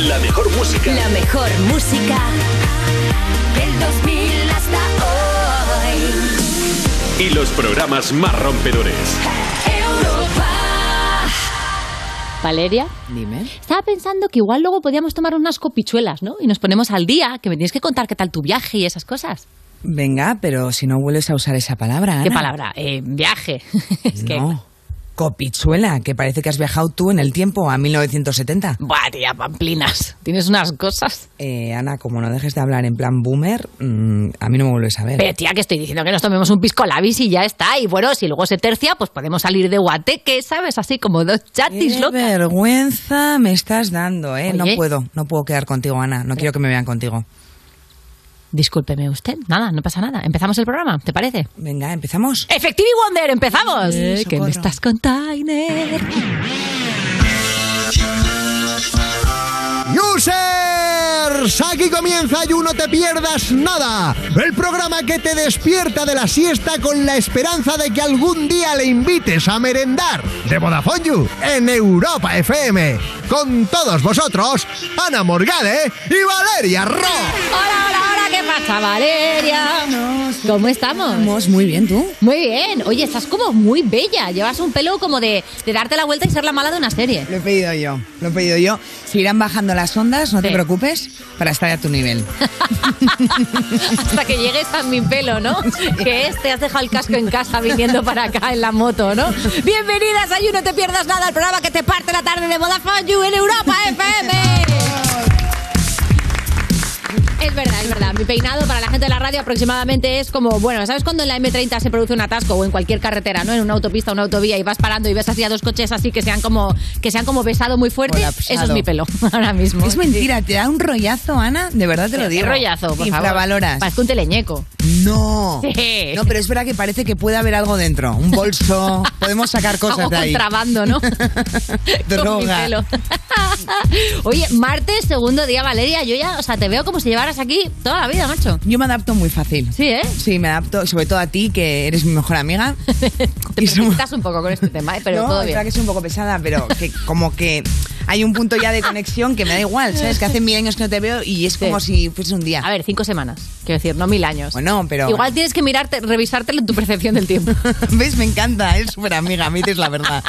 La mejor música. La mejor música del 2000 hasta hoy. Y los programas más rompedores. Valeria, dime. Estaba pensando que igual luego podíamos tomar unas copichuelas, ¿no? Y nos ponemos al día, que me tienes que contar qué tal tu viaje y esas cosas. Venga, pero si no vuelves a usar esa palabra, Ana. ¿Qué palabra? Viaje. Es que... No. Copichuela, que parece que has viajado tú en el tiempo a 1970. Buah, tía, pamplinas. Tienes unas cosas. Ana, como no dejes de hablar en plan boomer, a mí no me vuelves a ver. Pero tía, que estoy diciendo que nos tomemos un pisco labis y ya está. Y bueno, si luego se tercia, pues podemos salir de guateque, ¿sabes? Así como dos chatis locas. Qué vergüenza me estás dando, ¿eh? Oye. No puedo quedar contigo, Ana. No quiero que me vean contigo. Discúlpeme usted. Nada, no pasa nada. ¿Empezamos el programa? ¿Te parece? Venga, ¿empezamos? ¡Effective Wonder! ¡Empezamos! Sí, ¿Qué me estás container? ¡Users! Aquí comienza You No Te Pierdas Nada, el programa que te despierta de la siesta con la esperanza de que algún día le invites a merendar de Vodafone You en Europa FM. Con todos vosotros, Ana Morgade y Valeria Ro. ¡Hola, hola, hola! ¿Qué pasa, Valeria? ¿Cómo estamos? Estamos muy bien, ¿tú? Muy bien. Oye, estás como muy bella. Llevas un pelo como de darte la vuelta y ser la mala de una serie. Lo he pedido yo. Se irán bajando las ondas, no te preocupes, para estar a tu nivel. Hasta que llegues a mi pelo, ¿no? Que te has dejado el casco en casa viniendo para acá en la moto, ¿no? Bienvenidas a You No Te Pierdas Nada, el programa que te parte la tarde de Vodafone You en Europa FM. Es verdad. Mi peinado para la gente de la radio aproximadamente es como, bueno, ¿sabes cuando en la M30 se produce un atasco o en cualquier carretera, ¿no? En una autopista, una autovía y vas parando y ves así a dos coches así que se han como besado muy fuerte. Colapsado. Eso es mi pelo ahora mismo. Es mentira, te da un rollazo, Ana, de verdad te lo digo. ¿Qué rollazo, por favor? Infravaloras. Parezco un teleñeco. No. Sí. No, pero es verdad que parece que puede haber algo dentro. Un bolso. Podemos sacar cosas Hago de ahí. contrabando, ¿no? Droga. Con mi pelo. Oye, martes, segundo día, Valeria. Yo ya, te veo como si llevaras aquí toda la vida, macho. Yo me adapto muy fácil. Sí, ¿eh? Sí, me adapto, sobre todo a ti, que eres mi mejor amiga. Te precipitas un poco con este tema, pero no, todo es bien. verdad que soy un poco pesada, pero que como que hay un punto ya de conexión que me da igual, ¿sabes? Que hace 1000 años que no te veo y es como si fuese un día. A ver, 5 semanas. Quiero decir, no 1000 años. Bueno, pero... Igual tienes que revisártelo en tu percepción del tiempo. ¿Ves? Me encanta, es súper amiga, me dices la verdad.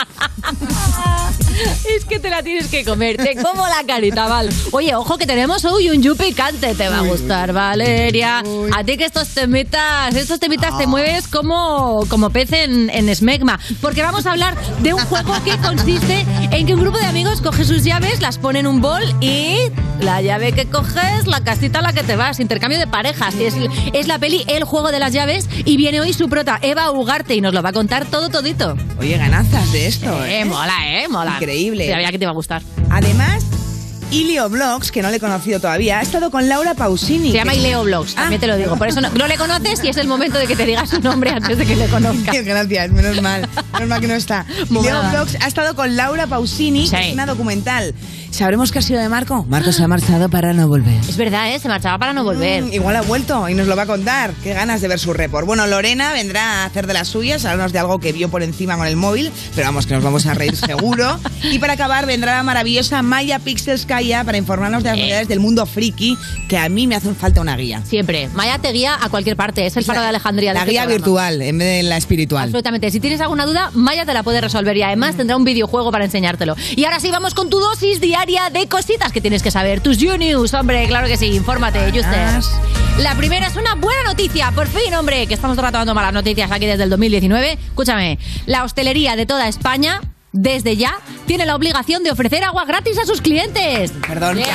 Es que te la tienes que comer, te como la carita, Val. Oye, ojo que tenemos hoy un yu picante, te va a gustar, Valeria. A ti que estos temitas te mueves como pez en esmegma. Porque vamos a hablar de un juego que consiste en que un grupo de amigos coge sus llaves, las pone en un bol y la llave que coges, la casita a la que te vas. Intercambio de parejas. Es la peli El Juego de las Llaves y viene hoy su prota, Eva Ugarte, y nos lo va a contar todito. Oye, ganazas de esto, Mola. Increíble. Sabía que te iba a gustar. Además, Ileo Vlogs, que no le he conocido todavía, ha estado con Laura Pausini. Se llama Ileo Vlogs, también te lo digo. Por eso no le conoces y es el momento de que te digas su nombre antes de que le conozcas. Gracias, menos mal que no está. Ileo Vlogs ha estado con Laura Pausini, que es una documental. ¿Sabremos qué ha sido de Marco? Marco se ha marchado para no volver. Es verdad, se marchaba para no volver. Igual ha vuelto y nos lo va a contar. Qué ganas de ver su report. Bueno, Lorena vendrá a hacer de las suyas, a hablarnos de algo que vio por encima con el móvil, pero vamos, que nos vamos a reír seguro. Y para acabar vendrá la maravillosa Maya Pixelskaya para informarnos de las novedades del mundo friki, que a mí me hace falta una guía. Siempre. Maya te guía a cualquier parte, es el faro de Alejandría. La guía virtual en vez de la espiritual. Absolutamente. Si tienes alguna duda, Maya te la puede resolver y además tendrá un videojuego para enseñártelo. Y ahora sí, vamos con tu dosis diaria de cositas que tienes que saber. Tus You-News, hombre, claro que sí, infórmate, Justers. La primera es una buena noticia, por fin, hombre, que estamos tratando malas noticias aquí desde el 2019. Escúchame, la hostelería de toda España, desde ya, tiene la obligación de ofrecer agua gratis a sus clientes. Perdón, que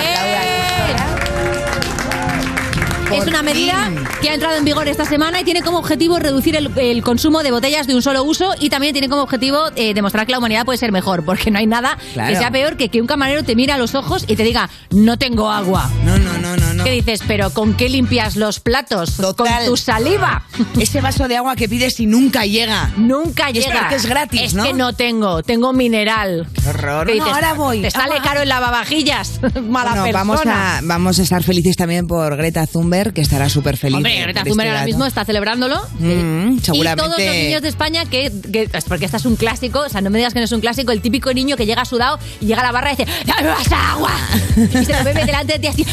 Es una medida que ha entrado en vigor esta semana y tiene como objetivo reducir el consumo de botellas de un solo uso y también tiene como objetivo demostrar que la humanidad puede ser mejor, porque no hay nada que sea peor que un camarero te mire a los ojos y te diga, no tengo agua. No. ¿Qué dices? ¿Pero con qué limpias los platos? Total. ¿Con tu saliva? Ese vaso de agua que pides y nunca llega. Nunca y llega. Es porque es gratis, ¿no? Es que no tengo mineral. Qué horror. ¿Qué dices? No, ahora voy. Te sale caro el lavavajillas. Mala persona. Vamos a estar felices también por Greta Thunberg, Thunberg, que estará súper feliz. Hombre, Greta Thunberg ahora mismo está celebrándolo. Seguramente. Y todos los niños de España porque esta es un clásico, o sea, no me digas que no es un clásico, el típico niño que llega sudado y llega a la barra y dice ¡dame más agua! Y se lo bebe delante de ti así.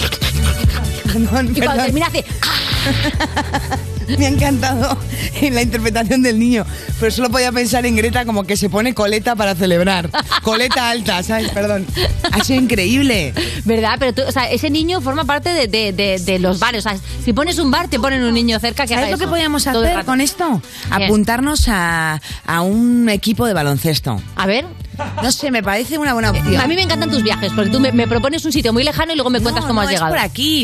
Perdón, y cuando termina hace... Me ha encantado la interpretación del niño, pero solo podía pensar en Greta como que se pone coleta para celebrar. Coleta alta, ¿sabes? Perdón. Ha sido increíble. ¿Verdad? Pero tú, o sea, ese niño forma parte de los bares. O sea, si pones un bar, te ponen un niño cerca que haga ¿Sabes lo eso que podíamos todo el hacer rato? con esto? ¿Qué? Apuntarnos a un equipo de baloncesto. A ver. No sé, me parece una buena opción. A mí me encantan tus viajes, porque tú me propones un sitio muy lejano y luego me cuentas cómo has llegado. Es por aquí,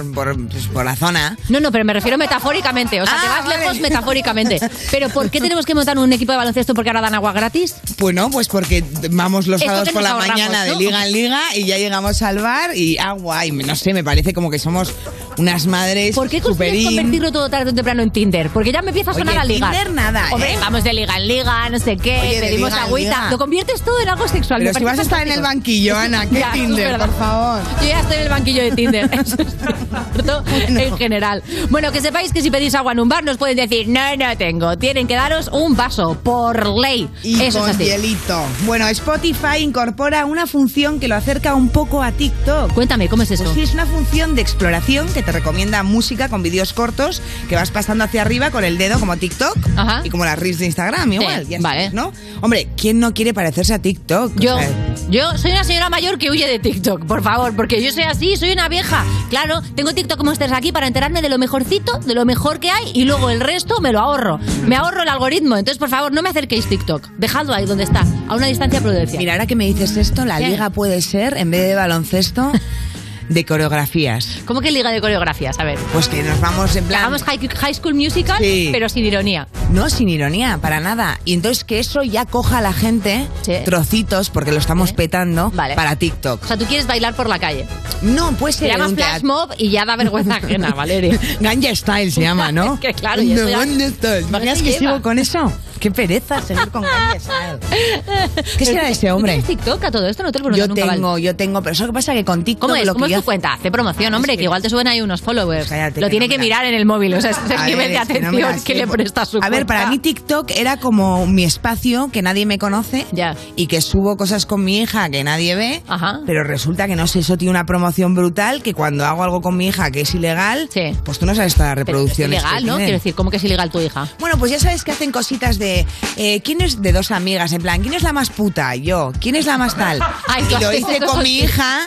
por la zona. No, pero me refiero metafóricamente. O sea, te vas vale. lejos metafóricamente. Pero ¿por qué tenemos que montar un equipo de baloncesto porque ahora dan agua gratis? Bueno, pues porque vamos los Esto sábados que por nos la ahorramos, mañana ¿no? de liga en liga y ya llegamos al bar y agua. Y no sé, me parece como que somos unas madres ¿Por qué consigues convertirlo todo tarde o temprano en Tinder? Porque ya me empieza a sonar Oye, a ligar. Tinder nada, Hombre, vamos de liga en liga, no sé qué, Oye, de pedimos liga en agüita. liga. Lo conviertes todo en algo sexual. Pero me si vas parece a estar en el fantástico. banquillo, Ana, ¿qué Ya, eso es Tinder, verdad. por favor? Yo ya estoy en el banquillo de Tinder. Eso es cierto en general. Bueno, que sepáis que si pedís agua en un bar nos pueden decir no tengo. Tienen que daros un vaso, por ley. Y Eso con es así. hielito. Bueno, Spotify incorpora una función que lo acerca un poco a TikTok. Cuéntame, ¿cómo es eso? Pues sí, es una función de exploración que te recomienda música con vídeos cortos que vas pasando hacia arriba con el dedo como TikTok. Ajá. Y como las reels de Instagram, igual. Sí, ya vale. sabes, ¿no? Hombre, ¿quién no quiere parecerse a TikTok? O Yo sea, soy una señora mayor que huye de TikTok, por favor, porque yo soy así, soy una vieja. Claro, tengo TikTok Monsters aquí para enterarme de lo mejorcito, de lo mejor que hay y luego el resto me lo ahorro. Me ahorro el algoritmo. Entonces, por favor, no me acerquéis TikTok. Dejadlo ahí donde está, a una distancia prudencial. Mira, ahora que me dices esto, la ¿Qué? liga puede ser, en vez de baloncesto, de coreografías. ¿Cómo que liga de coreografías? A ver. Pues que nos vamos en Que plan... hagamos High School Musical, Sí. pero sin ironía. No, sin ironía, para nada. Y entonces que eso ya coja a la gente Sí. trocitos, porque lo estamos Sí. petando, Vale. para TikTok. O sea, tú quieres bailar por la calle. No, puede Te ser en llamas un Flash teatro. Mob y ya da vergüenza ajena, Valeria. Ganja Style se llama, ¿no? Es que claro, y eso ya- Ganja Style. no ¿Imaginas se que lleva. sigo con eso? Qué pereza seguir con Ganja Style. ¿Qué será de ese ¿Tú hombre? tienes TikTok a todo esto? No te lo pregunto nunca, Val. Yo tengo, pero eso que pasa que con TikTok ¿Cómo es? lo ¿Cómo que es yo tu cuenta? Hace promoción, hombre, que igual te suben ahí unos followers. Cállate, Lo que tiene no que me mirar en el móvil, o sea, es el A nivel ver, de es que no me atención la que sé, le presta su A ver, cuenta. para mí TikTok era como mi espacio que nadie me conoce Ya. y que subo cosas con mi hija que nadie ve, Ajá. pero resulta que no sé, eso tiene una promoción brutal que cuando hago algo con mi hija que es ilegal, Sí. pues tú no sabes todas las Pero es reproducciones. ilegal, que ¿no? tiene. Quiero decir, ¿cómo que es ilegal tu hija? Bueno, pues ya sabes que hacen cositas de ¿quién es de dos amigas? En plan, ¿quién es la más puta? Yo. ¿Quién es la más tal? Ay, tú y lo haces hice cosas con mi así. hija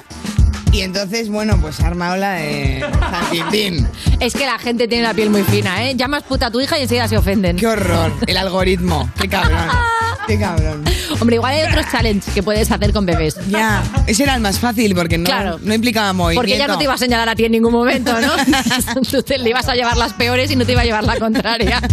y entonces, bueno, pues ha armado la de San Quintín. Es que la gente tiene la piel muy fina, ¿eh? Llamas puta a tu hija y enseguida se ofenden. Qué horror. El algoritmo. Qué cabrón. Qué cabrón. Hombre, igual hay otros challenges que puedes hacer con bebés. Ya, ese era el más fácil porque no, Claro. no implicaba movimiento. Porque ella no te iba a señalar a ti en ningún momento, ¿no? Tú le ibas a llevar las peores y no te iba a llevar la contraria.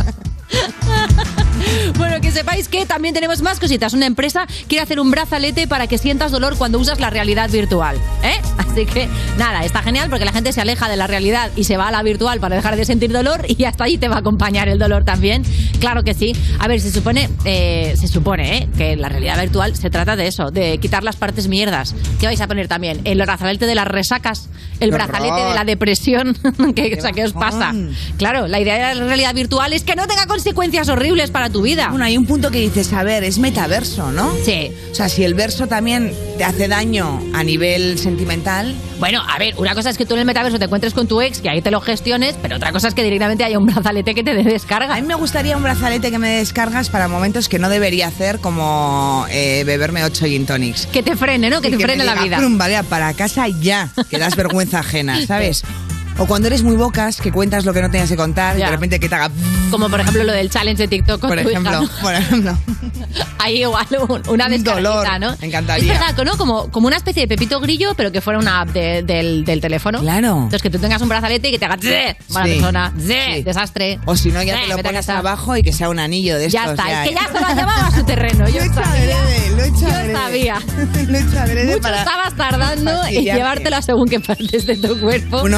Bueno, que sepáis que también tenemos más cositas. Una empresa quiere hacer un brazalete para que sientas dolor cuando usas la realidad virtual, ¿eh? Así que, nada, está genial porque la gente se aleja de la realidad y se va a la virtual para dejar de sentir dolor y hasta ahí te va a acompañar el dolor también. Claro que sí. A ver, se supone que la realidad virtual se trata de eso, de quitar las partes mierdas. ¿Qué vais a poner también? El brazalete de las resacas, el ¡Qué brazalete horror! de la depresión. ¿Qué os pasa? bajón! Claro, la idea de la realidad virtual es que no tenga consecuencias horribles para tu vida. Bueno, hay un punto que dices, a ver, es metaverso, ¿no? Sí. O sea, si el verso también te hace daño a nivel sentimental... Bueno, a ver, una cosa es que tú en el metaverso te encuentres con tu ex, que ahí te lo gestiones, pero otra cosa es que directamente haya un brazalete que te dé descarga. A mí me gustaría un brazalete que me descargas para momentos que no debería hacer, como beberme 8 gin tonics. Que te frene, ¿no? Que Y te frene me la diga, vida. "Prum, vale, para casa ya, que das vergüenza ajena, ¿sabes? O cuando eres muy bocas, que cuentas lo que no tenías que contar y Ya. de repente que te haga... Como por ejemplo lo del challenge de TikTok con Por tu ejemplo, hija, ¿no? por ejemplo. Ahí igual una Un descarguita, dolor, ¿no? me encantaría. Es verdad, ¿no? Como una especie de Pepito Grillo, pero que fuera una app del teléfono. Claro. Entonces que tú tengas un brazalete y que te haga ¡zeh! Mala Sí. persona, ¡zeh! Sí. Desastre. O si no, ya te lo vete a pones casa. abajo y que sea un anillo de estos. Ya está, es que ya se lo ha llevado a su terreno. Yo Lo he hecho sabía. adrede, lo he hecho Yo adrede. sabía. Lo he hecho adrede Mucho para... estabas tardando en fastidiarte. llevártelo a según qué partes de tu cuerpo. Bueno,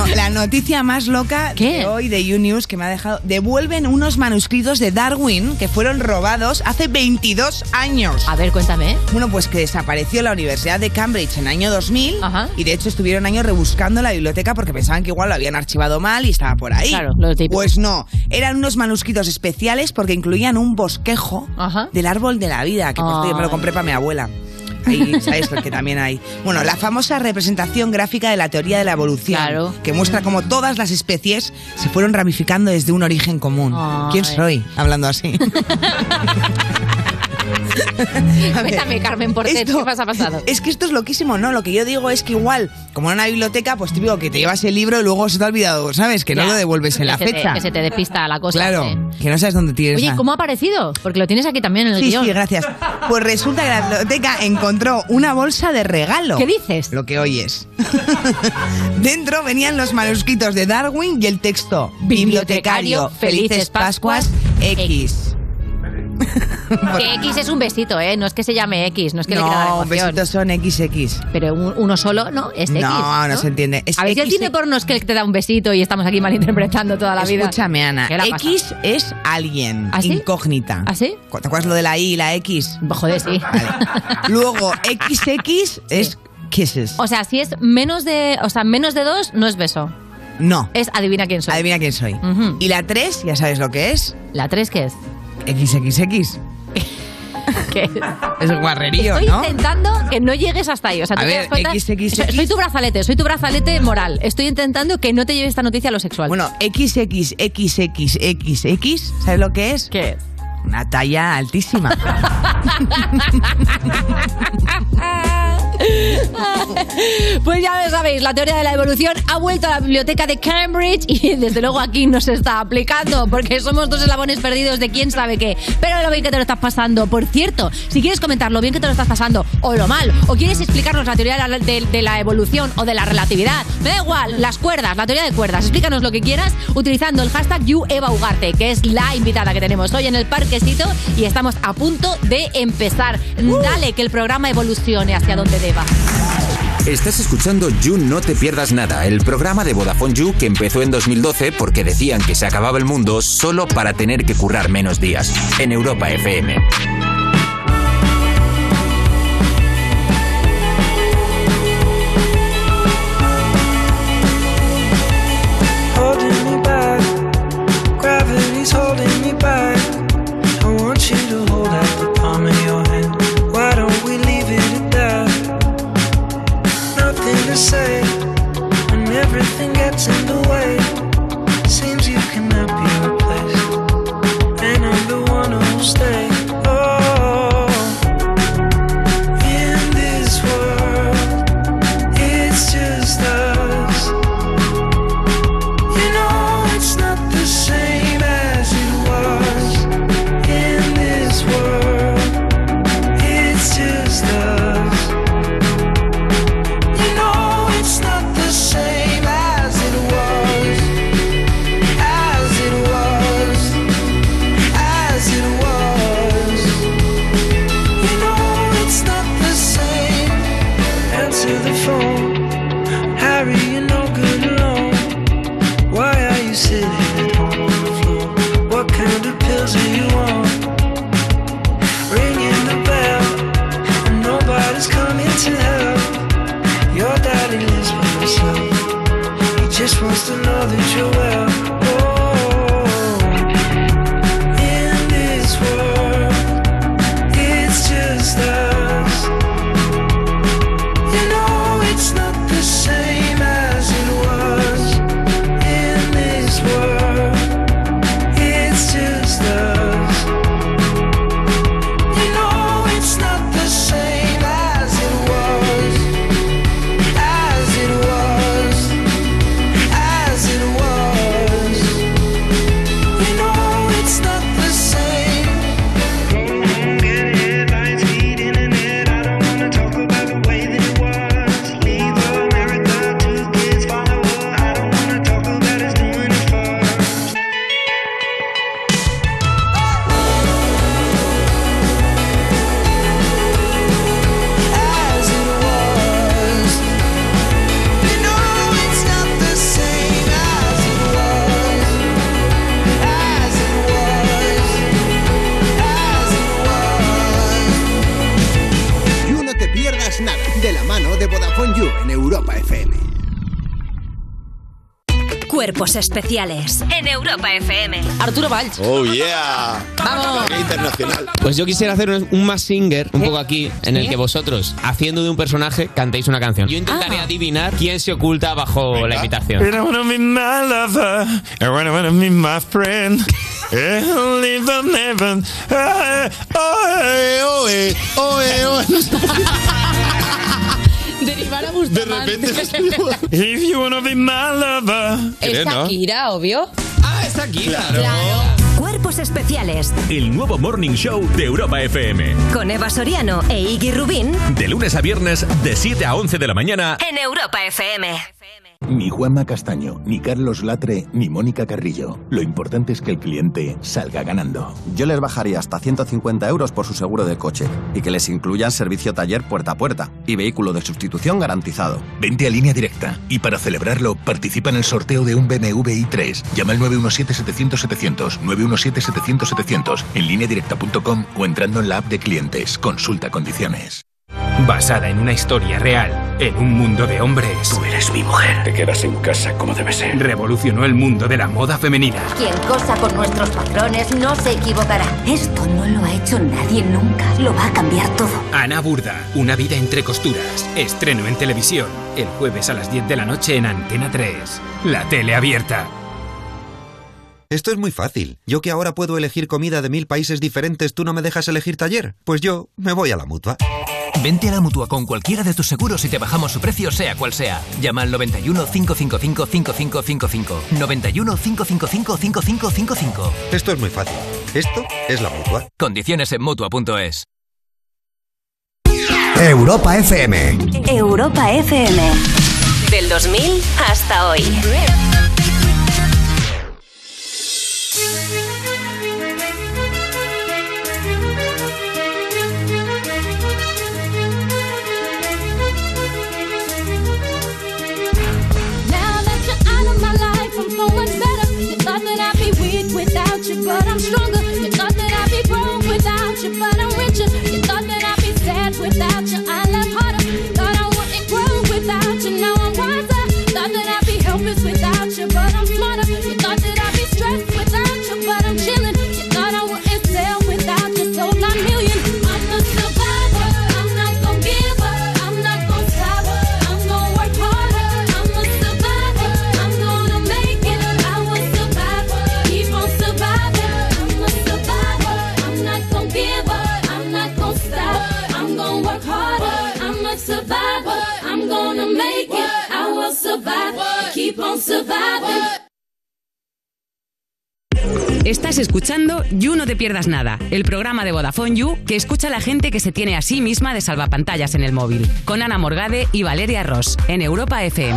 noticia más loca de hoy de YouNews que me ha dejado... Devuelven unos manuscritos de Darwin que fueron robados hace 22 años. A ver, cuéntame. Bueno, pues que desapareció la Universidad de Cambridge en el año 2000. Ajá. Y de hecho estuvieron años rebuscando la biblioteca porque pensaban que igual lo habían archivado mal y estaba por ahí. Claro, lo típico. Pues no, eran unos manuscritos especiales porque incluían un bosquejo del árbol de la vida, que yo me lo compré para mi abuela. Ahí, ¿sabes? Porque también hay... Bueno, la famosa representación gráfica de la teoría de la evolución, que muestra cómo todas las especies se fueron ramificando desde un origen común. ¿Quién soy? Hablando así. Cuéntame, Carmen Portet, ¿qué más ha pasado? Es que esto es loquísimo, ¿no? Lo que yo digo es que igual, como en una biblioteca, pues típico que te llevas el libro y luego se te ha olvidado, ¿sabes? Que no lo devuelves en la fecha. Que se te despista la cosa. Claro, que no sabes dónde tienes. Oye, ¿cómo ha aparecido? Porque lo tienes aquí también en el guión. Sí, gracias. Pues resulta que la biblioteca encontró una bolsa de regalo. ¿Qué dices? Lo que oyes. Dentro venían los manuscritos de Darwin y el texto Bibliotecario, Felices Pascuas, X. Que X es un besito, ¿eh? No es que se llame X, no es que le quiera dar emoción. No, besitos son XX. Pero uno solo, ¿no? Es X, no se entiende. Es a ver, si el cine porno es que te da un besito y estamos aquí malinterpretando toda la vida. Escúchame, Ana. X es alguien. ¿Ah, sí? Incógnita. ¿Ah, sí? ¿Te acuerdas lo de la I y la X? Joder, sí. Vale. Luego, XX es kisses. O sea, si es menos de 2, no es beso. No. Es adivina quién soy. Adivina quién soy. Y la 3, ya sabes lo que es. ¿La 3 qué es? XXX. ¿Qué? Es guarrerío, Estoy ¿no? intentando que no llegues hasta ahí. O sea, ¿tú te das cuenta? XXX. Soy tu brazalete moral. Estoy intentando que no te lleve esta noticia a lo sexual. Bueno, XXXXX, ¿sabes lo que es? ¿Qué es? Una talla altísima. Pues ya lo sabéis, la teoría de la evolución ha vuelto a la biblioteca de Cambridge y desde luego aquí no se está aplicando porque somos dos eslabones perdidos de quién sabe qué. Pero lo bien que te lo estás pasando. Por cierto, si quieres comentar lo bien que te lo estás pasando o lo mal, o quieres explicarnos la teoría de la evolución o de la relatividad, me da igual, las cuerdas, la teoría de cuerdas, explícanos lo que quieras utilizando el hashtag YouEvaUgarte, que es la invitada que tenemos hoy en el parquecito y estamos a punto de empezar. Dale, que el programa evolucione hacia donde deba. Estás escuchando You No Te Pierdas Nada, el programa de Vodafone You que empezó en 2012 porque decían que se acababa el mundo solo para tener que currar menos días. En Europa FM. Holding me back, gravity's holding me back. I want you to hold out the palm of your hand. Why don't we leave it at that? Nothing to say when everything gets in the way. Seems you cannot be replaced, and I'm the one who'll stay. Oh, in this world, it's just us. You know it's not the same as it was. In this world, it's just us. You know it's not the same as it was. As it was. As it was. You know it's not the same. Answer the phone. Harry, you're no good alone. Why are you sitting at home on the floor? What kind of pills are you on? Ringing the bell, and nobody's coming to help. Your daddy lives by himself. He just wants to know that you're well. Oh, in this world, it's just us. You know it's not the same as it was. In this world, it's just us. You know it's not the same as it was. As it was. As De la mano de Vodafone You en Europa FM. Cuerpos especiales en Europa FM. Arturo Valls. Oh yeah. Vamos. Qué internacional. Pues yo quisiera hacer un Mask Singer, un poco aquí, en el que vosotros, haciendo de un personaje, cantéis una canción. Yo intentaré adivinar quién se oculta bajo la imitación. I wanna be my lover, I wanna be my friend. Live on heaven. Derivar a Bustamante. De repente If you wanna be my lover. Es Shakira, obvio. Ah, es Shakira. Claro. Cuerpos especiales El nuevo Morning Show de Europa FM. con Eva Soriano e Iggy Rubín De lunes a viernes, de 7 a 11 de la mañana. en Europa FM. Ni Juanma Castaño, ni Carlos Latre, ni Mónica Carrillo. Lo importante es que el cliente salga ganando. Yo les bajaría hasta 150 euros por su seguro de coche y que les incluyan servicio taller puerta a puerta y vehículo de sustitución garantizado. Vente a Línea Directa y para celebrarlo participa en el sorteo de un BMW i3. Llama al 917-700-700, 917-700-700 en lineadirecta.com o entrando en la app de clientes. Consulta condiciones. Basada en una historia real, en un mundo de hombres. Tú eres mi mujer. Te quedas en casa como debe ser. Revolucionó el mundo de la moda femenina. Quien cosa con nuestros patrones no se equivocará. Esto no lo ha hecho nadie nunca. Lo va a cambiar todo. Ana Burda, una vida entre costuras. Estreno en televisión, el jueves a las 10 de la noche en Antena 3. La tele abierta. Esto es muy fácil. Yo que ahora puedo elegir comida de 1000 países diferentes, ¿tú no me dejas elegir taller? Pues yo me voy a la Mutua. Vente a la Mutua con cualquiera de tus seguros y te bajamos su precio sea cual sea. Llama al 91 555 5555. 91 555 5555. Esto es muy fácil. Esto es la Mutua. Condiciones en Mutua.es. Europa FM. Europa FM. Del 2000 hasta hoy. But I'm stronger. You thought that I'd be broke without you, but I'm richer. You thought that I'd be sad without you, I love harder. Thought I wouldn't grow without you, now I'm wiser. Thought that I'd be helpless without you, but I'm smarter. You thought that I'd be stressed without you, but I'm chilling. You thought I wouldn't sell without you, sold 9 million. I'm a survivor. I'm not gonna give up. I'm not gonna stop. I'm gonna work harder. I'm a survivor. I'm gonna make it. I will survive. Keep on surviving. Survivor, I'm gonna make it. I will survive. Keep on surviving. Estás escuchando You No Te Pierdas Nada, el programa de Vodafone You que escucha a la gente que se tiene a sí misma de salvapantallas en el móvil, con Ana Morgade y Valeria Ross, en Europa FM.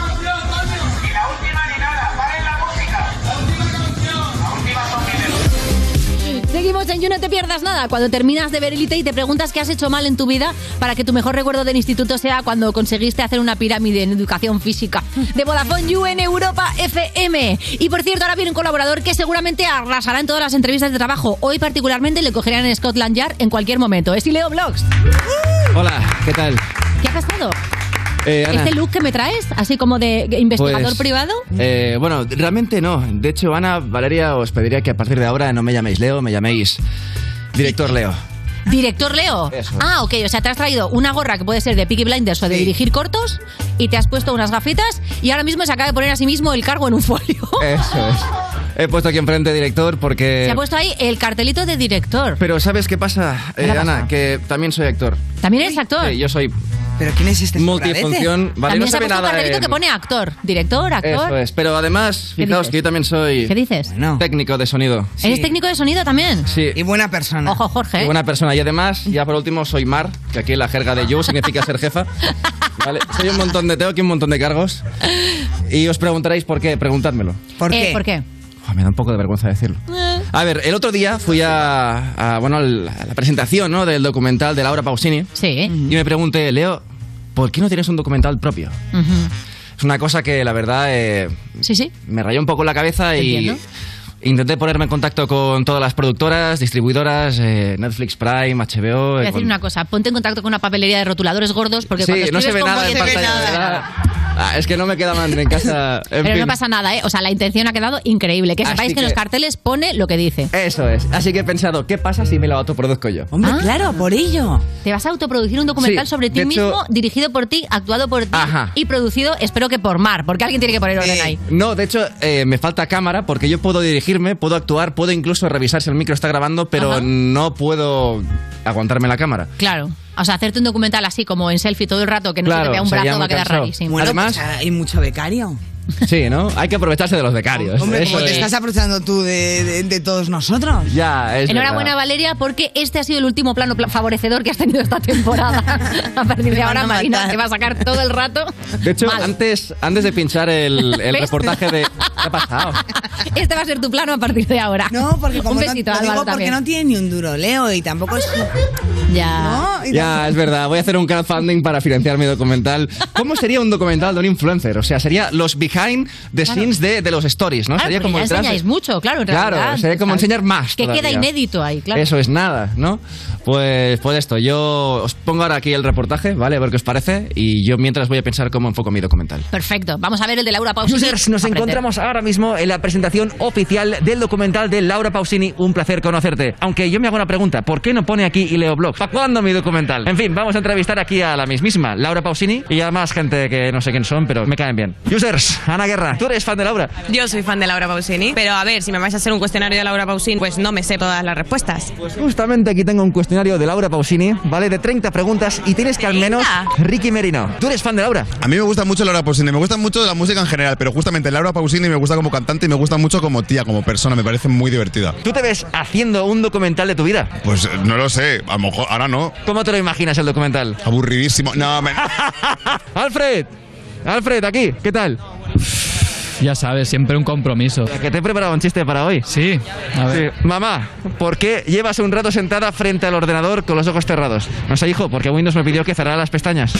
Seguimos en You No Te Pierdas Nada. Cuando terminas de ver Elite y te preguntas qué has hecho mal en tu vida para que tu mejor recuerdo del instituto sea cuando conseguiste hacer una pirámide en educación física. De Vodafone You en Europa FM. Y por cierto, ahora viene un colaborador que seguramente arrasará en todas las entrevistas de trabajo. Hoy particularmente le cogerían en Scotland Yard en cualquier momento. Es Leo Vlogs. Hola, ¿qué tal? ¿Qué ha pasado? Ana. ¿Este look que me traes? Así como de investigador Pues, privado. Bueno, realmente no. De hecho, Ana, Valeria, os pediría que a partir de ahora no me llaméis Leo, me llaméis Director Leo. ¿Director Leo? Eso. Ah, ok, o sea, te has traído una gorra que puede ser de Peaky Blinders o de dirigir cortos y te has puesto unas gafitas y ahora mismo se acaba de poner a sí mismo el cargo en un folio. Eso es. He puesto aquí enfrente director porque... Se ha puesto ahí el cartelito de director. Pero ¿sabes qué pasa, Ana? Que también soy actor. ¿También eres actor? Sí, yo soy... ¿Pero quién es este multifunción? Vale, también no se ha sabe puesto un nada cartelito en... que pone actor. Director, actor. Eso es, pero además, fijaos que yo también soy... ¿Qué dices? Técnico de sonido. ¿Eres técnico de sonido también? Sí. Y buena persona. Ojo, Jorge. Y buena persona. Y además, ya por último, soy Mar, que aquí en la jerga de You significa ser jefa. Vale, soy un montón de... Tengo aquí un montón de cargos. Y os preguntaréis por qué. Preguntádmelo. ¿Por qué? ¿Por qué? Me da un poco de vergüenza decirlo. A ver, el otro día fui a la presentación, ¿no?, del documental de Laura Pausini. Sí. Y me pregunté, Leo, ¿por qué no tienes un documental propio? Es una cosa que, la verdad, sí. me rayó un poco la cabeza y Intenté ponerme en contacto con todas las productoras, distribuidoras, Netflix, Prime, HBO... Voy a decir una cosa, ponte en contacto con una papelería de rotuladores gordos porque Sí, cuando no se ve escribes con nada en boli- pantalla, ¿verdad? Es que no me queda mal en casa. En Pero fin. no pasa nada, ¿eh? O sea, la intención ha quedado increíble. Que Así sepáis que en los carteles pone lo que dice. Eso es. Así que he pensado, ¿qué pasa si me lo autoproduzco yo? Hombre, claro, por ello. Te vas a autoproducir un documental Sí, sobre ti de hecho- mismo, dirigido por ti, actuado por ti Ajá. y producido, espero que por Mar, porque alguien tiene que poner orden ahí. No, de hecho, me falta cámara porque yo puedo dirigirme, puedo actuar, puedo incluso revisar si el micro está grabando, pero Ajá. no puedo aguantarme la cámara. Claro. O sea, hacerte un documental así como en selfie todo el rato, que no se Claro, te vea un sería brazo, muy va a quedar cansado. rarísimo. Bueno, Además- pues hay mucho becario. Sí, ¿no? Hay que aprovecharse de los becarios. Hombre, Eso como te es. estás aprovechando tú de todos nosotros. Ya, es Enhorabuena, verdad. Valeria, porque este ha sido el último plano favorecedor que has tenido esta temporada. A partir de ahora, Marina te va a sacar todo el rato. De hecho, mal. antes de pinchar el ¿Ves? reportaje de... ¿Qué ha pasado? Este va a ser tu plano a partir de ahora. No, porque como un no, besito, lo Álvaro, digo porque también. no tiene ni un duro, Leo, y tampoco es... Ya. ¿No? Y Ya, es verdad. Voy a hacer un crowdfunding para financiar mi documental. ¿Cómo sería un documental de un influencer? O sea, sería los behind the scenes de los stories, ¿no? Claro, Sería porque como ya el trance. enseñáis mucho, claro, en Claro, realidad. sería como ¿sabes? enseñar más Que todavía. queda inédito ahí, claro. Eso es nada, ¿no? Pues esto, yo os pongo ahora aquí el reportaje, ¿vale? A ver qué os parece. Y yo mientras voy a pensar cómo enfoco mi documental. Perfecto. Vamos a ver el de Laura Pausini. Users, nos Aprender. encontramos ahora mismo en la presentación oficial del documental de Laura Pausini. Un placer conocerte. Aunque yo me hago una pregunta, ¿por qué no pone aquí y leo blogs? ¿Para cuándo mi documental? En fin, vamos a entrevistar aquí a la mismísima Laura Pausini y a más gente que no sé quién son, pero me caen bien. Users, Ana Guerra, ¿tú eres fan de Laura? Yo soy fan de Laura Pausini, pero a ver, si me vais a hacer un cuestionario de Laura Pausini, pues no me sé todas las respuestas. Pues justamente aquí tengo un cuestionario de Laura Pausini, ¿vale? De 30 preguntas y tienes que al menos... Ricky Merino, ¿tú eres fan de Laura? A mí me gusta mucho Laura Pausini, me gusta mucho la música en general, pero justamente Laura Pausini me gusta como cantante y me gusta mucho como tía, como persona, me parece muy divertida. ¿Tú te ves haciendo un documental de tu vida? Pues no lo sé, a lo mejor ahora no. ¿Cómo te lo imaginas el documental? Aburridísimo. No, Alfred, aquí, ¿qué tal? Ya sabes, siempre un compromiso. ¿Que te he preparado un chiste para hoy? Sí, a ver. Sí. Mamá, ¿por qué llevas un rato sentada frente al ordenador con los ojos cerrados? No sé, hijo, porque Windows me pidió que cerrara las pestañas.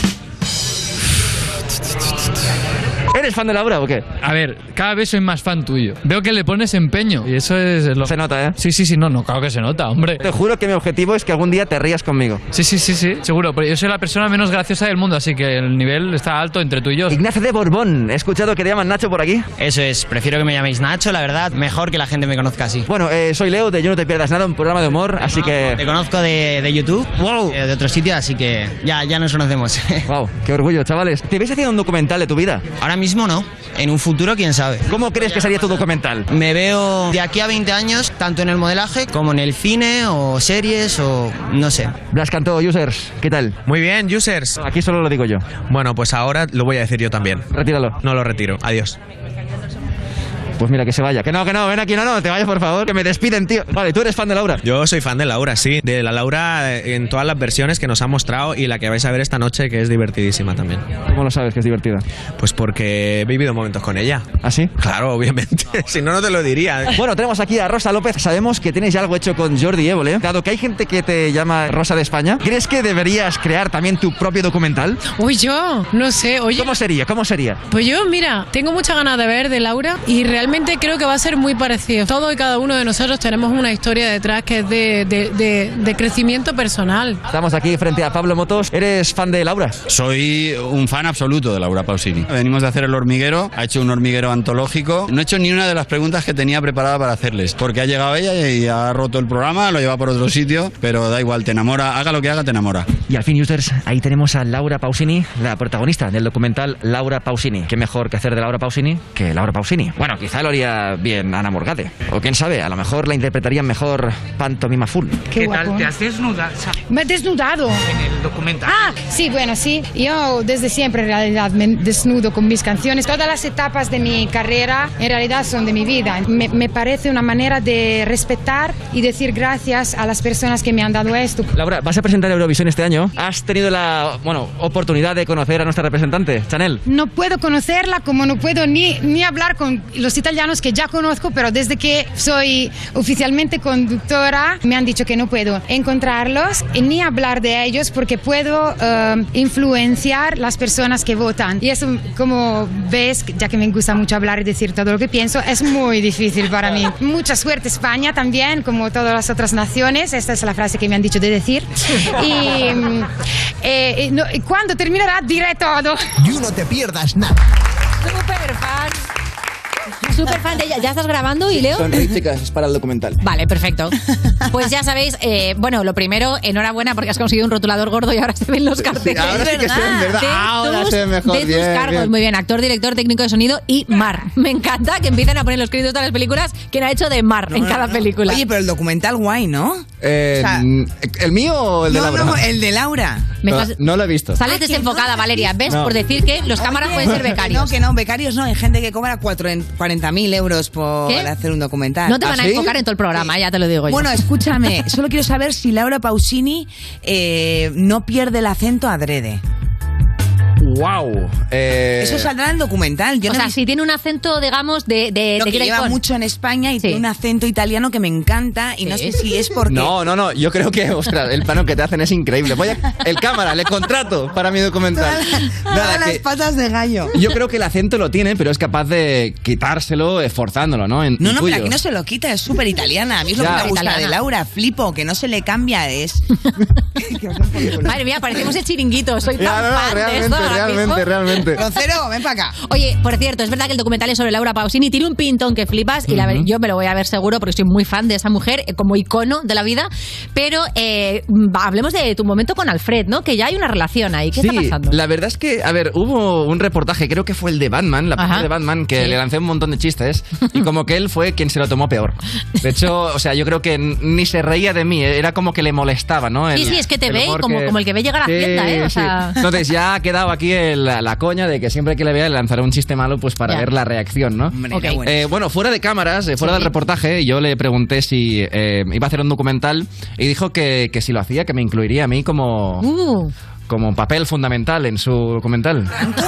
¿Eres fan de Laura o qué? A ver, cada vez soy más fan tuyo. Veo que le pones empeño y eso es lo... Se nota, ¿eh? Sí, no, claro que se nota, hombre. Te juro que mi objetivo es que algún día te rías conmigo. Sí, seguro, pero yo soy la persona menos graciosa del mundo, así que el nivel está alto entre tú y yo. Ignacio de Borbón, he escuchado que te llaman Nacho por aquí. Eso es, prefiero que me llaméis Nacho, la verdad, mejor que la gente me conozca así. Bueno, soy Leo de Yo No Te Pierdas Nada, un programa de humor, así que... Te conozco de YouTube, de otro sitio, así que ya nos conocemos. Wow, qué orgullo, chavales. ¿Te ves haciendo un documental de tu vida? Ahora mismo no, en un futuro quién sabe. ¿Cómo crees que sería tu documental? Me veo de aquí a 20 años, tanto en el modelaje como en el cine o series o no sé. Blas Cantó, Users, ¿qué tal? Muy bien, Users. Aquí solo lo digo yo. Bueno, pues ahora lo voy a decir yo también. Retíralo. No lo retiro. Adiós. Pues mira, que se vaya. Que no, ven aquí, no, te vayas por favor, que me despiden, tío. Vale, ¿tú eres fan de Laura? Yo soy fan de Laura, sí. De la Laura en todas las versiones que nos ha mostrado y la que vais a ver esta noche, que es divertidísima también. ¿Cómo lo sabes que es divertida? Pues porque he vivido momentos con ella. ¿Ah, sí? Claro, obviamente. Si no, no te lo diría. Bueno, tenemos aquí a Rosa López. Sabemos que tienes ya algo hecho con Jordi Évole. Dado que hay gente que te llama Rosa de España, ¿crees que deberías crear también tu propio documental? Uy, yo, no sé, oye. ¿Cómo sería? Pues yo, mira, tengo muchas ganas de ver de Laura y realmente creo que va a ser muy parecido. Todo y cada uno de nosotros tenemos una historia detrás que es de crecimiento personal. Estamos aquí frente a Pablo Motos. ¿Eres fan de Laura? Soy un fan absoluto de Laura Pausini. Venimos de hacer El Hormiguero, ha hecho un hormiguero antológico. No he hecho ni una de las preguntas que tenía preparada para hacerles, porque ha llegado ella y ha roto el programa, lo lleva por otro sitio, pero da igual, te enamora, haga lo que haga, te enamora. Y al fin, Users, ahí tenemos a Laura Pausini, la protagonista del documental Laura Pausini. ¿Qué mejor que hacer de Laura Pausini que Laura Pausini? Bueno, quizá lo haría bien Ana Morgade. O quién sabe, a lo mejor la interpretarían mejor Pantomima Full. ¿Qué tal? ¿Te has desnudado? Me he desnudado. En el documental. Ah, sí, bueno, sí. Yo desde siempre en realidad me desnudo con mis canciones. Todas las etapas de mi carrera en realidad son de mi vida. Me parece una manera de respetar y decir gracias a las personas que me han dado esto. Laura, ¿vas a presentar Eurovisión este año? ¿Has tenido la oportunidad de conocer a nuestra representante, Chanel? No puedo conocerla como no puedo ni hablar con los italianos que ya conozco, pero desde que soy oficialmente conductora me han dicho que no puedo encontrarlos ni hablar de ellos porque puedo influenciar las personas que votan. Y eso, como ves, ya que me gusta mucho hablar y decir todo lo que pienso, es muy difícil para mí. Mucha suerte España también, como todas las otras naciones. Esta es la frase que me han dicho de decir. Y cuando terminará diré todo. You no te pierdas nada. Super fan. Súper fan de ella. ¿Ya estás grabando, y Leo? Sonreír, chicas, es para el documental. Vale, perfecto. Pues ya sabéis, bueno, lo primero, enhorabuena porque has conseguido un rotulador gordo y ahora se ven los carteles. Sí, ahora sí que se ven, ¿verdad? Ahora se ven mejor. De tus cargos, bien. Muy bien. Actor, director, técnico de sonido y Mar. Me encanta que empiecen a poner los créditos de las películas quien ha hecho de Mar en cada película. Oye, pero el documental guay, ¿no? ¿El mío o el de Laura? No, el de Laura. No lo he visto. Sales desenfocada, Valeria. ¿Ves? No. Por decir que los cámaras pueden ser becarios. Que no, becarios no. Hay gente que cobra 40.000 euros por hacer un documental. No te van a enfocar en todo el programa, ya te lo digo yo. Bueno, escúchame. Solo quiero saber si Laura Pausini no pierde el acento adrede. ¡Wow! Eso saldrá en el documental. O sea, si tiene un acento, digamos, de que lleva mucho en España y tiene un acento italiano que me encanta y no sé si es porque... No, yo creo que, ostras, el plano que te hacen es increíble. El cámara, le contrato para mi documental. Todas las patas de gallo. Yo creo que el acento lo tiene, pero es capaz de quitárselo esforzándolo, ¿no? No, pero aquí no se lo quita, es súper italiana. A mí es lo que me gusta de Laura, flipo, que no se le cambia, es... Madre mía, parecemos el Chiringuito, soy tan fan de esto. Realmente. Rocero, ven para acá. Oye, por cierto, es verdad que el documental es sobre Laura Pausini, tiene un pintón que flipas y yo me lo voy a ver seguro porque soy muy fan de esa mujer como icono de la vida, pero hablemos de tu momento con Alfred, ¿no? Que ya hay una relación ahí, ¿qué está pasando? La verdad es que, a ver, hubo un reportaje, creo que fue el de Batman, la película de Batman, que le lancé un montón de chistes y como que él fue quien se lo tomó peor. De hecho, o sea, yo creo que ni se reía de mí, era como que le molestaba, ¿no? Sí, es que te ve como el que ve llegar a Hacienda, ¿eh? O sea... Entonces ya ha quedado aquí la coña de que siempre que le vea le lanzaré un chiste malo pues para ver la reacción, ¿no? Bueno, fuera de cámaras, fuera del reportaje, yo le pregunté si iba a hacer un documental y dijo que si lo hacía, que me incluiría a mí como papel fundamental en su documental.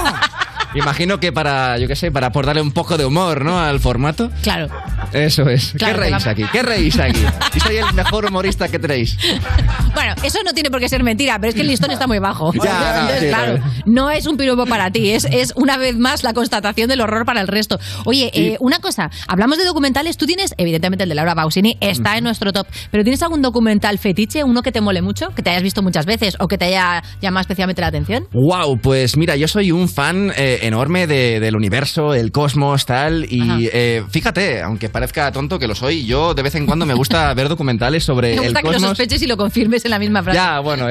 Imagino que para aportarle un poco de humor, ¿no? Al formato. Claro. Eso es. Claro, ¿Qué reís aquí? Y soy el mejor humorista que tenéis. Bueno, eso no tiene por qué ser mentira, pero es que el listón está muy bajo. Entonces, claro, no es un piropo para ti, es una vez más la constatación del horror para el resto. Oye, una cosa, hablamos de documentales, tú tienes, evidentemente el de Laura Pausini, está en nuestro top, pero ¿tienes algún documental fetiche, uno que te mole mucho, que te hayas visto muchas veces o que te haya llamado especialmente la atención? Wow, pues mira, yo soy un fan enorme del universo, el cosmos, tal, y fíjate, aunque parezca tonto que lo soy, yo de vez en cuando me gusta ver documentales sobre el cosmos. Me gusta que lo sospeches y lo confirmes en la misma frase. Ya, bueno,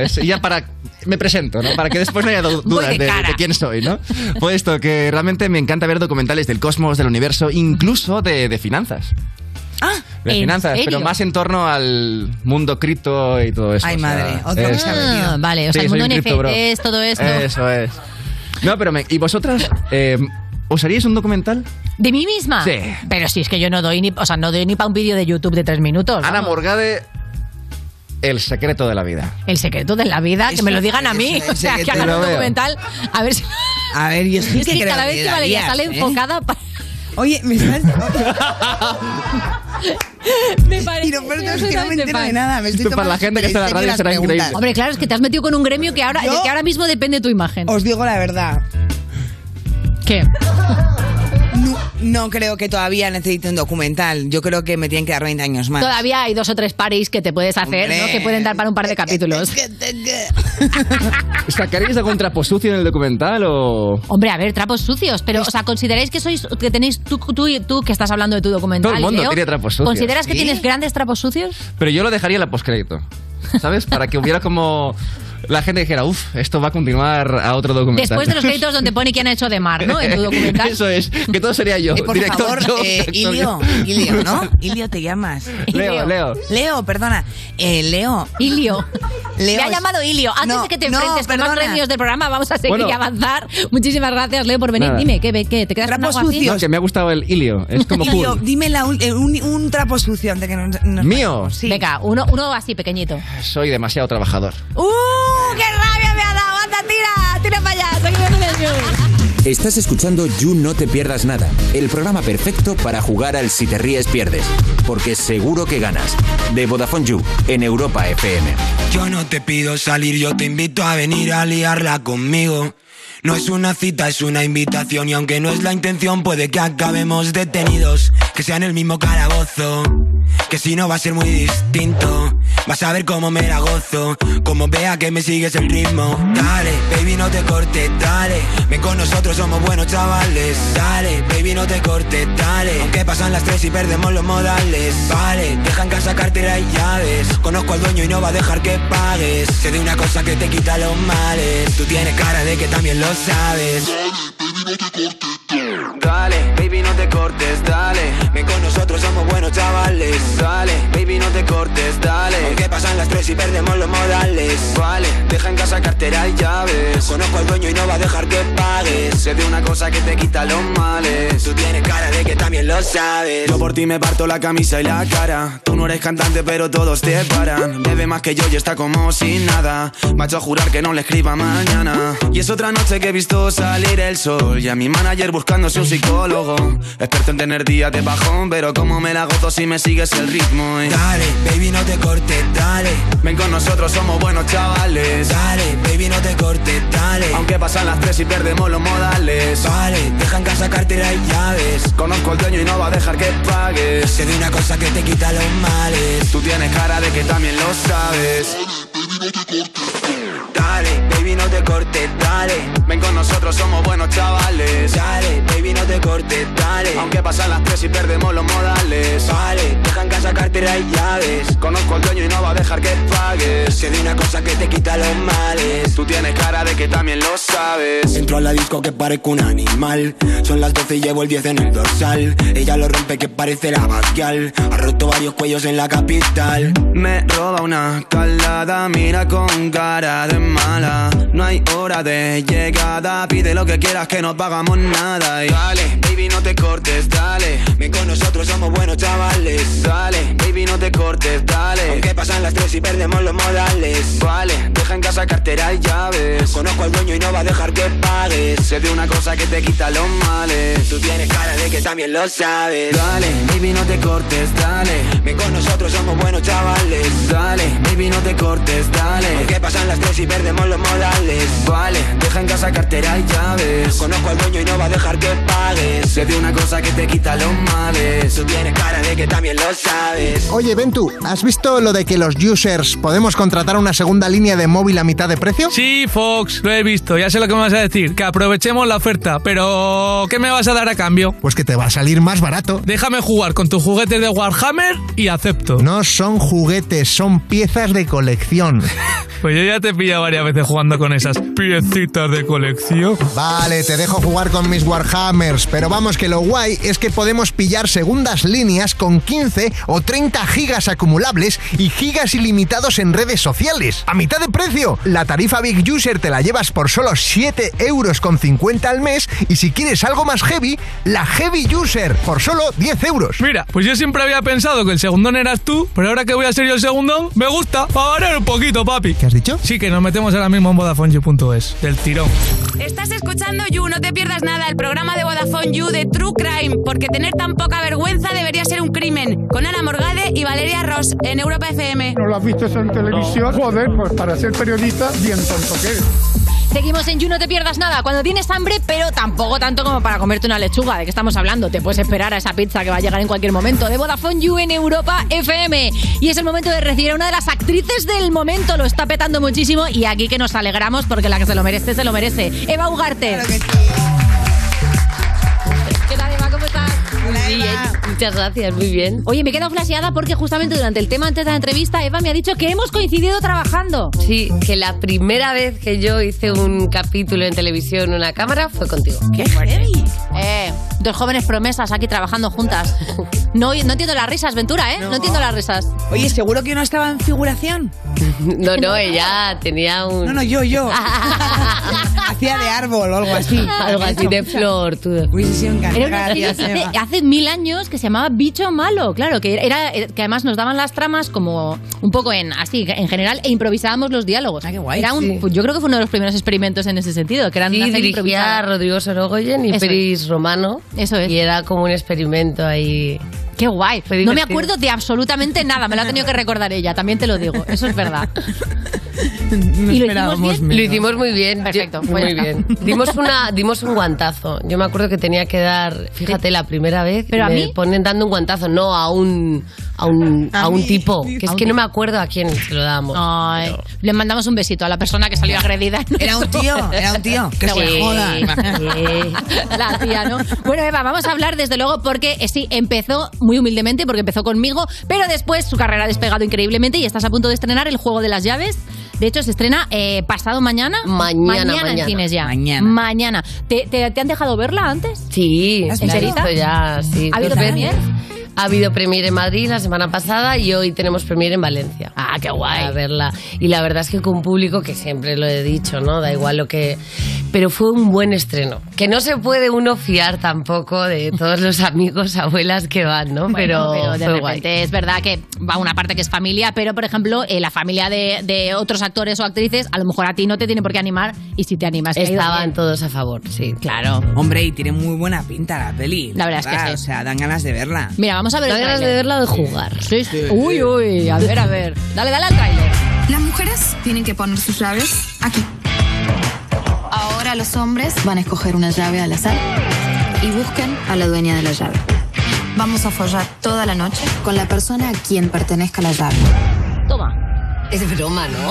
me presento, ¿no? Para que después no haya dudas de quién soy, ¿no? Pues esto, que realmente me encanta ver documentales del cosmos, del universo, incluso de finanzas. De finanzas, pero más en torno al mundo cripto y todo eso. Ay, madre, otro que se ha metido. Vale, o sea, el mundo NFTs, todo esto. Eso es. No, pero ¿y vosotras os haríais un documental? ¿De mí misma? Sí. Pero si es que yo no doy ni para un vídeo de YouTube de 3 minutos. Ana Morgade, el secreto de la vida. El secreto de la vida, que me lo digan a mí. O sea, que hagan un documental. A ver si... A ver, yo sí que cada vez que Valeria sale enfocada... Oye, me estás... Me parece y lo peor es que no me entero de nada. Me estoy para la gente que está en la radio será increíble. Hombre, claro, es que te has metido con un gremio que ahora mismo depende de tu imagen. Os digo la verdad. ¿Qué? No creo que todavía necesite un documental. Yo creo que me tienen que dar 20 años más. Todavía hay 2 o 3 paris que te puedes hacer, ¿no? Que pueden dar para un par de capítulos. ¿Sacaréis algún trapo sucio en el documental o...? Hombre, a ver, trapos sucios. Pero, o sea, ¿consideráis que tenéis tú que estás hablando de tu documental, todo el mundo Leo, tiene trapos sucios? ¿Consideras que tienes grandes trapos sucios? Pero yo lo dejaría en la postcrédito, ¿sabes? Para que hubiera como... La gente dijera, esto va a continuar a otro documental. Después de los créditos donde pone quién ha hecho de Mar, ¿no? En tu documental. Eso es, que todo sería yo. Por director favor, yo. Ilio, ¿no? Ilio te llamas. Leo, perdona. Leo. Ilio. Me ha llamado Ilio. Antes de que te enfrentes con más premios del programa, vamos a seguir y avanzar. Muchísimas gracias, Leo, por venir. Nada. Dime, ¿qué? ¿Te quedas con algo así? No, que me ha gustado el Ilio. Es como Ilio, cool. dime un trapo sucio antes que nos ¿Mío? Sí. Venga, uno así, pequeñito. Soy demasiado trabajador. ¡Qué rabia me ha dado! ¡Anda, tira para allá! ¡Seguimos en el show! Estás escuchando You No Te Pierdas Nada, el programa perfecto para jugar al Si Te Ríes Pierdes, porque seguro que ganas. De Vodafone You, en Europa FM. Yo no te pido salir, yo te invito a venir a liarla conmigo. No es una cita, es una invitación, y aunque no es la intención, puede que acabemos detenidos, que sea en el mismo calabozo, que si no va a ser muy distinto. Vas a ver cómo me la gozo, como vea que me sigues el ritmo. Dale, baby, no te cortes, dale. Ven con nosotros, somos buenos chavales. Dale, baby, no te cortes, dale. Aunque pasan las 3 y perdemos los modales. Vale, deja en casa cartera y llaves. Conozco al dueño y no va a dejar que pagues. Sé de una cosa que te quita los males. Tú tienes cara de que también lo sabes. Dale, baby, no te cortes, dale. Ven con nosotros, somos buenos chavales. Dale, baby, no te cortes, dale. Aunque pasan las 3 y perdemos los modales. Vale, deja en casa cartera y llaves. Conozco al dueño y no va a dejar que pagues. Sé de una cosa que te quita los males. Tú tienes cara de que también lo sabes. Yo por ti me parto la camisa y la cara. Tú no eres cantante pero todos te paran. Bebe más que yo y está como sin nada. Me ha hecho jurar que no le escriba mañana. Y es otra noche que he visto salir el sol. Y a mi manager buscándose un psicólogo. Experto en tener días de bajón, pero como me la gozo si me sigues el ritmo. Dale, baby, no te cortes, dale. Ven con nosotros, somos buenos chavales. Dale, baby, no te cortes, dale. Aunque pasan las 3 y perdemos los modales. Vale, deja en casa cartera y llaves. Conozco al dueño y no va a dejar que pagues. Sé de una cosa que te quita los males. Tú tienes cara de que también lo sabes. Dale, baby, no te cortes, dale. Ven con nosotros, somos buenos chavales. Dale, baby, no te cortes, dale. Aunque pasan las 3 y perdemos los modales. Vale, deja en casa cartera y llaves. Conozco al dueño y no va a dejar que pagues. Sé de una cosa que te quita los males. Tú tienes cara de que también lo sabes. Entro a la disco que parezco un animal. Son las 12 y llevo el 10 en el dorsal. Ella lo rompe que parece la Basquial. Ha roto varios cuellos en la capital. Me roba una calada, mira con cara de mala. No hay hora de llegada. Pide lo que quieras que no pagamos nada. Y dale, baby, no te cortes, dale. Ven con nosotros, somos buenos chavales. Dale, baby, no te cortes, dale. Aunque pasan las 3 y perdemos los modales. Vale, deja en casa cartera y llaves. Conozco al dueño y no va a dejar que pagues. Sé de una cosa que te quita los males. Tú tienes cara de que también lo sabes. Dale, baby, no te cortes, dale. Ven con nosotros, somos buenos chavales. Dale, baby, no te cortes, dale. Aunque pasan las 3 y perdemos los modales. Vale, deja en casa cartera y llaves. Conozco al dueño y no va a dejar que pagues. Sé de una cosa que te quita los males. Tú tienes cara de que también lo sabes. Oye, Ventu, ¿has visto lo de que los users podemos contratar una segunda línea de móvil a mitad de precio? Sí, Fox, lo he visto. Ya sé lo que me vas a decir. Que aprovechemos la oferta. Pero, ¿qué me vas a dar a cambio? Pues que te va a salir más barato. Déjame jugar con tus juguetes de Warhammer y acepto. No son juguetes, son piezas de colección. Pues yo ya te he pillado varias veces jugando con esas piecitas de colección. Vale, te dejo jugar con mis Warhammers, pero vamos, que lo guay es que podemos pillar segundas líneas con 15 o 30 gigas acumulables y gigas ilimitados en redes sociales. ¡A mitad de precio! La tarifa Big User te la llevas por solo 7,50 € al mes, y si quieres algo más heavy, la Heavy User por solo 10 €. Mira, pues yo siempre había pensado que el segundón eras tú, pero ahora que voy a ser yo el segundón, me gusta, para variar un poquito, papi. ¿Qué has dicho? Sí, que nos metemos ahora mismo en VodafoneYou.es, del tirón. Estás escuchando You, no te pierdas nada, el programa de Vodafone You de True Crime, porque tener tan poca vergüenza debería ser un crimen, con Ana Morgade y Valeria Ross, en Europa FM. ¿No lo has visto eso en televisión? No. Joder, pues para ser periodista, bien tonto que eres. Seguimos en You, no te pierdas nada. Cuando tienes hambre, pero tampoco tanto como para comerte una lechuga. ¿De qué estamos hablando? Te puedes esperar a esa pizza que va a llegar en cualquier momento. De Vodafone You en Europa FM. Y es el momento de recibir a una de las actrices del momento. Lo está petando muchísimo y aquí que nos alegramos porque la que se lo merece, se lo merece. Eva Ugarte. Claro que sí. ¿Qué tal, Eva? ¿Cómo estás? Muy bien, muchas gracias, muy bien. Oye, me he quedado flasheada porque justamente durante el tema antes de la entrevista Eva me ha dicho que hemos coincidido trabajando. Sí, que la primera vez que yo hice un capítulo en televisión en una cámara fue contigo. ¡Qué heavy! Dos jóvenes promesas aquí trabajando juntas. No entiendo las risas, Ventura, ¿eh? No entiendo las risas. Oye, ¿seguro que no estaba en figuración? No, ella tenía un... No, yo. Hacía de árbol o algo así. Algo así, de flor. Tú. Hace 1000 años que se llamaba Bicho Malo, claro, que además nos daban las tramas como un poco en general e improvisábamos los diálogos. Qué guay. Yo creo que fue uno de los primeros experimentos en ese sentido, que eran Sí, dirigía a Rodrigo Sorogoyen y Peris Romano. Eso es. Y era como un experimento ahí. Qué guay. No me acuerdo de absolutamente nada, me lo ha tenido que recordar ella, también te lo digo, eso es verdad. ¿Y lo hicimos bien? Lo hicimos muy bien. Perfecto. Muy bien. Dimos un guantazo. Yo me acuerdo que tenía que dar, fíjate, la primera vez. ¿Pero a mí? Ponen dando un guantazo, no a un tipo. Que es que no me acuerdo a quién se lo damos. Ay, le mandamos un besito a la persona que salió agredida. Era un tío. Que se joda. La tía, ¿no? Bueno, Eva, vamos a hablar desde luego porque sí, empezó muy humildemente, porque empezó conmigo, pero después su carrera ha despegado increíblemente y estás a punto de estrenar El Juego de las Llaves. De hecho, se estrena pasado mañana. Mañana en cines ya. Mañana. ¿Te han dejado verla antes? Sí. ¿En serio? Ya, sí. ¿Ha habido premier? Ha habido premier en Madrid la semana pasada y hoy tenemos premier en Valencia. Ah, qué guay. A verla. Y la verdad es que con público, que siempre lo he dicho, ¿no? Da igual lo que... Pero fue un buen estreno. Que no se puede uno fiar tampoco de todos los amigos, abuelas que van, ¿no? Bueno, pero de repente guay. es verdad que va una parte que es familia, pero por ejemplo, la familia de otros actores o actrices, a lo mejor a ti no te tiene por qué animar y si te animas... Estaban todos a favor, sí. Claro. Hombre, y tiene muy buena pinta la peli. La verdad es que sí. O sea, dan ganas de verla. Mira, vamos a ver el ganas tráiler. de verla o de jugar. Sí. Uy, a ver. Dale al tráiler. Las mujeres tienen que poner sus llaves aquí. Ahora los hombres van a escoger una llave al azar y busquen a la dueña de la llave. Vamos a follar toda la noche con la persona a quien pertenezca la llave. Toma. Es broma, ¿no?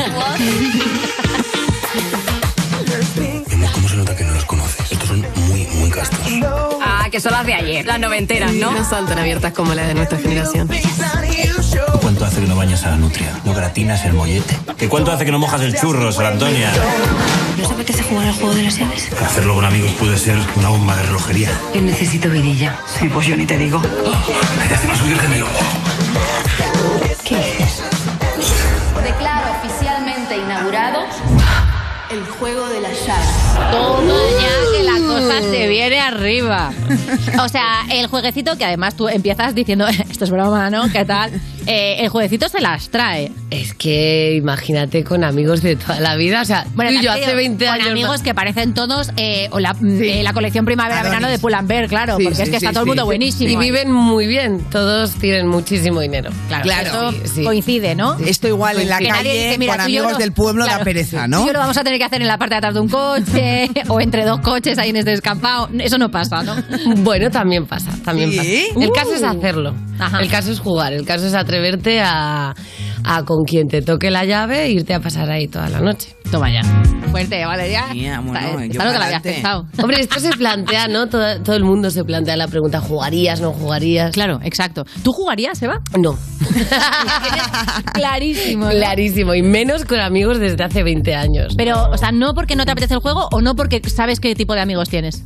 ¿Cómo se nota que no los conoces? Estos son muy castos. Ah, que son las de ayer, las noventeras, ¿no? No son tan abiertas como las de nuestra generación. ¿Cuánto hace que no bañas a la nutria? ¿No gratinas el mollete? ¿Que cuánto hace que no mojas el churro, Sor Antonia? ¿No se apetece jugar al juego de las llaves? Hacerlo con amigos puede ser una bomba de relojería. Yo necesito vidilla. Sí, pues yo ni te digo. Ya te va a subir el gemelo. ¿Qué dices? Declaro oficialmente inaugurado el juego de las llaves. Toma ya que la cosa se viene arriba. O sea, el jueguecito que además tú empiezas diciendo esto es broma, ¿no? ¿Qué tal? El jueguecito se las trae. Es que imagínate con amigos de toda la vida. O sea, bueno, yo hace 20 años... Con amigos que parecen todos la colección primavera-verano de Pull&Bear, claro. Sí, porque es que está todo el mundo buenísimo. Y viven muy bien. Todos tienen muchísimo dinero. Claro. Eso coincide, ¿no? Esto igual en la Que nadie calle dice, mira, con tú y yo amigos del pueblo da pereza, ¿no? Tú y yo lo vamos a tener que hacer en la parte de atrás de un coche o entre dos coches ahí en este descampado. Eso no pasa, ¿no? Bueno, también pasa. ¿Sí? El caso es hacerlo. Ajá. El caso es jugar. El caso es atreverte a con quien te toque la llave e irte a pasar ahí toda la noche. Toma ya. Fuerte, Valeria. Está lo que la habías pensado. Hombre, esto se plantea, ¿no? Todo el mundo se plantea la pregunta, ¿jugarías, no jugarías? Claro, exacto. ¿Tú jugarías, Eva? No. Clarísimo. Clarísimo. Y menos con amigos desde hace 20 años. Pero, o sea, ¿no porque no te apetece el juego o no porque sabes qué tipo de amigos tienes?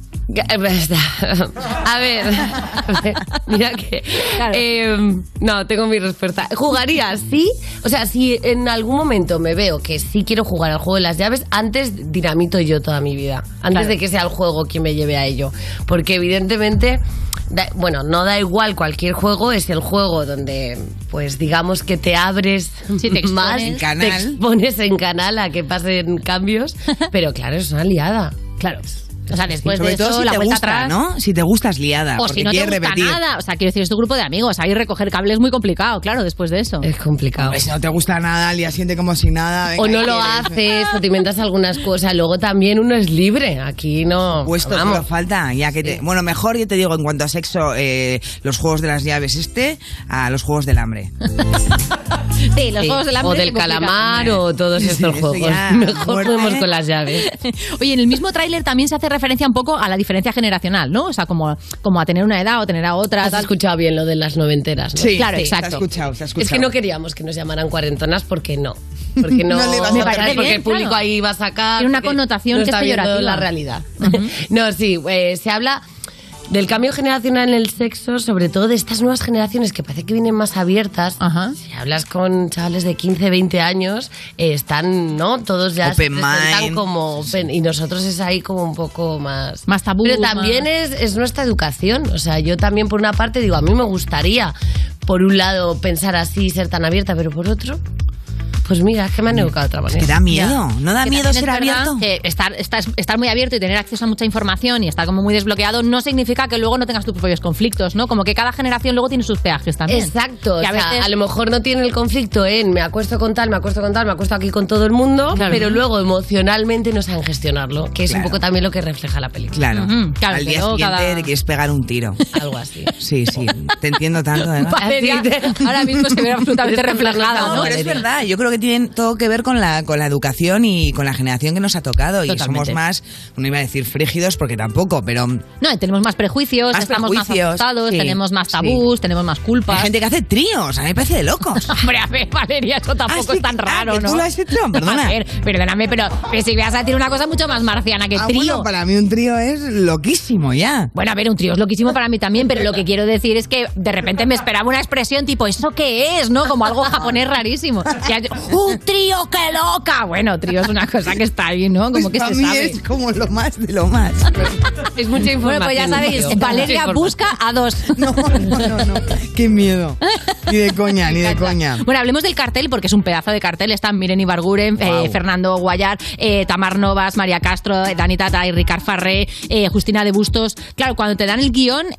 A ver, mira que... no, tengo mi respuesta. ¿Jugaría? Sí. O sea, si en algún momento me veo que sí quiero jugar al juego de las llaves, antes dinamito yo toda mi vida. Antes de que sea el juego quien me lleve a ello. Porque evidentemente... no da igual cualquier juego, es el juego donde, pues digamos que te abres más, te expones en canal a que pasen cambios, pero claro, es una liada. Claro. O sea, después sobre de todo eso, si la te vuelta gusta, atrás... ¿no? Si te gustas liada, O porque si no te quieres gusta repetir. nada. O sea, quiero decir, es tu grupo de amigos. Ahí recoger cable es muy complicado, claro, después de eso. Es complicado. Hombre, si no te gusta nada, al día siguiente como si nada... O no lo haces, o te inventas algunas cosas. Luego también uno es libre. Aquí no... Puesto, solo falta, ya que te... Bueno, mejor yo te digo, en cuanto a sexo, los juegos de las llaves a los juegos del hambre. Sí, los juegos del hambre... O del calamar o todos estos juegos. Mejor juguemos con las llaves. Oye, en el mismo tráiler también se hace referencia un poco a la diferencia generacional, ¿no? O sea, como a tener una edad o tener a otra. Has escuchado bien lo de las noventeras, ¿no? Sí, claro, exacto. Se ha escuchado. Es que no queríamos que nos llamaran cuarentonas porque no. Porque no, No le vas a me hacer parece bien, porque el público claro. ahí va a sacar... Tiene una connotación no que es está viendo peyorativa. la realidad. No, sí, se habla... del cambio generacional en el sexo, sobre todo de estas nuevas generaciones que parece que vienen más abiertas. Si hablas con chavales de 15, 20 años, están, ¿no? Todos ya open se presentan mind. como open, y nosotros es ahí como un poco más tabú. Pero también es nuestra educación. O sea, yo también por una parte digo, a mí me gustaría, por un lado, pensar así, ser tan abierta, pero por otro... Pues mira, es que me han educado de otra manera. Es que da miedo, ¿no da Que miedo también ser es verdad abierto? que estar muy abierto y tener acceso a mucha información y estar como muy desbloqueado no significa que luego no tengas tus propios conflictos, ¿no? Como que cada generación luego tiene sus peajes también. Exacto, Que o sea, a lo mejor no tiene el conflicto en me acuesto con tal, me acuesto con tal, me acuesto aquí con todo el mundo, Claro. pero luego emocionalmente no saben gestionarlo, que es Claro. un poco también lo que refleja la película. Claro. Claro, Al que día luego siguiente te quieres pegar un tiro. Algo así. Sí, te entiendo tanto, Eva. Valeria ahora mismo se ve absolutamente reflejada, No, ¿no? pero es verdad, yo creo que tienen todo que ver con la educación y con la generación que nos ha tocado. Y Totalmente. somos más, no iba a decir frígidos porque tampoco, pero... No, tenemos más prejuicios, estamos más asustados, sí, tenemos más tabús, tenemos más culpas. Hay gente que hace tríos, a mí me parece de locos. Hombre, a ver, Valeria, eso tampoco es tan raro, que ¿no? ¿Tú lo has hecho? Perdona. A ver, perdóname, pero si vas a decir una cosa mucho más marciana que trío. Bueno, para mí un trío es loquísimo ya. Bueno, a ver, un trío es loquísimo para mí también, pero lo que quiero decir es que de repente me esperaba una expresión tipo, ¿eso qué es? ¿No? Como algo japonés rarísimo. ¡Un trío, qué loca! Bueno, trío es una cosa que está ahí, ¿no? Como que Pues se para mí sabe. es como lo más de lo más. Es mucha información. Bueno, pues ya sabéis, Valeria busca a dos. No. Qué miedo. Ni de coña, ni de coña. Bueno, hablemos del cartel porque es un pedazo de cartel. Están Miren Ibarguren, Fernando Guayar, Tamar Novas, María Castro, Dani Tata y Ricard Farré, Justina de Bustos. Claro, cuando te dan el guión...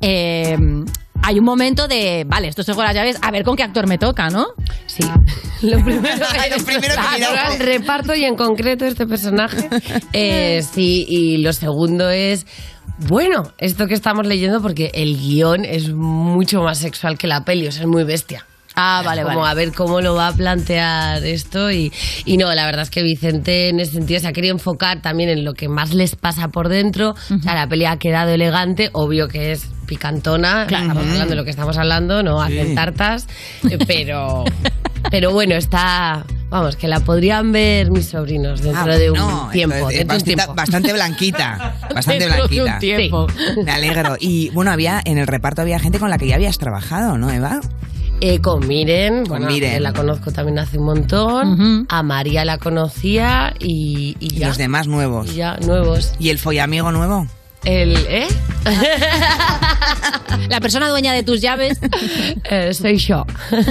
hay un momento de, vale, esto se juega las llaves, a ver con qué actor me toca, ¿no? Sí. Lo primero que claro, el reparto y en concreto este personaje. Sí, y lo segundo es... Bueno, esto que estamos leyendo, porque el guión es mucho más sexual que la peli, o sea, es muy bestia. Ah, vale, como vale. a ver cómo lo va a plantear esto y no, la verdad es que Vicente en ese sentido se ha querido enfocar también en lo que más les pasa por dentro. O sea, la peli ha quedado elegante, obvio que es picantona, estamos hablando de lo que estamos hablando, no hacen tartas, pero bueno, está... Vamos, que la podrían ver mis sobrinos dentro de un tiempo. Bastante blanquita. Bastante Dentro de blanquita. un tiempo. Sí, me alegro. Y bueno, en el reparto había gente con la que ya habías trabajado, ¿no, Eva? Con Miren, Miren. la conozco también hace un montón. A María la conocía y ya. Los demás nuevos. Y ya, nuevos. ¿Y el follamigo nuevo? La persona dueña de tus llaves soy yo.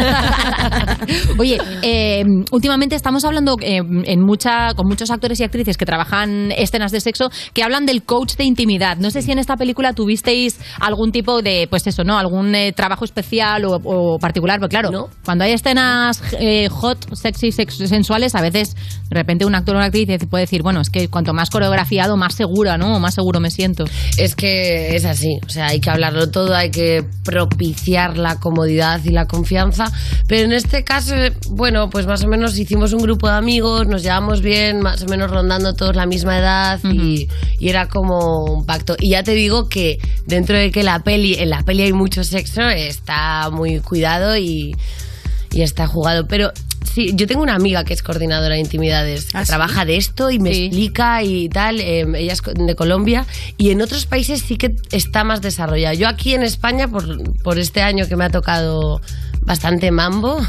Oye, últimamente estamos hablando con muchos actores y actrices que trabajan escenas de sexo que hablan del coach de intimidad. No sé si en esta película tuvisteis algún tipo de, pues eso, ¿no? Algún trabajo especial o particular, porque claro, cuando hay escenas hot, sexy, sensuales, a veces de repente un actor o una actriz puede decir, bueno, es que cuanto más coreografiado, más segura, ¿no? Más seguro me siento. Es que es así, o sea, hay que hablarlo todo, hay que propiciar la comodidad y la confianza, pero en este caso, bueno, pues más o menos hicimos un grupo de amigos, nos llevamos bien, más o menos rondando todos la misma edad y era como un pacto. Y ya te digo que dentro de que en la peli hay mucho sexo, está muy cuidado y está jugado, pero... Sí, yo tengo una amiga que es coordinadora de intimidades, que trabaja de esto y me explica y tal. Ella es de Colombia y en otros países sí que está más desarrollado. Yo aquí en España, por este año que me ha tocado bastante mambo,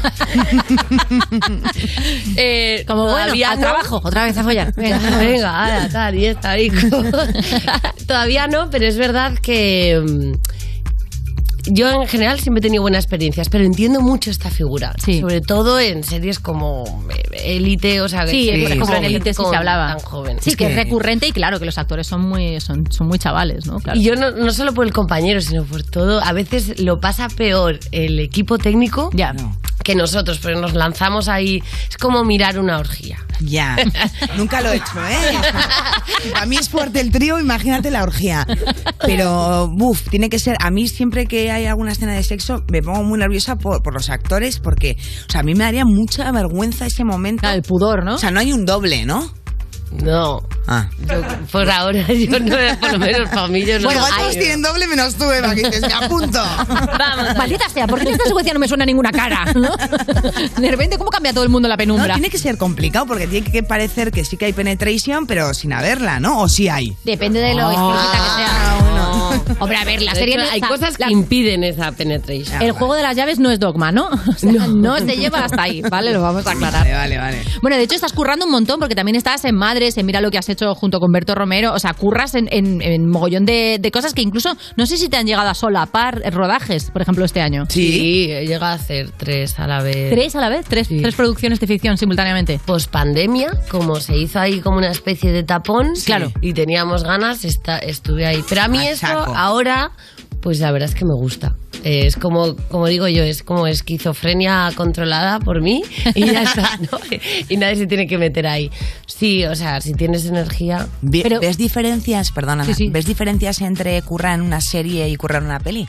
como bueno, al trabajo, otra vez a follar. Venga, ahora, tal, y está rico. Todavía no, pero es verdad que... Yo en general siempre he tenido buenas experiencias, pero entiendo mucho esta figura, sobre todo en series como Élite, o sea, por ejemplo en Élite sí se hablaba. Tan joven. Sí, que es recurrente y claro que los actores son muy chavales, ¿no? Claro. Y yo no solo por el compañero, sino por todo, a veces lo pasa peor el equipo técnico que nosotros, pero nos lanzamos ahí, es como mirar una orgía. Ya, nunca lo he hecho, ¿eh? A mí es fuerte el trío, imagínate la orgía. Pero, tiene que ser, a mí siempre que hay alguna escena de sexo me pongo muy nerviosa por los actores porque, o sea, a mí me daría mucha vergüenza ese momento. El pudor, ¿no? O sea, no hay un doble, ¿no? No. Por ahora yo no, por lo menos para mí yo no. Bueno, todos tienen doble menos tú, Eva, que dices, me apunto. Vamos, maldita sea, ¿por qué en esta secuencia no me suena ninguna cara? ¿No? De repente, ¿cómo cambia todo el mundo la penumbra? No, tiene que ser complicado porque tiene que parecer que sí que hay penetration, pero sin haberla, ¿no? ¿O sí hay? Depende de lo explícita que sea. Hombre, a ver, la De serie... hecho, hay cosas que impiden esa penetration. El juego de las llaves no es Dogma, ¿no? O sea, no se lleva hasta ahí, ¿vale? Lo vamos a aclarar. Vale. Bueno, de hecho estás currando un montón porque también estás en Madres, en Mira lo que has hecho junto con Berto Romero. O sea, curras en mogollón de cosas que incluso no sé si te han llegado a solapar rodajes, por ejemplo, este año. Sí, he llegado a hacer 3 a la vez. ¿3 a la vez? ¿Tres producciones de ficción simultáneamente? Pues pandemia, como se hizo ahí como una especie de tapón. Claro. Y teníamos ganas, estuve ahí. Pero a mí eso ahora, pues la verdad es que me gusta. Es como digo yo, es como esquizofrenia controlada por mí y ya está, ¿no? Y nadie se tiene que meter ahí. Sí, o sea, si tienes energía... Pero, ¿ves diferencias, perdona, ¿ves diferencias entre currar en una serie y currar en una peli?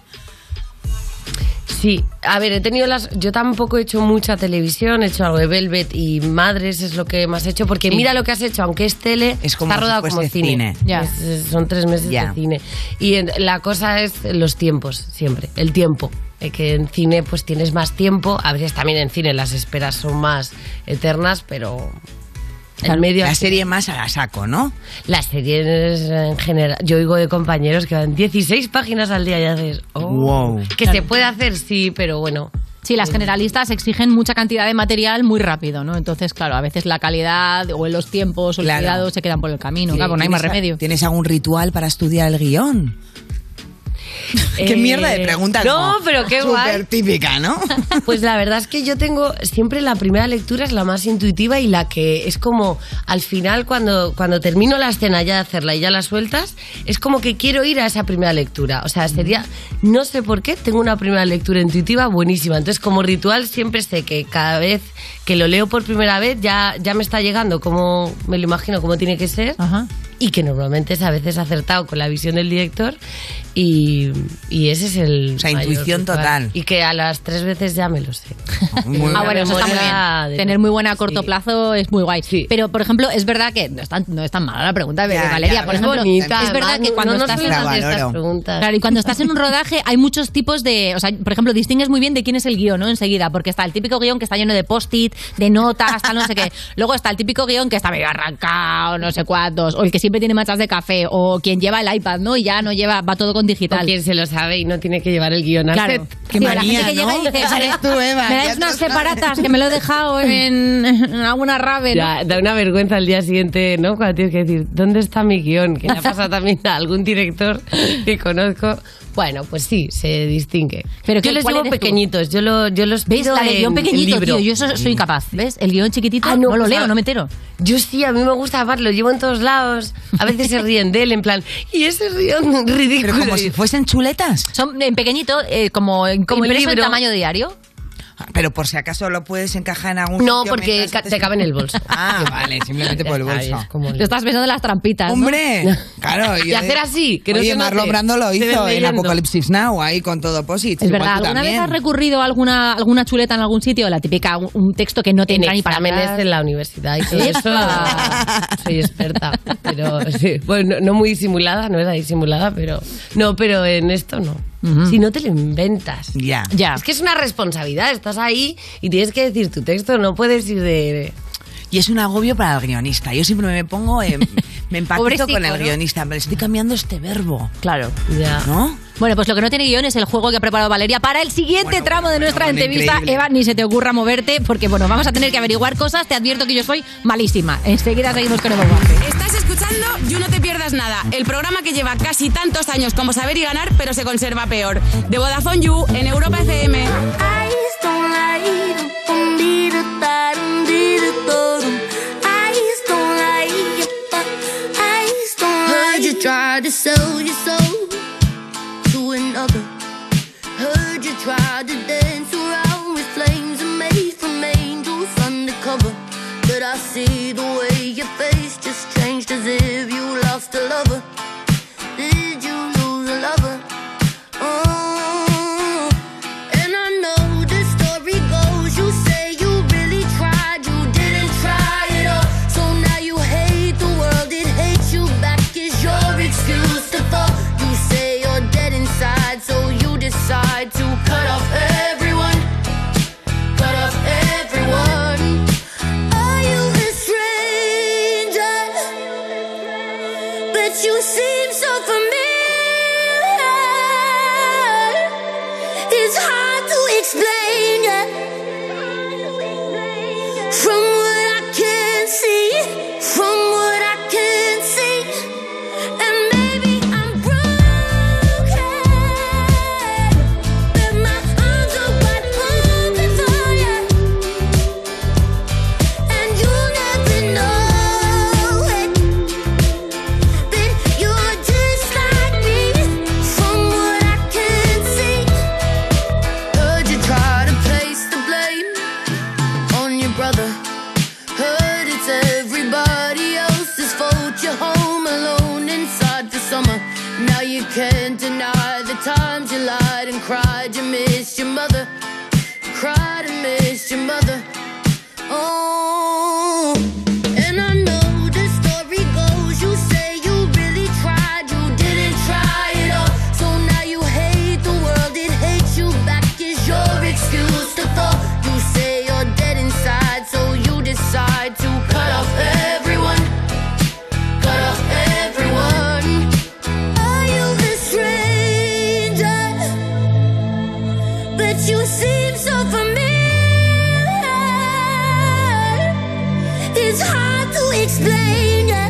Sí, a ver, yo tampoco he hecho mucha televisión, he hecho algo de Velvet y Madres es lo que más he hecho, porque mira lo que has hecho, aunque es tele, es como está rodado como cine. Ya. Son 3 meses de cine. Y la cosa es los tiempos, siempre, el tiempo. Que en cine pues tienes más tiempo, a veces también en cine las esperas son más eternas, pero... La serie más a la saco, ¿no? Las series en general. Yo oigo de compañeros que van 16 páginas al día y haces... wow. Que se puede hacer, sí, pero bueno... Sí, las generalistas exigen mucha cantidad de material muy rápido, ¿no? Entonces, claro, a veces la calidad o los tiempos o el cuidado se quedan por el camino. Claro, no hay más remedio. ¿Tienes algún ritual para estudiar el guión? Qué mierda de pregunta. No, pero qué guay. Súper típica, ¿no? Pues la verdad es que yo tengo siempre la primera lectura es la más intuitiva y la que es como al final cuando termino la escena ya de hacerla y ya la sueltas, es como que quiero ir a esa primera lectura. O sea, sería, no sé por qué, tengo una primera lectura intuitiva buenísima. Entonces, como ritual siempre sé que cada vez que lo leo por primera vez ya me está llegando como me lo imagino, como tiene que ser. Ajá. Y que normalmente es a veces acertado con la visión del director y ese es el... O sea, intuición ritual. Total. Y que a las 3 veces ya me lo sé. Bueno, eso está muy bien. Tener muy buena a corto plazo es muy guay. Sí. Pero, por ejemplo, es verdad que no es tan mala la pregunta de Valeria. Por ejemplo, bonita, es verdad que cuando estás estas preguntas. Claro, y cuando estás en un rodaje hay muchos tipos de... O sea, por ejemplo, distingues muy bien de quién es el guión, ¿no? Enseguida, porque está el típico guión que está lleno de post-it, de notas, tal, no sé qué. Luego está el típico guión que está medio arrancado, no sé cuántos, o el que siempre tiene manchas de café, o quien lleva el iPad, ¿no? Y ya no lleva, va todo con digital. O quien se lo sabe y no tiene que llevar el guión al set. Qué manía, la gente que ¿no? llega y dice, Eres tú, Eva, me dais unas separatas que me lo he dejado en alguna rave, ¿no? Ya, da una vergüenza al día siguiente, ¿no? Cuando tienes que decir, ¿dónde está mi guión? Que le ha pasado también a algún director que conozco. Bueno, pues sí, se distingue. Pero yo les llevo pequeñitos, yo los pido el guión pequeñito, libro. tío, yo soy incapaz, ¿ves? El guión chiquitito no lo leo, no me entero. Yo sí, a mí me gusta, además, lo llevo en todos lados. A veces se ríen de él, en plan, y ese guión ridículo. Pero como si fuesen chuletas. Son en pequeñito, como impreso en tamaño diario. Pero por si acaso lo puedes encajar en algún No, sitio porque te cabe en el bolso. Ah, vale, simplemente por el bolso. Lo estás pensando en las trampitas, ¿no? ¡Hombre! Claro. Y hacer así, que no oye, se note. Marlon Brando lo hizo en Apocalipsis Now, ahí con todo posits. Es verdad, ¿alguna vez has recurrido a alguna chuleta en algún sitio? La típica, un texto que no te entra ni para exámenes en la universidad y todo eso. Soy experta, pero sí. Bueno, no muy disimulada, no era disimulada, pero en esto no. Si no te lo inventas. Ya. Es que es una responsabilidad, estás ahí y tienes que decir tu texto, no puedes ir de... Y es un agobio para el guionista. Yo siempre me pongo, me empatizo con el guionista, pero estoy cambiando este verbo. Claro. Ya. ¿No? Bueno, pues lo que no tiene guión es el juego que ha preparado Valeria para el siguiente tramo de nuestra entrevista. Increíble. Eva, ni se te ocurra moverte, porque bueno, vamos a tener que averiguar cosas. Te advierto que yo soy malísima. Enseguida seguimos con Eva Guaje. Estás escuchando You No Te Pierdas Nada, el programa que lleva casi tantos años como Saber y Ganar, pero se conserva peor. De Vodafone You en Europa FM. Tried to sell your soul to another. Heard you tried to dance around with flames and made from angels undercover. But I see the way your face just changed as if you lost a lover. Did you lose a lover? Oh, and I know the story goes, you say you really tried, you didn't try at all. So now you hate the world, it hates you back. Is your excuse to fall? You say you're dead inside, so you decide to cut off everyone. Cut off everyone. Are you a stranger? But you seem so familiar. It's hard to explain, yeah. From what I can see, from what I can see, and maybe I'm broken, but my arms are wide open for you, and you'll never know it. But you're just like me, from what I can see. Heard you try to place the blame on your brother. Heard it's everybody else's fault. You're home alone inside for summer. Now you can't deny the times you lied and cried. You missed your mother. Cried and missed your mother. Oh, and I know the story goes. You say you really tried. You didn't try at all. So now you hate the world. It hates you back. Is your excuse to fall. You say you're dead inside. So you decide to cut off everyone. Cut off everyone. Are you a stranger? But you seem so familiar. It's hard to explain, yeah.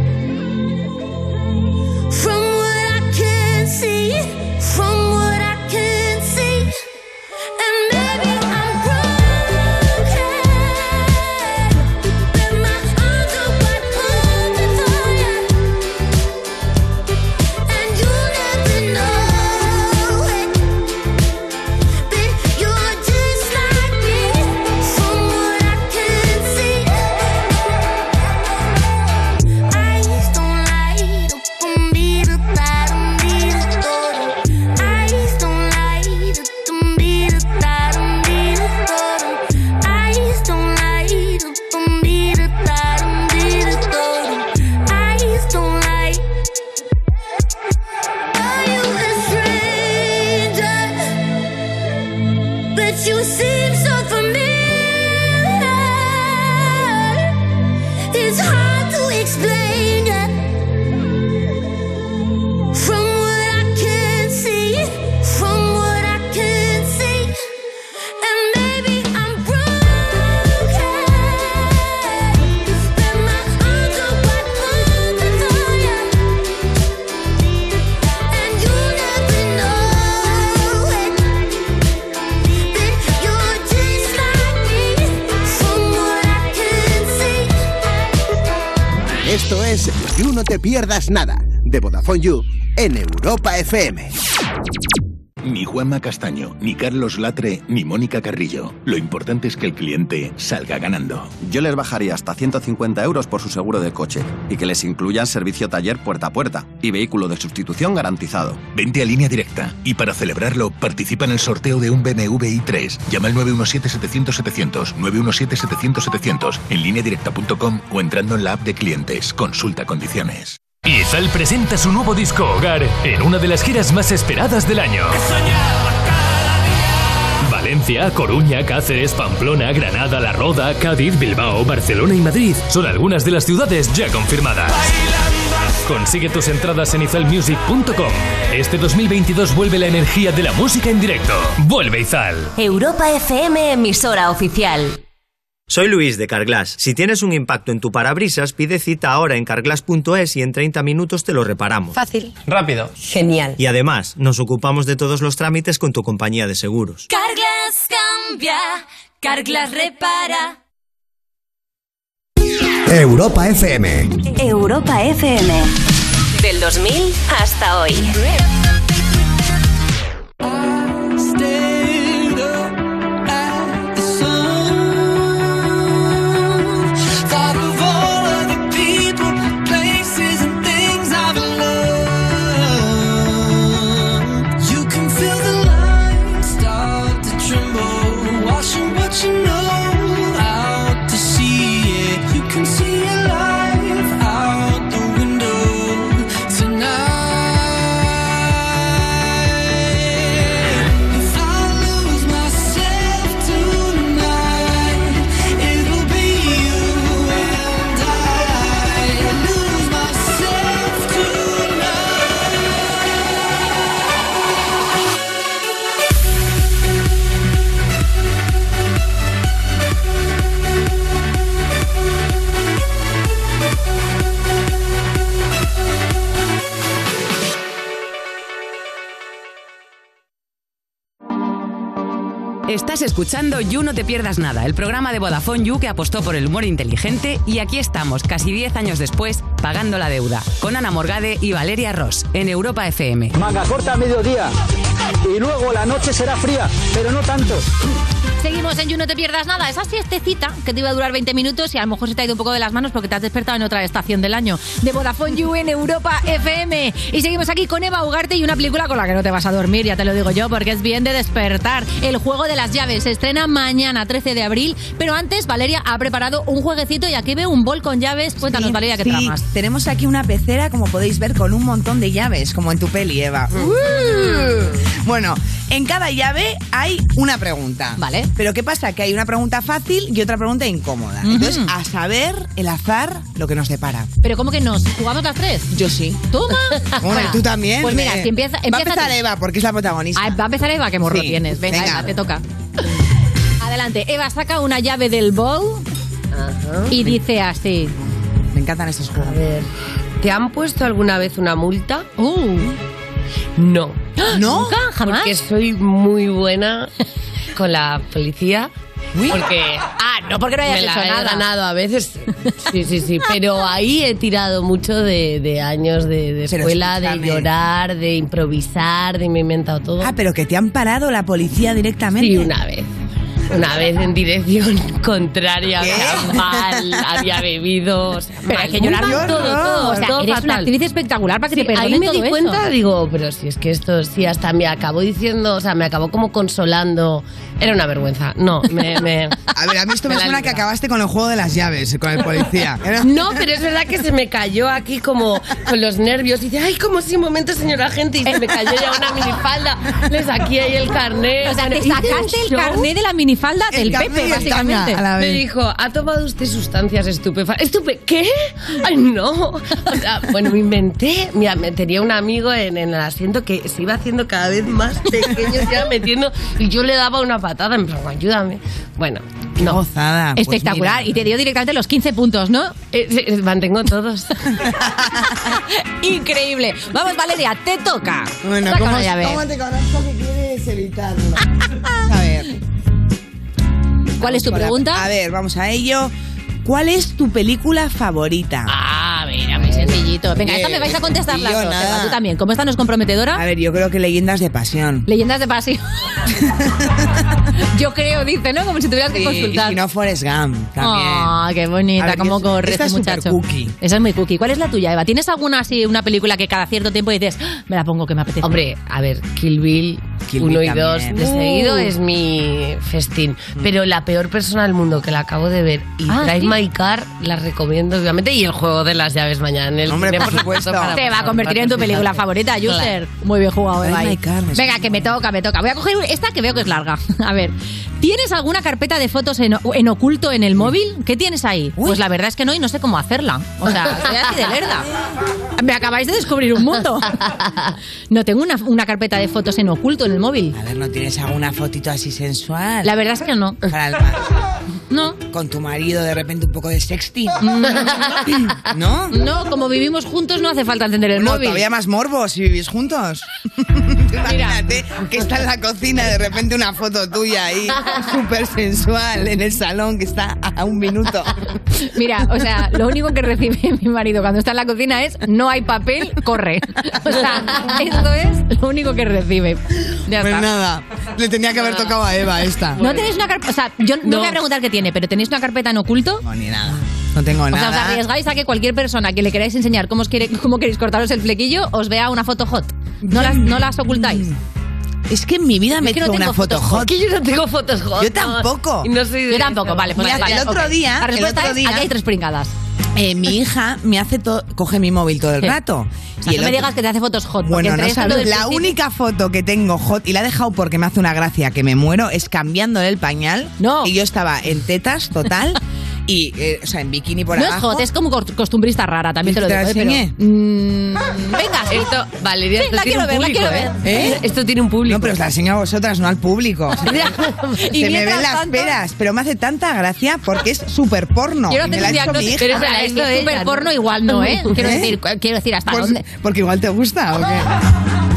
From what I can see, from what I can see, and maybe I'm broken, but my arms are wide open for you, and you'll never know it. But you're just like me, from what I can see. Eyes don't light up on me, the bottom, be the todo. Eyes don't light up on me, the bottom, be the todo. Eyes don't light up on me, the bottom, be the todo. Eyes don't light. Are you a stranger? But you seem so familiar. It's hard to explain, yeah. From what I can see, from what I can see, and maybe I'm broken, but my arms are wide open for you, and you'll never know it. But you're just like me, from what I can see. Esto es You No Te Pierdas Nada, de Vodafone You, en Europa FM. Ni Juanma Castaño, ni Carlos Latre, ni Mónica Carrillo. Lo importante es que el cliente salga ganando. Yo les bajaría hasta 150 euros por su seguro de coche y que les incluyan servicio taller puerta a puerta y vehículo de sustitución garantizado. Vente a Línea Directa y para celebrarlo participa en el sorteo de un BMW i3. Llama al 917-700-700, 917-700-700 en lineadirecta.com o entrando en la app de clientes. Consulta condiciones. Izal presenta su nuevo disco Hogar en una de las giras más esperadas del año. Valencia, Coruña, Cáceres, Pamplona, Granada, La Roda, Cádiz, Bilbao, Barcelona y Madrid son algunas de las ciudades ya confirmadas. Consigue tus entradas en izalmusic.com. Este 2022 vuelve la energía de la música en directo. Vuelve Izal. Europa FM, emisora oficial. Soy Luis de Carglass. Si tienes un impacto en tu parabrisas, pide cita ahora en carglass.es y en 30 minutos te lo reparamos. Fácil. Rápido. Genial. Y además, nos ocupamos de todos los trámites con tu compañía de seguros. Carglass cambia, Carglass repara. Europa FM. Europa FM. Del 2000 hasta hoy. Estás escuchando You No Te Pierdas Nada, el programa de Vodafone You que apostó por el humor inteligente, y aquí estamos, casi 10 años después, pagando la deuda, con Ana Morgade y Valeria Ross, en Europa FM. Manga corta a mediodía y luego la noche será fría, pero no tanto. Seguimos en You No Te Pierdas Nada, esa siestecita que te iba a durar 20 minutos y a lo mejor se te ha ido un poco de las manos porque te has despertado en otra estación del año, de Vodafone You en Europa FM. Y seguimos aquí con Eva Ugarte y una película con la que no te vas a dormir, ya te lo digo yo, porque es bien de despertar. El juego de las llaves se estrena mañana, 13 de abril, pero antes Valeria ha preparado un jueguecito y aquí veo un bol con llaves. Cuéntanos, Valeria, ¿qué tramas? Tenemos aquí una pecera, como podéis ver, con un montón de llaves, como en tu peli, Eva. Bueno, en cada llave hay una pregunta. Vale. Pero ¿qué pasa? Que hay una pregunta fácil y otra pregunta incómoda. Entonces, a saber el azar lo que nos depara. ¿Pero cómo que nos jugamos las tres? Yo sí. ¿Toma? Bueno, tú también. Pues mira, si empieza va a empezar Eva, porque es la protagonista. Va a empezar Eva, qué morro Sí. tienes. Venga, Eva, te toca. Adelante, Eva saca una llave del bowl y dice así. Me encantan estos juegos. A ver, ¿te han puesto alguna vez una multa? No. ¿No? ¿Nunca? ¿Jamás? Porque soy muy buena con la policía. Porque no porque no hayas me la hecho he nada. ganado a veces. Sí. Pero ahí he tirado mucho de años de escuela, de escúchame. llorar, de improvisar, de me he inventado todo. Ah, pero que te han parado la policía directamente. Sí, una vez. Una vez en dirección contraria, mal, había bebido. O sea, Pero hay que llorar todo. O sea, todo eres fatal. una actriz espectacular para que Sí, te perdonen ahí me todo di eso. cuenta, digo, pero si es que esto, sí, hasta me acabó diciendo, o sea, me acabó como consolando. Era una vergüenza. No, A ver, a mí esto me la suena que acabaste con el juego de las llaves, con el policía. No, pero es verdad que se me cayó aquí como con los nervios. Y dice, ay, como si un momento, señora gente. Y se me cayó ya una minifalda. Le saqué ahí el carnet. O sea, te Hice sacaste un el show. carnet de la minifalda del Pepe, básicamente. Me dijo, ¿ha tomado usted sustancias estupefacientes? ¿Qué? Ay, no. O sea, bueno, me inventé. Mira, me tenía un amigo en el asiento que se iba haciendo cada vez más pequeño, se iba metiendo. Y yo le daba una patada, en plan, ayúdame. Bueno, no. Gozada. Pues Espectacular. mira. Y te dio directamente los 15 puntos, ¿no? Mantengo todos. Increíble. Vamos, Valeria, te toca. Bueno, Saca ¿cómo una llave. te conozco que quieres evitarlo? A ver. ¿Cuál es tu pregunta? A ver, vamos a ello. ¿Cuál es tu película favorita? Mira, muy sencillito. Venga, esta me vais a contestar las dos. Eva, tú también. ¿Cómo esta no es comprometedora? A ver, yo creo que Leyendas de Pasión. Leyendas de pasión. Yo creo, dice, ¿no? Como si tuvieras que consultar. Y si no, Forrest Gump también. Ah, qué bonita, A ver, cómo corre esta este es muchacho. supercookie. Esa es muy cookie. ¿Cuál es la tuya, Eva? ¿Tienes alguna así, una película que cada cierto tiempo dices, "Ah, me la pongo que me apetece"? Hombre, a ver, Kill Bill, Kill 1 Bill y 2 también. de seguido es mi festín. Pero la peor persona del mundo que la acabo de ver y Drive ¿sí? My Car la recomiendo obviamente, y el juego de las llaves mañana en el Hombre, cine, por supuesto. para Te va a convertir en tu película favorita, User. Muy bien jugado, Eva. ahí. Venga, que me toca. Voy a coger esta que veo que es larga. A ver, ¿tienes alguna carpeta de fotos en oculto en el móvil? ¿Qué tienes ahí? Pues la verdad es que no, y no sé cómo hacerla. O sea, estoy así de lerda. Me acabáis de descubrir un mundo. No tengo una carpeta de fotos en oculto en el móvil. A ver, ¿no tienes alguna fotito así sensual? La verdad es que no. Para el No. Con tu marido de repente un poco de sexting. ¿No? No, como vivimos juntos no hace falta encender el No, móvil. todavía más morbo si vivís juntos. Imagínate que está en la cocina de repente una foto tuya ahí, súper sensual, en el salón que está a un minuto. Mira, o sea, lo único que recibe mi marido cuando está en la cocina es no hay papel, corre. O sea, esto es lo único que recibe. Ya Pues está. nada, le tenía que haber tocado a Eva esta. ¿No tenéis una carpeta? O sea, yo no voy a preguntar qué tiene, pero ¿tenéis una carpeta en oculto? No, ni nada. No tengo O sea, nada. os arriesgáis a que cualquier persona que le queráis enseñar cómo queréis cortaros el flequillo os vea una foto hot. ¿No las ocultáis? Es que en mi vida me he que no hecho tengo una foto fotos hot. Que yo no tengo fotos hot. Yo tampoco. Y no soy de Yo tampoco, eso. vale. Pues Mira, vale, el otro ok. día- La respuesta el otro es, día- aquí hay 3 pringadas. Mi hija me hace coge mi móvil todo el rato. O sea, Y no el me otro- digas que te hace fotos hot. porque Bueno, entre no esto sabes. del La principio- única foto que tengo hot, y la he dejado porque me hace una gracia que me muero, es cambiándole el pañal. No. Y yo estaba en tetas, total. Y, o sea, en bikini por No es abajo. hot, es como costumbrista rara, también te lo ¿Te la digo. enseñé? Venga, sí. Esto, Valeria, Sí, esto la tiene quiero un ver, la público, quiero ver. ¿Eh? Esto tiene un público. No, pero os la enseño a vosotras, no al público. Se Y me mientras ven las tanto- peras, pero me hace tanta gracia porque es súper porno. Quiero y me hacer la un ha hecho mi diagnóstico, hija. pero se la hizo super ella, ¿no? porno igual no, ¿eh? Quiero decir hasta Pues- dónde. porque igual te gusta, ¿o qué?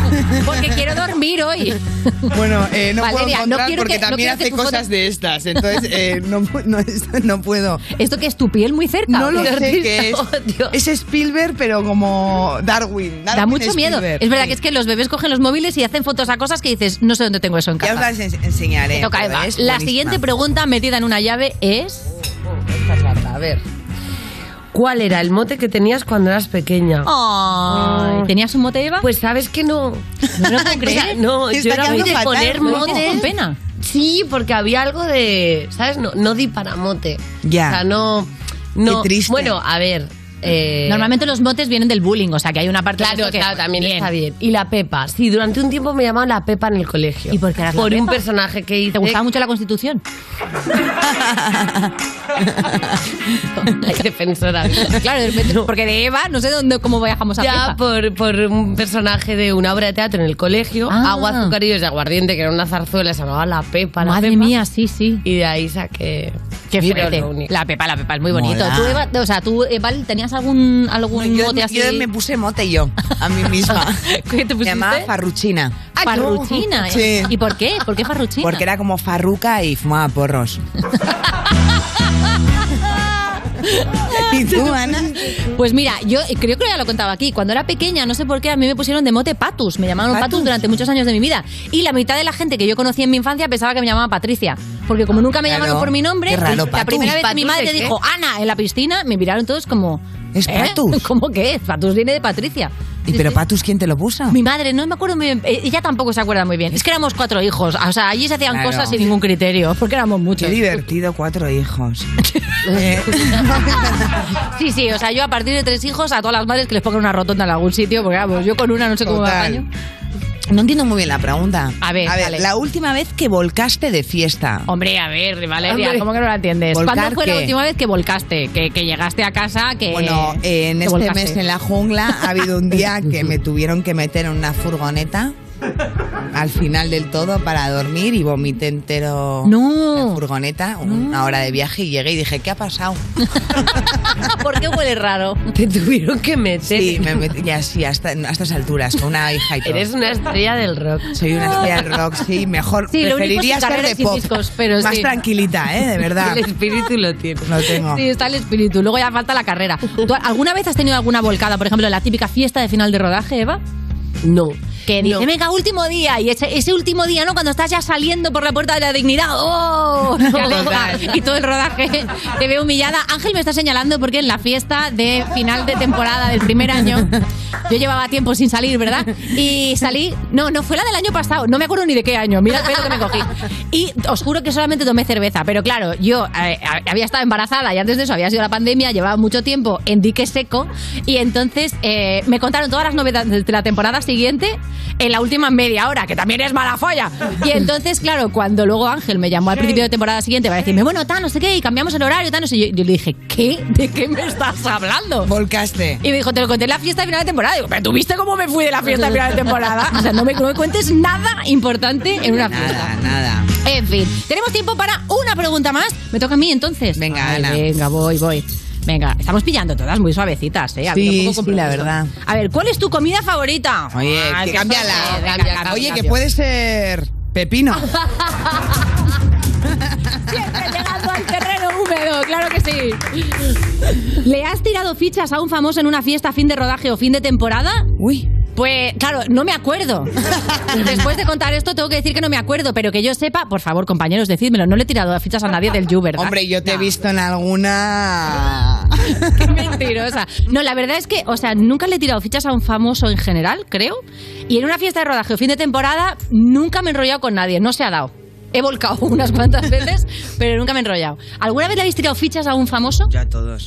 Porque quiero dormir hoy. Bueno, no Valeria, puedo encontrar quiero porque que- también quiero que hace tu cosas foto- de estas. Entonces, no puedo. ¿Esto que es tu piel muy cerca? No o lo qué? sé qué es. Es Spielberg, pero como Darwin. Da Darwin mucho miedo. Spielberg. Es verdad que es que los bebés cogen los móviles y hacen fotos a cosas que dices, no sé dónde tengo eso en casa. Ya os las enseñaré. Te toca, pero Eva. es La buenísima. siguiente pregunta metida en una llave es... Esta es larga, a ver. ¿Cuál era el mote que tenías cuando eras pequeña? Ay, ¿tenías un mote, Eva? Pues sabes que no. No lo puedo creer. O sea, no, Está yo era muy quedando de fatal, poner ¿no? motes. Con pena. Sí, porque había algo de, ¿sabes? No di para mote. Ya. O sea, no. Qué triste. Bueno, a ver. Normalmente los motes vienen del bullying, o sea que hay una parte de Claro, esto que... claro, también está bien. Y la Pepa. Sí, durante un tiempo me llamaban la Pepa en el colegio. ¿Y por qué eras la Por un Pepa? personaje que hice. ¿Te gustaba mucho la Constitución? Hay defensora. Claro, de repente, porque de Eva, no sé cómo viajamos a Ya, Pepa. por un personaje de una obra de teatro en el colegio, Ah. Agua, Azucarillos de Aguardiente, que era una zarzuela, se llamaba La Pepa. Madre mía, sí, sí. Y de ahí saqué... Qué Mira, fuerte. lo único. La Pepa es muy bonito. Mola. ¿Tú, Eva, o sea, tú, Eva, tenías algún Yo mote así? me puse mote yo, a mí misma. ¿Qué te Me pusiste? llamaba Farruchina. Farruchina. Sí. ¿Y por qué? ¿Por qué Farruchina? Porque era como farruca y fumaba porros. ¿Y tú, Ana? Pues mira, yo creo que ya lo he contado aquí. Cuando era pequeña, no sé por qué, a mí me pusieron de mote Patus. Me llamaron Patus durante muchos años de mi vida. Y la mitad de la gente que yo conocí en mi infancia pensaba que me llamaba Patricia. Porque como nunca me Claro. llamaron por mi nombre, Qué raro, la Patus. primera vez que mi ¿Patus madre de qué? dijo Ana en la piscina, me miraron todos como... ¿Es Patus? ¿Cómo que es? Patus viene de Patricia. ¿Y pero Patus quién te lo puso? Mi madre, no me acuerdo muy bien. Ella tampoco se acuerda muy bien. Es que éramos 4 hijos. O sea, allí se hacían Claro. cosas sin ningún criterio. Porque éramos muchos. Qué divertido, 4 hijos. Sí, sí. O sea, yo a partir de 3 hijos, a todas las madres que les pongan una rotonda en algún sitio. Porque vamos, yo con una no sé cómo me Total. apaño. No entiendo muy bien la pregunta. A ver, dale. la última vez que volcaste de fiesta. Hombre, a ver, Valeria, Hombre. ¿cómo que no la entiendes? ¿Volcar ¿Cuándo fue la qué? última vez que volcaste? Que llegaste a casa, que... Bueno, en que este volcaste. mes en la jungla ha habido un día que me tuvieron que meter en una furgoneta al final del todo para dormir y vomité entero la furgoneta, una hora de viaje y llegué y dije, ¿qué ha pasado? ¿Por qué huele raro? Te tuvieron que meter. Sí, me metí, ya sí, hasta a estas alturas, con una hija y todo. Eres una estrella del rock. Soy una estrella del rock, sí, mejor. Sí, lo único preferiría sin ser carrera de y sin pop. discos, pero más sí. tranquilita, de verdad. El espíritu lo tienes. Lo tengo. Sí, está el espíritu. Luego ya falta la carrera. ¿Tú alguna vez has tenido alguna volcada? Por ejemplo, en la típica fiesta de final de rodaje, Eva. No. Que dice, No. venga, último día. Y ese último día, ¿no? Cuando estás ya saliendo por la puerta de la dignidad. ¡Oh! Qué alegría. Y todo el rodaje te ve humillada. Ángel me está señalando porque en la fiesta de final de temporada del primer año, yo llevaba tiempo sin salir, ¿verdad? Y salí... No fue la del año pasado. No me acuerdo ni de qué año. Mira el pelo que me cogí. Y os juro que solamente tomé cerveza. Pero claro, yo había estado embarazada y antes de eso había sido la pandemia. Llevaba mucho tiempo en dique seco. Y entonces me contaron todas las novedades de la temporada siguiente en la última media hora, que también es mala folla. Y entonces, claro, cuando luego Ángel me llamó al principio de temporada siguiente para decirme, bueno, no sé qué, y cambiamos el horario, no sé, yo le dije, ¿qué? ¿De qué me estás hablando? Volcaste. Y me dijo, te lo conté en la fiesta de final de temporada. Digo, ¿pero tú viste cómo me fui de la fiesta de final de temporada? O sea, no me cuentes nada importante en una fiesta. Nada. En fin, tenemos tiempo para una pregunta más. Me toca a mí entonces. Venga, Ay, Ana. Venga, voy. Venga, estamos pillando todas muy suavecitas, ¿eh? Ha habido Sí, poco sí, compromiso. la verdad. A ver, ¿cuál es tu comida favorita? Oye, Ay, que qué cámbiala. suerte. Venga, cambio, Oye, que cambio. puede ser pepino. Siempre llegando al terreno húmedo, claro que sí. ¿Le has tirado fichas a un famoso en una fiesta, fin de rodaje o fin de temporada? Uy. Pues, claro, no me acuerdo. Después de contar esto, tengo que decir que no me acuerdo, pero que yo sepa, por favor, compañeros, decídmelo, no le he tirado fichas a nadie del You, ¿verdad? Hombre, yo te he visto en alguna... Qué mentirosa. No, la verdad es que, o sea, nunca le he tirado fichas a un famoso en general, creo. Y en una fiesta de rodaje o fin de temporada, nunca me he enrollado con nadie, no se ha dado. He volcado unas cuantas veces, pero nunca me he enrollado. ¿Alguna vez le habéis tirado fichas a un famoso? Ya todos.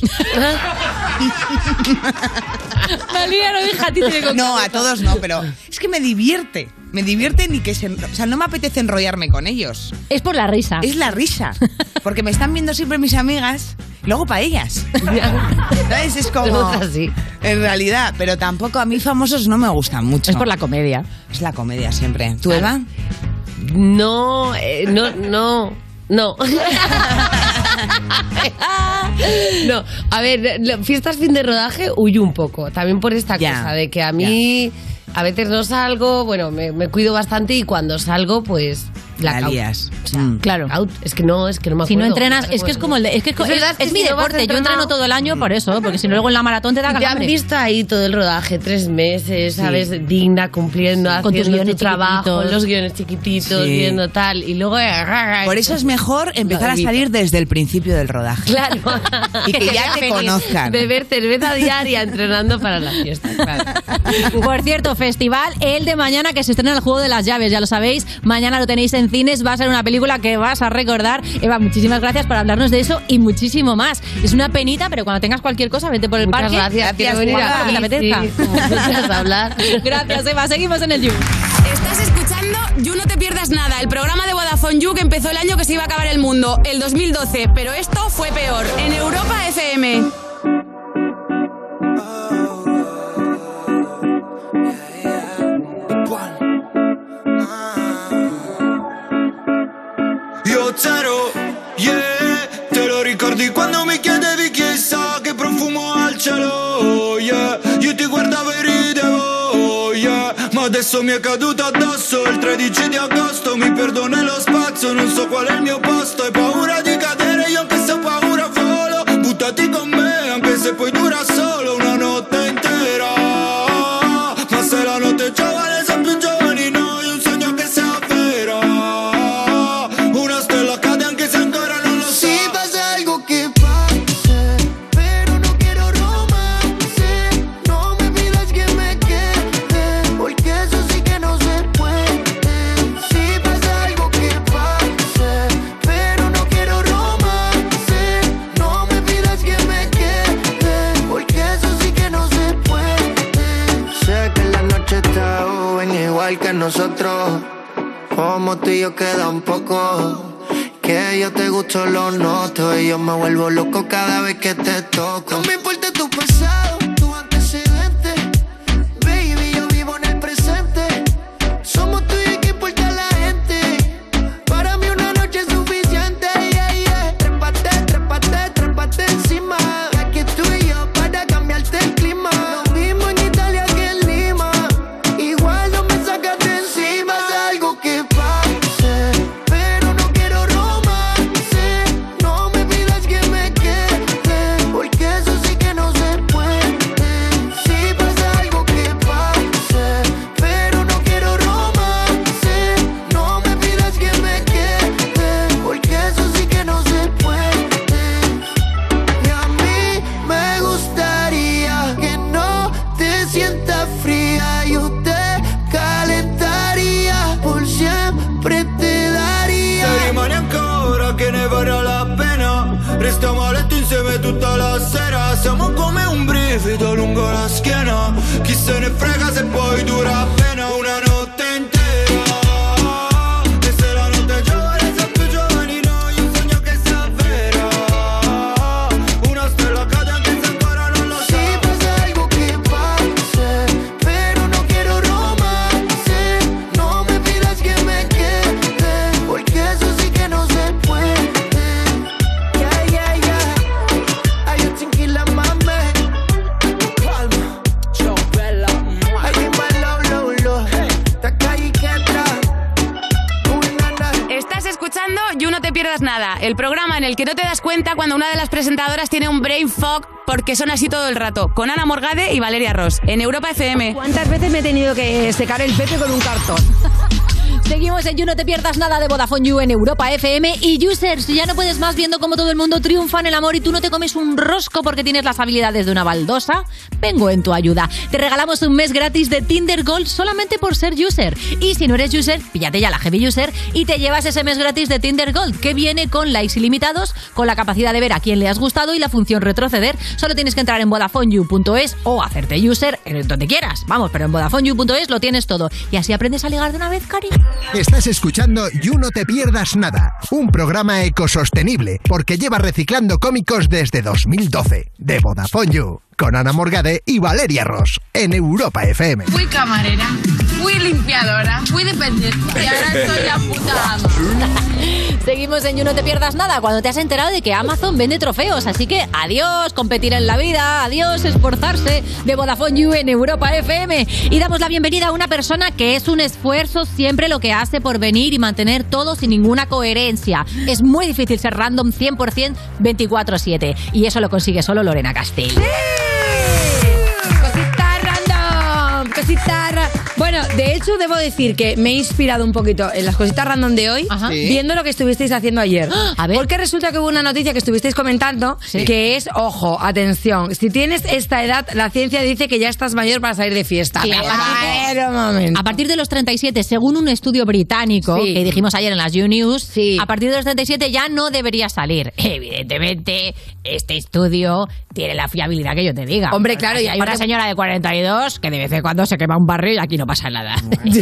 María, no deja a ti te digo. No, a todos no, pero es que me divierte. Me divierte ni que se... O sea, no me apetece enrollarme con ellos. Es por la risa. Es la risa. Porque me están viendo siempre mis amigas y luego para ellas. Entonces es como... así. En realidad, pero tampoco a mí famosos no me gustan mucho. Es por la comedia. Es la comedia siempre. ¿Tú, Eva? No. No, a ver, fiestas fin de rodaje huyo un poco. También por esta Ya, cosa de que a mí a veces no salgo, bueno, me cuido bastante y cuando salgo, pues... La lías. O sea, claro. Es que no me acuerdo. Si no entrenas, es que es como es mi deporte. Yo entreno todo el año por eso, porque si no luego en la maratón te da calambre. Te han visto ahí todo el rodaje, 3 meses, ¿sabes? Sí. Digna, cumpliendo, con tus guiones tu trabajo, los guiones chiquititos, viendo tal. Y luego... Por eso es mejor empezar a salir desde el principio del rodaje. Claro. Y que ya te conozcan. Beber cerveza diaria entrenando para la fiesta. Claro. Por cierto, festival, el de mañana que se estrena el Juego de las Llaves, ya lo sabéis. Mañana lo tenéis en cines, va a ser una película que vas a recordar. Eva, muchísimas gracias por hablarnos de eso y muchísimo más. Es una penita, pero cuando tengas cualquier cosa, vete por el Muchas parque. Gracias, quiero venir a que te apetezca. Sí, como quieras hablar. Gracias, Eva. Seguimos en el You. Estás escuchando You No Te Pierdas Nada, el programa de Vodafone You que empezó el año que se iba a acabar el mundo, el 2012, pero esto fue peor, en Europa FM. Io zero, yeah, te lo ricordi quando mi chiedevi chissà che profumo ha il cielo, yeah, io ti guardavo e ridevo, yeah, ma adesso mi è caduto addosso il 13 di agosto, mi perdo nello spazio, non so qual è il mio posto, hai paura di cadere, io anche se ho paura volo, buttati con me anche se poi dura solo una notte intera, ma se la notte è giovane siamo più giovani noi, un sogno che si avvera. Si pasa algo que pase, pero no quiero romance. No me pidas que me quede, porque eso sí que no se puede. Si pasa algo que pase, pero no quiero romance. No me pidas que me quede, porque eso sí que no se puede. Sé que la noche está joven igual que nosotros, como tú y yo queda un poco. Que yo te gusto, lo noto, y yo me vuelvo loco cada vez que te toco. No me importa tu pasado, tu antecedente. Baby, yo vivo en el presente. Somos tú y que importa la gente. Para mí una noche es suficiente, yeah, yeah. Trépate, trépate, trépate encima. Aquí estoy yo para cambiarte el clima. Lo mismo en Italia que en Lima. Igual no me sacas de encima. Pasa algo que pase, pero no quiero romance. No me pidas que me quede, porque eso sí que no se puede. Si pasa algo que pase, pero no quiero romance. No me pidas que me quede, porque eso sí que no se puede. Y a mí me gustaría que no te sientas fría. Yo te calentaría, por siempre te daría. Se rimani ancora che ne varrà la pena. Restiamo a letto insieme tutta la sera. Siamo come un brivido lungo la schiena. Chi se ne frega se poi dura appena una notte intera. E se la notte è giovane siamo più giovani noi, un sogno che si avvera. Una stella cade anche se ancora non lo so. Si pasa algo que pase, pero no quiero romance. No me pidas que me quede, porque eso sí que no se puede. Yeah, yeah, yeah. Ay, yo tranquila, mami. Calma, yo bella. Ay, low, low. Te caí que atrás. Estás escuchando You No Te Pierdas Nada, el programa en el que no te das cuenta cuando una de las presentadoras tiene un brain fog porque son así todo el rato, con Ana Morgade y Valeria Ross, en Europa FM. ¿Cuántas veces me he tenido que secar el pepe con un cartón? Seguimos en You No Te Pierdas Nada de Vodafone You en Europa FM. Y users, ya no puedes más viendo cómo todo el mundo triunfa en el amor y tú no te comes un rosco porque tienes las habilidades de una baldosa. Vengo en tu ayuda. Te regalamos un mes gratis de Tinder Gold solamente por ser user. Y si no eres user, píllate ya la Heavy User y te llevas ese mes gratis de Tinder Gold, que viene con likes ilimitados, con la capacidad de ver a quién le has gustado y la función retroceder. Solo tienes que entrar en VodafoneYou.es o hacerte user en donde quieras. Vamos, pero en VodafoneYou.es lo tienes todo. Y así aprendes a ligar de una vez, cariño. Estás escuchando You No Te Pierdas Nada, un programa ecosostenible porque lleva reciclando cómicos desde 2012, de Vodafone You. con Ana Morgade y Valeria Ross en Europa FM. Fui camarera, fui limpiadora, fui dependiente y ahora estoy la puta ama. Seguimos en You No Te Pierdas Nada cuando te has enterado de que Amazon vende trofeos. Así que adiós competir en la vida, adiós esforzarse, de Vodafone You en Europa FM. Y damos la bienvenida a una persona que es un esfuerzo siempre lo que hace por venir y mantener todo sin ninguna coherencia. Es muy difícil ser random 100% 24/7. Y eso lo consigue solo Lorena Castell. ¡Sí! Cosita random, cosita Bueno, de hecho debo decir que me he inspirado un poquito en las cositas random de hoy, viendo lo que estuvisteis haciendo ayer. A ver. Porque resulta que hubo una noticia que estuvisteis comentando, que es, ojo, atención, si tienes esta edad, la ciencia dice que ya estás mayor para salir de fiesta. Sí, a partir de los 37, según un estudio británico que dijimos ayer en las You News, a partir de los 37 ya no deberías salir. Evidentemente, este estudio tiene la fiabilidad que yo te diga. Hombre, claro. Y hay una señora de 42 que de vez en cuando se quema un barrio y aquí no pasa nada.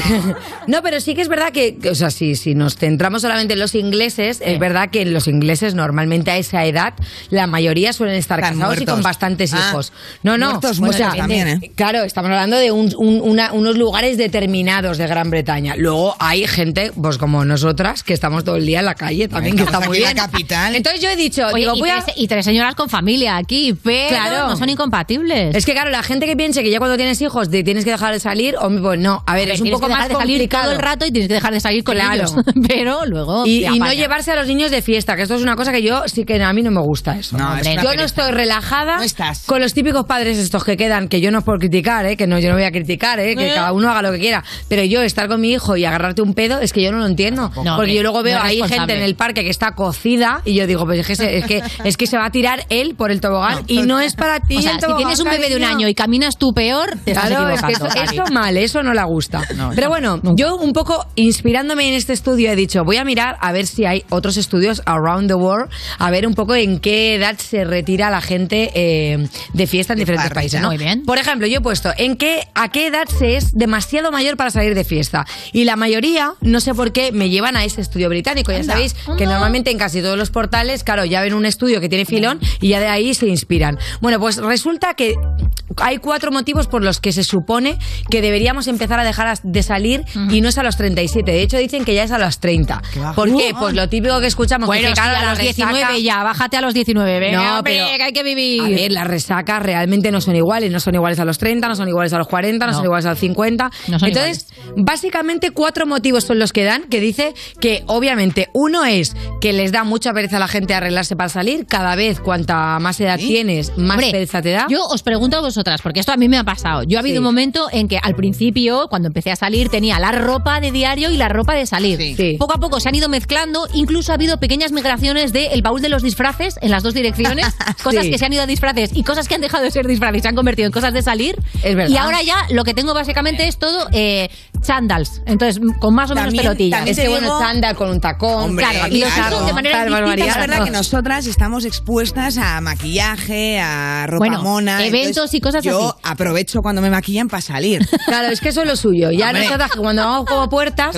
No, pero sí que es verdad que, o sea, si nos centramos solamente en los ingleses, es verdad que los ingleses normalmente a esa edad, la mayoría suelen estar casados muertos y con bastantes hijos. No, muertos también, ¿eh? Claro, estamos hablando de unos lugares determinados de Gran Bretaña. Luego hay gente, pues como nosotras, que estamos todo el día en la calle también, que está muy bien. En la capital. Entonces yo he dicho, oye, digo, y tres señoras con familia aquí, pero no son incompatibles. Es que claro, la gente que piense que ya cuando tienes hijos tienes que dejar de salir, hombre, pues no. A ver, es un poco más de salir todo el rato y tienes que dejar de salir con ellos. Pero luego y no llevarse a los niños de fiesta, que esto es una cosa que yo sí que a mí no me gusta eso. Yo no estoy relajada con los típicos padres estos que quedan, que yo no es por criticar, que no, yo no voy a criticar, que cada uno haga lo que quiera, pero yo estar con mi hijo y agarrarte un pedo es que yo no lo entiendo, porque yo luego veo ahí gente en el parque que está cocida y yo digo, pues es que se va a tirar él por el tobogán y no es para ti. O sea, si tienes un bebé de un año y caminas tú peor, te estás equivocando. Es que eso mal, eso no le gusta. Pero bueno, yo un poco inspirándome en este estudio he dicho, voy a mirar a ver si hay otros estudios around the world, a ver un poco en qué edad se retira la gente de fiesta en diferentes países, ¿no? Muy bien. Por ejemplo, yo he puesto a qué edad se es demasiado mayor para salir de fiesta. Y la mayoría, no sé por qué, me llevan a ese estudio británico. Ya sabéis que normalmente en casi todos los portales, claro, ya ven un estudio que tiene filón y ya de ahí se inspiran. Bueno, pues resulta que hay 4 motivos por los que se supone que deberíamos empezar a dejar de salir y no es a los 37. De hecho, dicen que ya es a los 30. ¿Por qué? Pues lo típico que escuchamos. Bueno, que a los 19 ya, bájate a los 19. Venga, hombre, que hay que vivir. A ver, las resacas realmente no son iguales. No son iguales a los 30, no son iguales a los 40, no son iguales a los 50. Entonces, básicamente 4 motivos son los que dan, que dice que obviamente uno es que les da mucha pereza a la gente arreglarse para salir. Cada vez cuanta más edad tienes, más pereza te da. Yo os pregunto a vosotras, porque esto a mí me ha pasado. Yo ha habido un momento en que al principio, cuando empecé a salir, tenía la ropa de diario y la ropa de salir. Poco a poco se han ido mezclando, incluso ha habido pequeñas migraciones del baúl de los disfraces en las dos direcciones, cosas que se han ido a disfraces y cosas que han dejado de ser disfraces y se han convertido en cosas de salir. Es verdad. Y ahora ya lo que tengo básicamente es todo sandals, entonces con más o menos pelotillas. Es que bueno, chándal con un tacón, hombre, claro, y los uso de manera distinta. Es verdad que nosotras estamos expuestas a maquillaje, a ropa mona, eventos y cosas así. Yo aprovecho cuando me maquillan para salir. Claro, es que eso es lo suyo. Ya nosotras cuando vamos como puertas,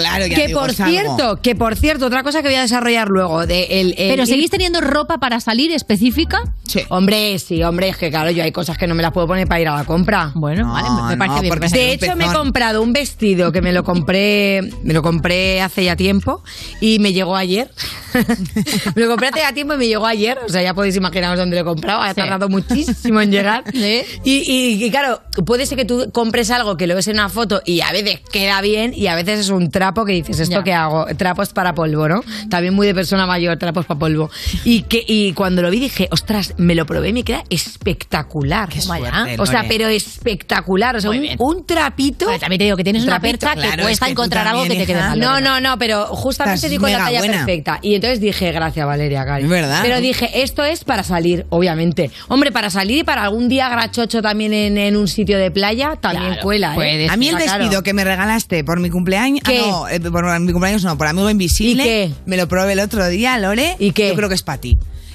que por cierto, otra cosa que voy a desarrollar luego ¿Pero seguís teniendo ropa para salir específica? Sí, hombre, es que claro, yo hay cosas que no me las puedo poner para ir a la compra. Bueno, vale, me parece bien. De hecho, me he comprado un vestido que me lo compré hace ya tiempo y me llegó ayer. Me lo compré hace ya tiempo y me llegó ayer. O sea, ya podéis imaginaros dónde lo he comprado. Ha tardado muchísimo en llegar. Y claro, puede ser que tú compres algo que lo ves en una foto y a veces queda bien y a veces es un trapo que dices, ¿esto qué hago? Trapos para polvo, ¿no? También muy de persona mayor, trapos para polvo. Y cuando lo vi dije, ostras, me lo probé y me queda espectacular. Qué suerte, o sea, pero espectacular. O sea, un trapito. Bueno, también te digo que tienes una percha que cuesta encontrar algo que te quede mal. No, pero justamente digo la talla perfecta. Y entonces dije, gracias Valeria, Cari. ¿Verdad? Pero dije, esto es para salir, obviamente. Hombre, para salir y para algún día grachocho también en un sitio de playa, también cuela, ¿eh? A mí el vestido que me regalaste por mi cumpleaños... por mi cumpleaños no, por Amigo Invisible. ¿Y qué? Me lo probé el otro día, Lore. ¿Y qué? Yo creo que es para ti.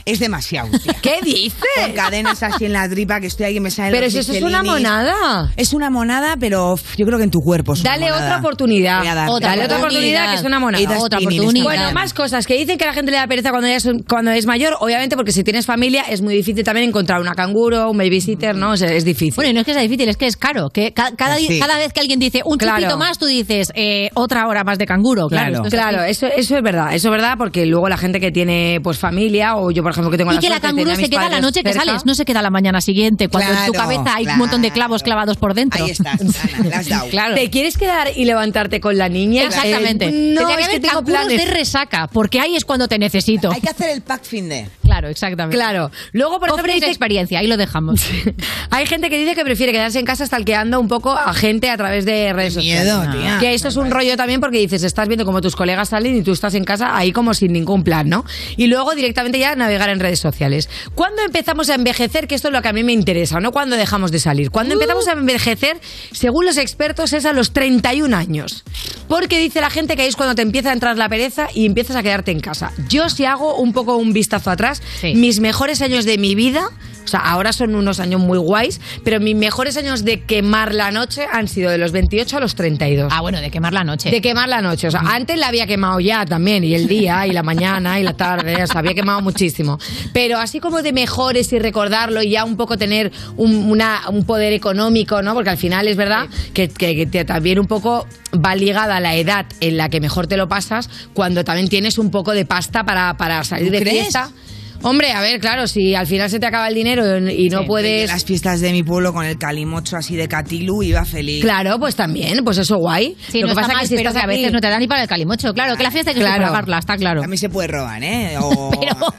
Es demasiado, tía. ¿Qué dices? Con cadenas así en la tripa que estoy ahí que me salen Pero los si eso es una Michelinis. monada. Es una monada, pero yo creo que en tu cuerpo es una Dale monada. otra oportunidad. Voy a darte Dale otra oportunidad, que es una monada. Otra oportunidad. Bueno, más cosas que dicen que a la gente le da pereza cuando es mayor, obviamente porque si tienes familia es muy difícil también encontrar una canguro, un babysitter, ¿no? O sea, es difícil. Bueno, y no es que sea difícil, es que es caro. Que cada vez que alguien dice un chupito más, tú dices otra hora más de canguro. Claro, Claro, eso es verdad. Eso es verdad porque luego la gente que tiene pues familia, o yo por ejemplo que tengo Y que la canguro se queda la noche que sales, no se queda la mañana siguiente, cuando en tu cabeza hay un montón de clavos clavados por dentro. Ahí estás, Ana, la has dado. Claro. ¿Te quieres quedar y levantarte con la niña? Exactamente. No, Tendría que es que haber tengo canguros planes. de resaca, porque ahí es cuando te necesito. Hay que hacer el pack fin de. Claro, exactamente. Claro. Luego, por ejemplo, Cofres de dice- experiencia, ahí lo dejamos. hay gente que dice que prefiere quedarse en casa stalkeando un poco a gente a través de redes miedo, sociales. tía. Que esto es un rollo también porque dices, estás viendo como tus colegas salen y tú estás en casa ahí como sin ningún plan, ¿no? Y luego directamente ya navegar en redes sociales. ¿Cuándo empezamos a envejecer? Que esto es lo que a mí me interesa, ¿no? ¿Cuándo dejamos de salir? Cuando empezamos a envejecer, según los expertos, es a los 31 años. Porque dice la gente que ahí es cuando te empieza a entrar la pereza y empiezas a quedarte en casa. Yo si hago un poco un vistazo atrás, mis mejores años de mi vida, o sea, ahora son unos años muy guays, pero mis mejores años de quemar la noche han sido de los 28 a los 32. Ah, bueno, de quemar la noche. De quemar la noche. O sea, antes la había quemado ya también, y el día, y la mañana, y la tarde, o sea, había quemado muchísimo. Pero así como de mejores y recordarlo y ya un poco tener un poder económico, ¿no? Porque al final es verdad que también un poco va ligada a la edad en la que mejor te lo pasas, cuando también tienes un poco de pasta para salir de ¿Crees? fiesta. Hombre, a ver, claro, si al final se te acaba el dinero y no puedes... En las fiestas de mi pueblo con el calimocho así de Catilu iba feliz. Claro, pues también, pues eso guay. Sí, Lo no que está pasa mal, es que si pero estás que a aquí- veces no te da ni para el calimocho. Claro, que la fiesta hay que Claro. sufragarla, está claro. A mí se puede robar, ¿eh? O,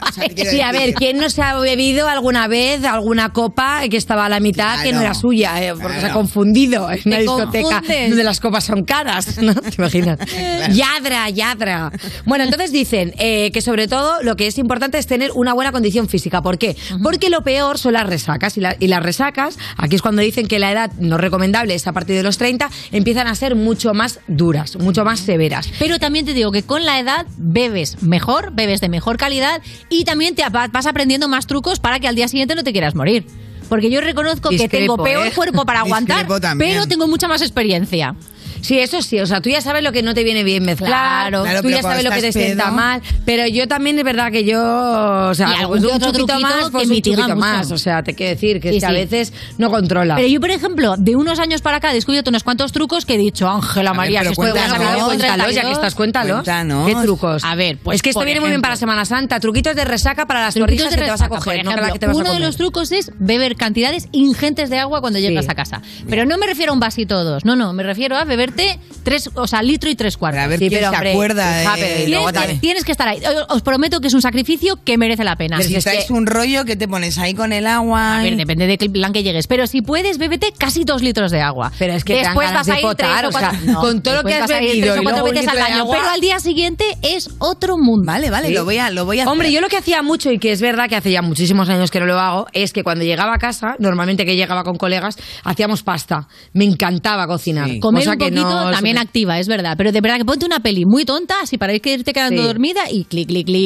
Sí, a ver, ¿quién no se ha bebido alguna vez alguna copa que estaba a la mitad que no era suya? Porque se ha confundido en una Te discoteca confundes. donde las copas son caras, ¿no? ¿Te imaginas? Yadra. Bueno, entonces dicen que sobre todo lo que es importante es tener una buena condición física. ¿Por qué? Porque lo peor son las resacas. Y las resacas, aquí es cuando dicen que la edad no recomendable es a partir de los 30, empiezan a ser mucho más duras, mucho más severas. Pero también te digo que con la edad bebes mejor, bebes de mejor calidad y también te vas aprendiendo más trucos para que al día siguiente no te quieras morir. Porque yo reconozco que Discrepo, tengo peor cuerpo para aguantar, Discrepo también. pero tengo mucha más experiencia. Sí, eso sí, o sea, tú ya sabes lo que no te viene bien mezclar, Claro, tú pero ya sabes lo que cuando te estás sienta pedo- mal, pero yo también es verdad que yo, o sea, Y algún pues que otro un chupito truquito más, pues que un mitiga chupito mucho. más, o sea, te quiero decir que, Sí, es que a sí. veces no controla. Pero yo, por ejemplo, de unos años para acá he descubierto unos cuantos trucos que he dicho, Ángela María, pero que estoy cuéntalos, ya que estás, cuéntalos. ¿Qué trucos? A ver, pues es que esto por viene muy bien ejemplo, para Semana Santa, truquitos de resaca para las truquitos torrijas que te vas a coger, no por que la ejemplo, que te vas a uno de comer. los trucos es beber cantidades ingentes de agua cuando llegas a casa. Pero no me refiero a un vasito o dos, no, me refiero a beberte litro y 3/4. A ver quién se acuerda Tienes que estar ahí. Os prometo que es un sacrificio que merece la pena. Pero si traes un rollo que te pones ahí con el agua. A ver, depende de qué plan que llegues. Pero si puedes, bébete casi 2 litros de agua. Pero es que te dan después ganas vas a de ir potar, 3 o o sea, 4 con todo lo que has bebido y luego un veces litro al de año. agua. Pero al día siguiente es otro mundo. Vale, lo voy a hacer. Hombre, yo lo que hacía mucho, y que es verdad que hace ya muchísimos años que no lo hago, es que cuando llegaba a casa, normalmente que llegaba con colegas, hacíamos pasta. Me encantaba cocinar. Comer Cosa un que poquito no- también activa, es verdad. Pero de verdad que ponte una peli muy tonta, así para irte quedando Sí. dormida y clic.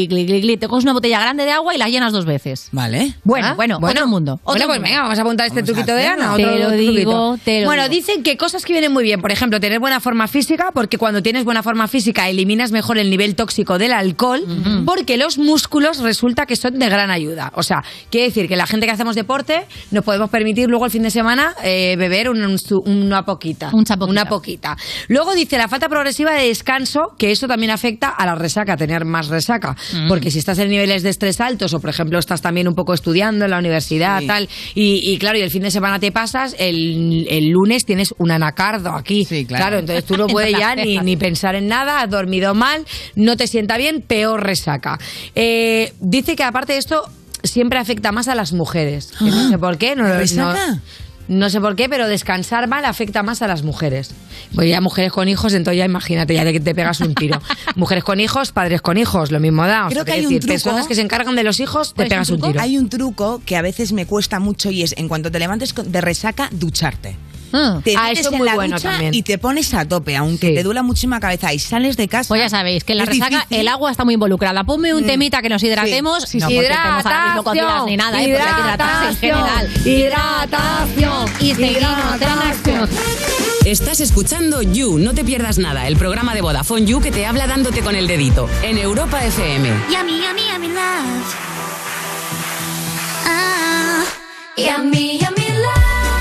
Te coges una botella grande de agua y la llenas 2 veces. Vale. Bueno, Ah, otro mundo. Bueno, pues venga, vamos a apuntar este truquito de Ana. Te otro lo truquito. digo, te lo Bueno, digo. dicen que cosas que vienen muy bien. Por ejemplo, tener buena forma física, porque cuando tienes buena forma física eliminas mejor el nivel tóxico del alcohol, porque los músculos resulta que son de gran ayuda. O sea, quiere decir que la gente que hacemos deporte nos podemos permitir luego el fin de semana beber una poquita. Una poquita. Luego dice la falta progresiva de descanso, que eso también afecta a la resaca, tener más resaca. Porque si estás en niveles de estrés altos o, por ejemplo, estás también un poco estudiando en la universidad, tal, y claro, y el fin de semana te pasas, el lunes tienes un anacardo aquí. Claro, entonces tú no puedes ya ni pensar en nada, has dormido mal, no te sienta bien, peor resaca. Dice que aparte de esto, siempre afecta más a las mujeres. Que no sé por qué. No sé por qué, pero descansar mal afecta más a las mujeres. Pues ya mujeres con hijos, entonces ya imagínate, ya te pegas un tiro. Mujeres con hijos, padres con hijos, lo mismo da. O Creo sea, que te hay quiero un decir, truco. personas que se encargan de los hijos, te pegas un tiro. Hay un truco que a veces me cuesta mucho y es en cuanto te levantes de resaca, ducharte. Te metes eso es en muy la bueno ducha también. y te pones a tope, aunque te duela muchísima cabeza y sales de casa. Pues ya sabéis que en la es resaca difícil. el agua está muy involucrada. Ponme un temita que nos hidratemos. Sí, no sí, porque estemos ahora mismo cocidas ni nada, porque hay que hidratarse en general. Hidratación. Y seguimos en acción. Estás escuchando You, no te pierdas nada, el programa de Vodafone You que te habla dándote con el dedito en Europa FM. Yummy, yummy, yummy love. Ah, yummy, yummy love.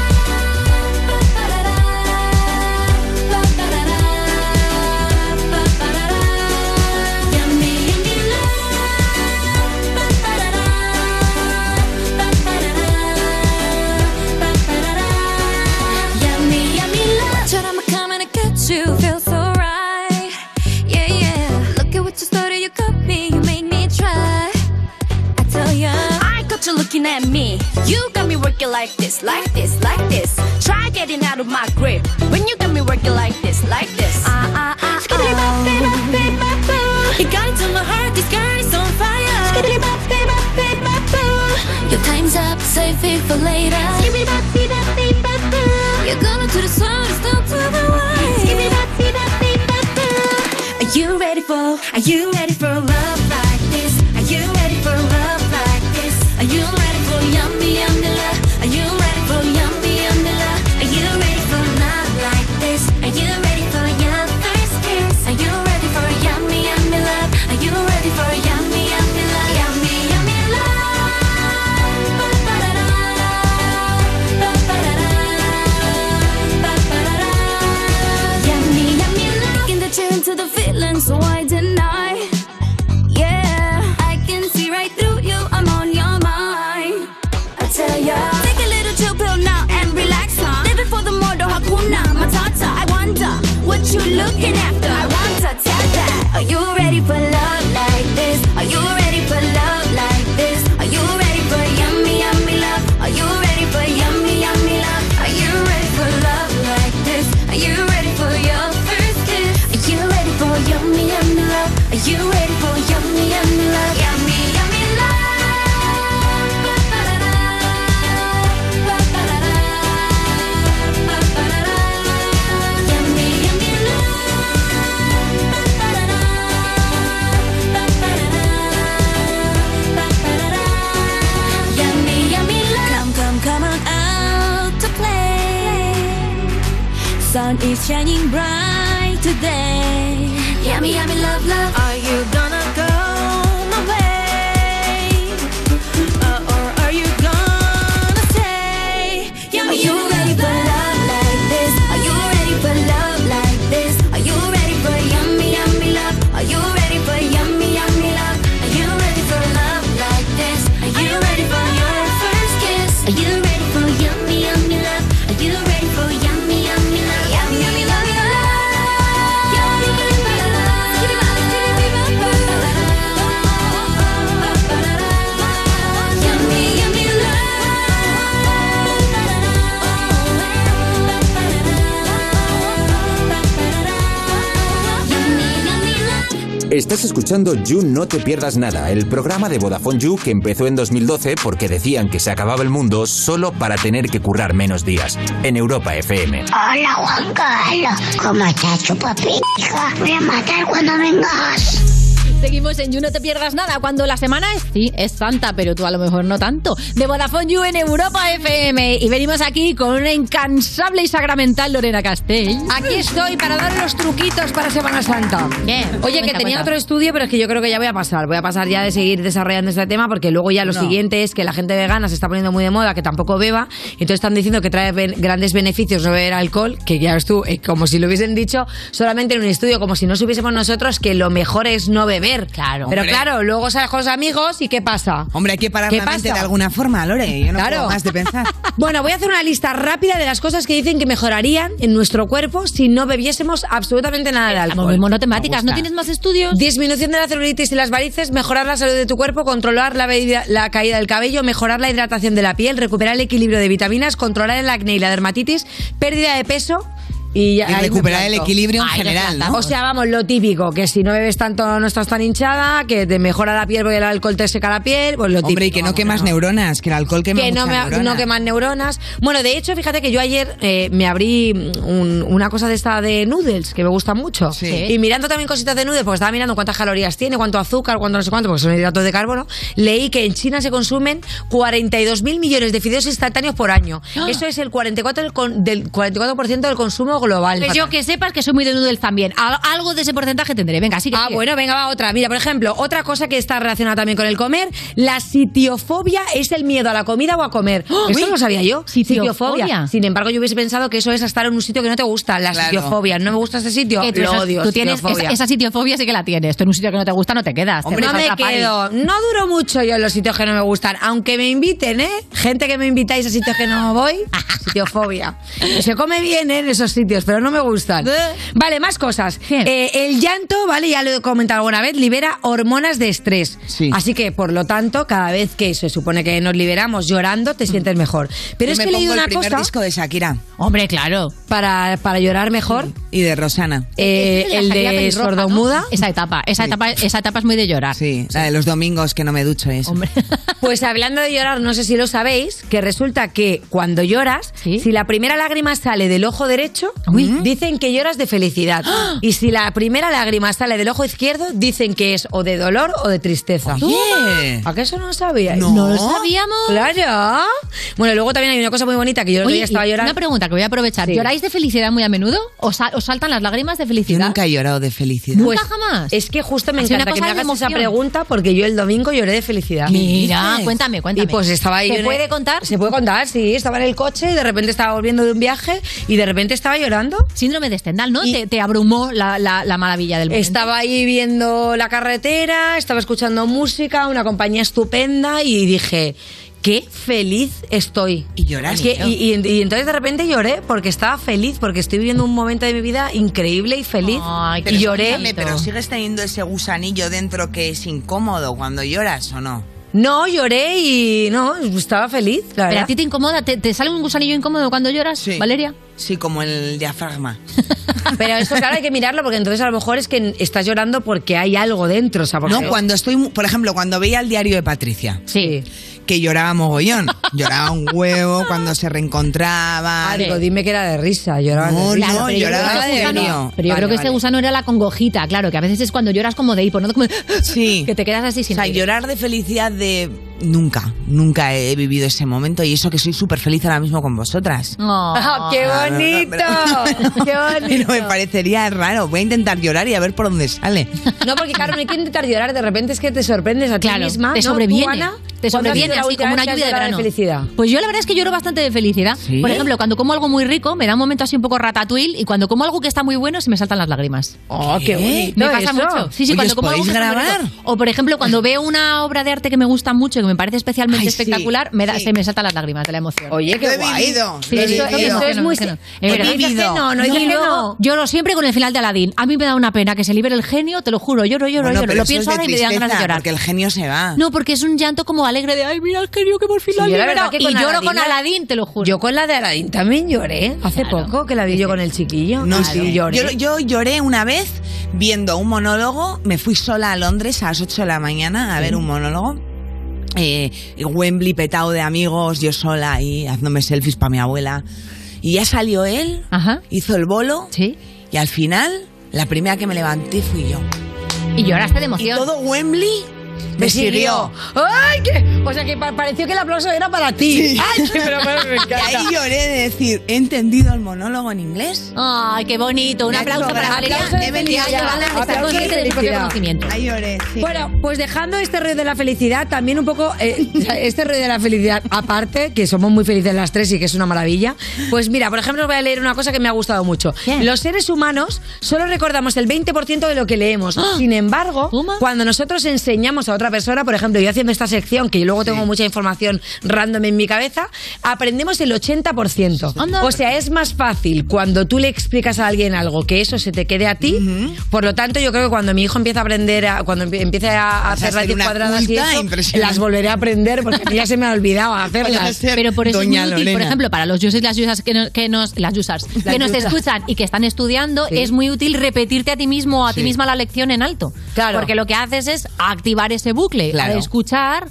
You feel so right, yeah, yeah. Look at what you started, you got me, you make me try. I tell ya, I got you looking at me. You got me working like this, like this, like this. Try getting out of my grip when you got me working like this, like this. Skiddly bop, bop, bop, bop, bop. You got into my heart, this girl is on fire. Skiddly bop, bop, bop, bop, bop. Your time's up, save it for later. Skiddly bop, bop, bop, bop, bop. You're gonna do the sun, it's down to the wire. Are you ready for love like this? Are you ready for love like this? Are you ready for yummy, yummy love? Are you ready for yummy, yummy love? Are you ready for love like this? Are you ready for your first kiss? Are you ready for yummy, yummy love? Are you ready for yummy, yummy love? Yummy, yummy love. Yummy, yummy love. Taking the chance to the feeling, so I deny. Yeah, I can see right through you, I'm on your mind. I tell ya, take a little chill pill now and relax, huh? Live it for the murder, Hakuna Matata. I wonder what you looking after. I want to tell that. Are you ready for love like this? Are you ready for love like this? Are you ready for yummy, yummy love? Are you ready for yummy, yummy love? Are you ready for love like this? Are you ready for your first kiss? Are you ready for yummy, yummy love? Are you ready for yummy, yummy love? Yummy, yummy love. Yummy, yummy love. Yummy, yummy love. Come on out to play. Sun is shining bright today. Yummy, yummy love, love. Are you gonna go my way? Or are you gonna stay? Yummy, are you ready for love like this? Are you ready for love like this? Are you ready for yummy, yummy love? Are you ready for yummy, yummy love? Are you ready for love like this? Are you ready for your first kiss? Are you ready for yummy, yummy love? Are you ready for yummy, yummy love? Yummy, yummy love, love. Estás escuchando You No Te Pierdas Nada, el programa de Vodafone You que empezó en 2012 porque decían que se acababa el mundo solo para tener que currar menos días. En Europa FM. Hola, Juan Carlos. ¿Cómo estás, chupapija? Voy a matar cuando vengas. Seguimos en You, no te pierdas nada. Cuando la semana es santa, pero tú a lo mejor no tanto. De Vodafone You en Europa FM. Y venimos aquí con una incansable y sacramental Lorena Castell. Aquí estoy para dar los truquitos para Semana Santa. Bien. Oye, que tenía otro estudio, pero es que yo creo que ya voy a pasar. Voy a pasar ya de seguir desarrollando este tema, porque luego ya lo siguiente es que la gente vegana se está poniendo muy de moda, que tampoco beba. Entonces están diciendo que trae grandes beneficios no beber alcohol, que ya ves tú, como si lo hubiesen dicho solamente en un estudio, como si no supiésemos nosotros que lo mejor es no beber. Claro. Pero Hombre. claro, luego sales con los amigos y ¿qué pasa? Hombre, hay que parar ¿Qué la mente pasa? de alguna forma, Lore. Yo no Claro. puedo más de pensar. Bueno, voy a hacer una lista rápida de las cosas que dicen que mejorarían en nuestro cuerpo si no bebiésemos absolutamente nada de alcohol. Estamos muy monotemáticas. ¿No tienes más estudios? Disminución de la celulitis y las varices, mejorar la salud de tu cuerpo, controlar la caída del cabello, mejorar la hidratación de la piel, recuperar el equilibrio de vitaminas, controlar el acné y la dermatitis, pérdida de peso, Y Y recuperar el equilibrio en general, ¿no? O sea, vamos, lo típico, que si no bebes tanto no estás tan hinchada, que te mejora la piel porque el alcohol te seca la piel, pues lo típico. Hombre, y que no quemas neuronas, que el alcohol quema Que no quemas neuronas. Bueno, de hecho, fíjate que yo ayer me abrí una cosa de esta de noodles, que me gusta mucho. Sí. Y mirando también cositas de noodles, porque estaba mirando cuántas calorías tiene, cuánto azúcar, cuánto no sé cuánto, porque son hidratos de carbono, leí que en China se consumen 42.000 millones de fideos instantáneos por año. Eso es el 44% del consumo global. Pues yo que sepas que soy muy de noodles también. Algo de ese porcentaje tendré. Venga, sí que sigue. Bueno, venga, va otra. Mira, por ejemplo, otra cosa que está relacionada también con el comer, la sitiofobia es el miedo a la comida o a comer. Eso lo sabía yo. Sitiofobia. Sin embargo, yo hubiese pensado que eso es estar en un sitio que no te gusta. La sitiofobia. No me gusta este sitio, lo odio. Tú tienes esa sitiofobia, sí que la tienes. Tú en un sitio que no te gusta no te quedas. Hombre, no me quedo. No duro mucho yo en los sitios que no me gustan. Aunque me inviten, gente que me invitáis a sitios que no voy, sitiofobia. Se come bien en esos sitios, pero no me gustan. Vale, más cosas. El llanto, vale, ya lo he comentado alguna vez, libera hormonas de estrés. Sí. Así que, por lo tanto, cada vez que se supone que nos liberamos llorando, te sientes mejor. Pero Yo es me que he leído pongo una el primer cosa disco de Shakira. Hombre, claro. para llorar mejor. Y de Rosana. El de sordomuda. ¿no? Esa etapa es muy de llorar. Sí, la de los domingos que no me ducho eso. Hombre. Pues hablando de llorar, no sé si lo sabéis, que resulta que cuando lloras, si la primera lágrima sale del ojo derecho, dicen que lloras de felicidad. Y si la primera lágrima sale del ojo izquierdo, dicen que es o de dolor o de tristeza. Oye. ¿A qué eso no lo sabíais? No lo sabíamos. Claro. Bueno, luego también hay una cosa muy bonita que yo el otro día estaba llorando. Una pregunta que voy a aprovechar. Sí. ¿Lloráis de felicidad muy a menudo? ¿Os saltan las lágrimas de Yo felicidad? nunca he llorado de felicidad. Pues, ¿Nunca jamás? Es que justo me Ha sido encanta una que me cosa de hagas esa emoción. pregunta porque yo el domingo lloré de felicidad. Mira, cuéntame. Y pues estaba ahí. ¿Se puede contar? Se puede contar, sí. Estaba en el coche y de repente estaba volviendo de un viaje y de repente estaba llorando. Síndrome de Stendhal, ¿no? Te abrumó la maravilla del momento. Estaba ahí viendo la carretera, estaba escuchando música, una compañía estupenda y dije... ¡Qué feliz estoy! Y lloraste. Y entonces de repente lloré porque estaba feliz, porque estoy viviendo un momento de mi vida increíble y feliz. Ay, y lloré. Escúchame, pero ¿sigues teniendo ese gusanillo dentro que es incómodo cuando lloras o no? No, lloré y no, estaba feliz, la ¿Pero verdad. a ti te incomoda? ¿Te sale un gusanillo incómodo cuando lloras, Sí. Valeria? Sí, como el diafragma. Pero eso, claro, hay que mirarlo porque entonces a lo mejor es que estás llorando porque hay algo dentro. O sea, porque... No, cuando estoy, por ejemplo, cuando veía el diario de Patricia. Sí. Que lloraba mogollón. Lloraba un huevo cuando se reencontraban. Ah, digo, dime que era de risa. Lloraba No, de risa. no, pero yo lloraba creo que de ese gusano- genio. Pero yo creo que ese gusano era la congojita, claro, que a veces es cuando lloras como de hipo, ¿no? Como Sí. que te quedas así O sin sea, aire. llorar de felicidad de... Nunca he vivido ese momento y eso que soy súper feliz ahora mismo con vosotras. Oh. ¡Ah, ¡Qué bonito! ¡Qué bonito! Pero me parecería raro. Voy a intentar llorar y a ver por dónde sale. No, porque claro, no hay que intentar llorar. De repente es que te sorprendes a ti Claro, misma. te ¿no? sobreviene. ¿Tú, Ana? Te ¿Cuándo ha sobreviene sido la así última como una vez que has lluvia de llorado verano. felicidad? Pues yo la verdad es que lloro bastante de felicidad. ¿Sí? Por ejemplo, cuando como algo muy rico, me da un momento así un poco ratatouille y cuando como algo que está muy bueno se me saltan las lágrimas. ¡Oh, qué bonito! Me pasa eso. mucho. Sí, Oye, cuando ¿os como algo que podéis está muy grabar? rico. O por ejemplo, cuando veo una obra de arte que me gusta mucho y que me parece especialmente Ay, sí, espectacular, sí. se me saltan las lágrimas de la emoción. Oye, Lo qué he guay. vivido, Sí, lo he esto vivido. es muy... Es He verdad. vivido. vivido. No Y dices que luego no. lloro siempre con el final de Aladdin. A mí me da una pena que se libere el genio, te lo juro, lloro. Bueno, Lo pero eso pienso es ahora de y me dan ganas de tristeza, llorar. porque el genio se va. No, porque es un llanto como alegre de, ay, mira el genio que por fin Sí, lo ha yo la liberado. verdad que Y con lloro Aladdin con Aladdin, te lo juro. Yo con la de Aladdin también lloré. Hace Claro. poco que la vi yo con el chiquillo. No, Sí, sí. lloré. Yo lloré una vez viendo un monólogo. Me fui sola a Londres a las 8 de la mañana a ver un monólogo. Wembley petado de amigos, yo sola ahí haciéndome selfies para mi abuela. Y ya salió él, hizo el bolo. Sí. Y al final, la primera que me levanté fui yo. Y lloraste de Y emoción. todo Wembley me siguió. ¡Ay, qué! O sea, que pareció que el aplauso era para ti. Sí. ¡Ay, qué pero me Y encanta! ahí lloré de decir, ¿he entendido el monólogo en inglés? Ay, qué bonito. Un Me ha aplauso hecho para gracia. Valeria. Aplauso de He venido felicidad. ya. Ganas de estar Aplauso de consciente de tu propio felicidad. conocimiento. Ahí lloré, sí. Bueno, pues dejando este rollo de la felicidad, también un poco este rollo de la felicidad, aparte, que somos muy felices las tres y que es una maravilla, pues mira, por ejemplo, os voy a leer una cosa que me ha gustado mucho. ¿Qué? Los seres humanos solo recordamos el 20% de lo que leemos. Sin embargo, cuando nosotros enseñamos aprendemos a otra persona, por ejemplo, yo haciendo esta sección, que yo luego tengo mucha información random en mi cabeza, aprendemos el 80%. O sea, es más fácil cuando tú le explicas a alguien algo que eso se te quede a ti. Por lo tanto, yo creo que cuando mi hijo empiece a aprender, cuando empiece a hacer raíces cuadradas y eso, las volveré a aprender porque ya se me ha olvidado hacerlas. Pero por eso es muy útil, por ejemplo, para los users y las users que nos escuchan y que están estudiando, es muy útil repetirte a ti mismo o a ti misma la lección en alto. Claro. Porque lo que haces es activar ese bucle, Claro. escuchar.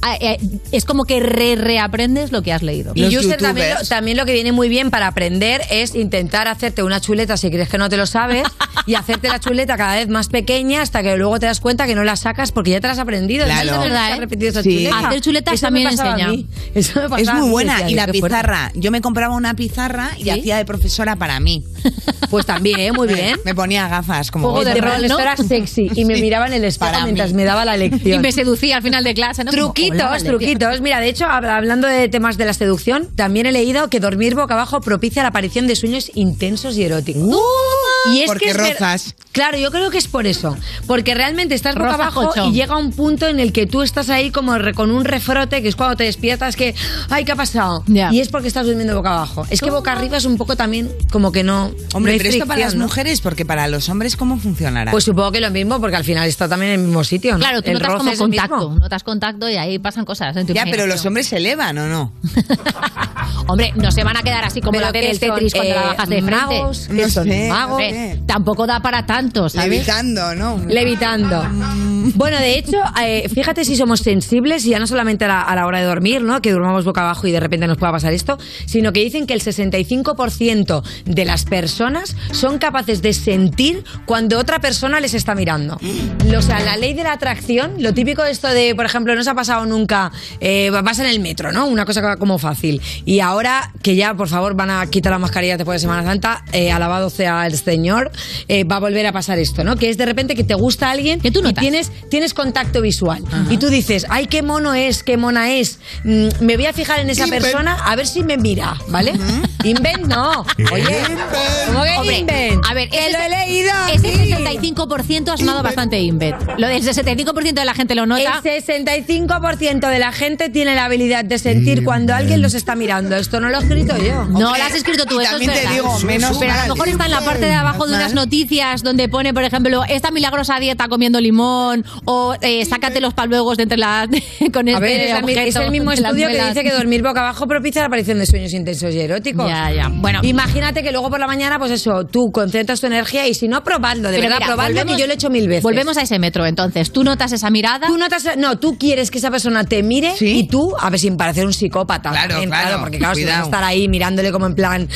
Es como que reaprendes lo que has leído. Y User también lo que viene muy bien para aprender es intentar hacerte una chuleta si crees que no te lo sabes y hacerte la chuleta cada vez más pequeña hasta que luego te das cuenta que no la sacas porque ya te la has aprendido. Claro. Es verdad, Has repetido esa Sí. chuleta. Hacer chuletas Eso también me pasaba enseña. a mí. Eso me pasaba Es a muy mí, buena. decía Y yo, la qué fuerte. pizarra. Yo me compraba una pizarra y hacía de profesora para mí. Pues también, muy bien. Me ponía gafas como... Juego de rol, esto era sexy y me miraba en el espejo Para mientras mí. me daba la lección. Y me seducía al final de clase, ¿no? Truquitos. Mira, de hecho, hablando de temas de la seducción, también he leído que dormir boca abajo propicia la aparición de sueños intensos y eróticos. Y es porque que es rozas. Claro, yo creo que es por eso. Porque realmente estás boca Roza abajo colchón. y llega un punto en el que tú estás ahí como con un refrote, que es cuando te despiertas que, ay, ¿qué ha pasado? Y es porque estás durmiendo boca abajo. Es que boca arriba es un poco también como que no... Hombre, no hay pero esto para las fricción, ¿no? mujeres, porque para los hombres, ¿cómo funcionará? Pues supongo que lo mismo, porque al final está también en el mismo sitio, ¿no? Claro, tú El notas roce como es el mismo. contacto, notas contacto y ahí pasan cosas. En tu Ya, pero imaginación. los hombres se elevan, ¿o no? Hombre, no se van a quedar así como Pero la que del Tetris son, cuando la bajas de frente. magos, que son magos. Hombre, tampoco da para tanto, ¿sabes? Levitando, ¿no? Levitando. Bueno, de hecho, fíjate si somos sensibles, y ya no solamente a la hora de dormir, ¿no? Que durmamos boca abajo y de repente nos pueda pasar esto, sino que dicen que el 65% de las personas son capaces de sentir cuando otra persona les está mirando. O sea, la ley de la atracción, lo típico de esto de, por ejemplo, no se ha pasado nunca, vas en el metro, ¿no? Una cosa como fácil. Y ahora que ya, por favor, van a quitar la mascarilla después de Semana Santa, alabado sea el Señor, va a volver a pasar esto, ¿no? Que es de repente que te gusta alguien que tú notas. Y tienes contacto visual. Ajá. Y tú dices, ay, qué mono es, qué mona es. Me voy a fijar en esa persona a ver si me mira, ¿vale? Invent no. Oye, ¿cómo que Hombre, invent? a ver, que lo he leído. Ese aquí. 65% ha sonado bastante invent. Lo del 65% de la gente lo nota. El 65% de la gente tiene la habilidad de sentir cuando alguien los está mirando. Esto no lo he escrito yo. No lo has escrito tú, y eso también es te verdad. digo, menos pero a mal. lo mejor está en la parte de abajo de unas noticias donde pone, por ejemplo, esta milagrosa dieta comiendo limón o sácate los paluegos de entre las con A este ver, objeto es el mismo de las estudio que velas. dice que dormir boca abajo propicia la aparición de sueños intensos y eróticos. Ya. Bueno, imagínate que luego por la mañana, pues eso, tú concentras tu energía y si no, probadlo, de pero verdad, mira, probadlo, que yo lo he hecho 1000 veces. Volvemos a ese metro, entonces. ¿Tú notas esa mirada? Tú quieres que esa persona te mire y tú, a ver, sin parecer un psicópata. Claro, también, claro, porque claro, si vas a cuidado. estar ahí mirándole como en plan...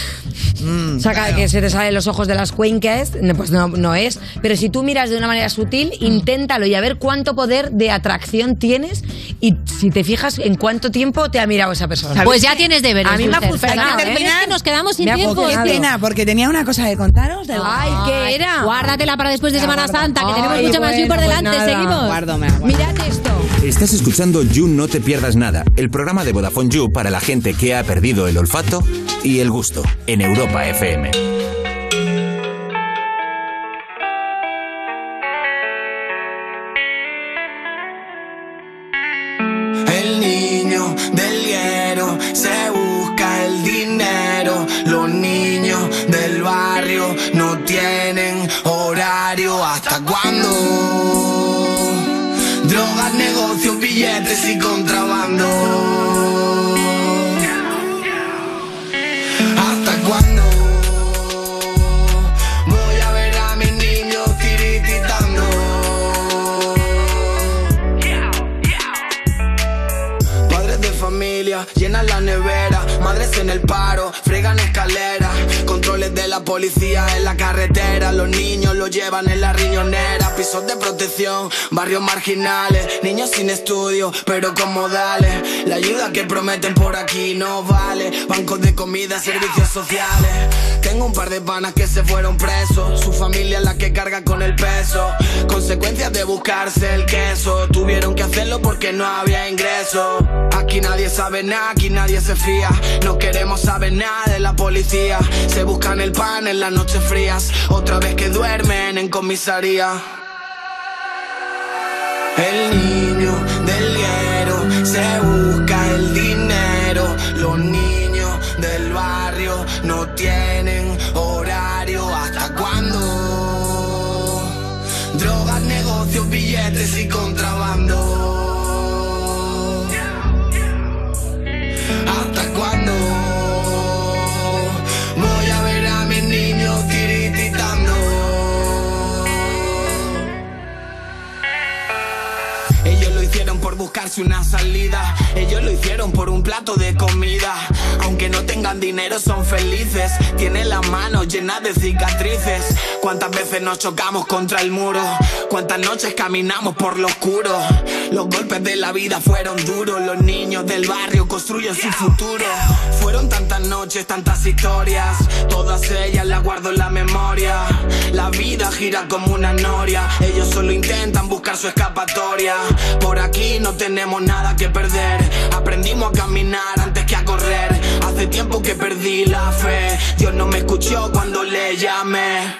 saca que se te salen los ojos de las cuencas, pues no es. Pero si tú miras de una manera sutil, inténtalo y a ver cuánto poder de atracción tienes y si te fijas en cuánto tiempo te ha mirado esa persona. Pues ya tienes deberes. A mí me ha User. funcionado, Pero es que nos quedamos sin Me ha tiempo. funcionado. Qué pena, porque tenía una cosa que contaros. Ay, ¿qué era? Guárdatela para después de Semana Santa, que tenemos Ay, mucho más bueno, por pues delante. nada. Seguimos. Guárdame. Mirad esto. Estás escuchando You No Te Pierdas Nada, el programa de Vodafone You para la gente que ha perdido el olfato y el gusto, en Europa FM. El niño del hierro se busca el dinero. Los niños del barrio no tienen horario. ¿Hasta cuándo? Drogas, negocios, billetes y contrabando. ¿Hasta cuándo? Voy a ver a mis niños tirititando. Padres de familia llenan la nevera, madres en el paro, fregan escaleras, controles de la policía en la carretera, los niños los llevan en la riñonera, pisos de protección, barrios marginales, niños sin estudio, pero con modales, la ayuda que prometen por aquí no vale, bancos de comida, servicios sociales. Tengo un par de panas que se fueron presos, su familia es la que carga con el peso, consecuencias de buscarse el queso, tuvieron que hacerlo porque no había ingreso. Aquí nadie sabe nada, aquí nadie se fía, no queremos saber nada de la policía, se buscan el pan en las noches frías, otra vez que duermen en comisaría. El niño Drogas, negocios, billetes y contrabando. ¿Hasta cuándo voy a ver a mis niños tirititando? Ellos lo hicieron por buscarse una salida. Ellos lo hicieron por un plato de comida. Aunque no tengan dinero son felices. Tienen las manos llenas de cicatrices. Cuántas veces nos chocamos contra el muro. Cuántas noches caminamos por lo oscuro. Los golpes de la vida fueron duros. Los niños del barrio construyen su futuro. Fueron tantas noches, tantas historias. Todas ellas las guardo en la memoria. La vida gira como una noria. Ellos solo intentan buscar su escapatoria. Por aquí no tenemos nada que perder. Aprendimos a caminar antes que a correr. Hace tiempo que perdí la fe. Dios no me escuchó cuando le llamé.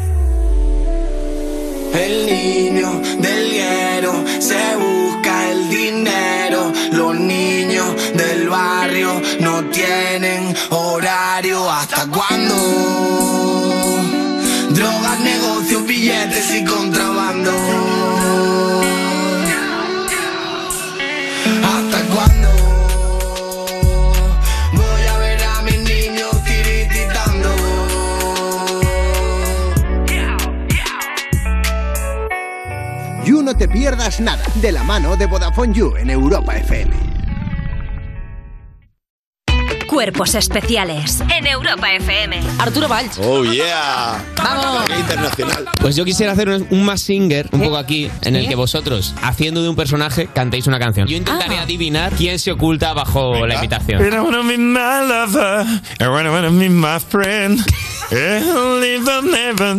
El niño del hierro se busca el dinero. Los niños del barrio no tienen horario. ¿Hasta cuándo? Drogas, negocios, billetes y contrabando. ¿Hasta cuándo voy a ver a mis niños tirititando? You No Te Pierdas Nada, de la mano de Vodafone You en Europa FM. Cuerpos especiales en Europa FM. Arturo Valls. Oh yeah. Vamos. Internacional. Pues yo quisiera hacer un Mask Singer un poco aquí, en el que vosotros, haciendo de un personaje, cantéis una canción. Yo intentaré adivinar quién se oculta bajo la imitación. I wanna be my lover, I wanna be my friend. Live on heaven.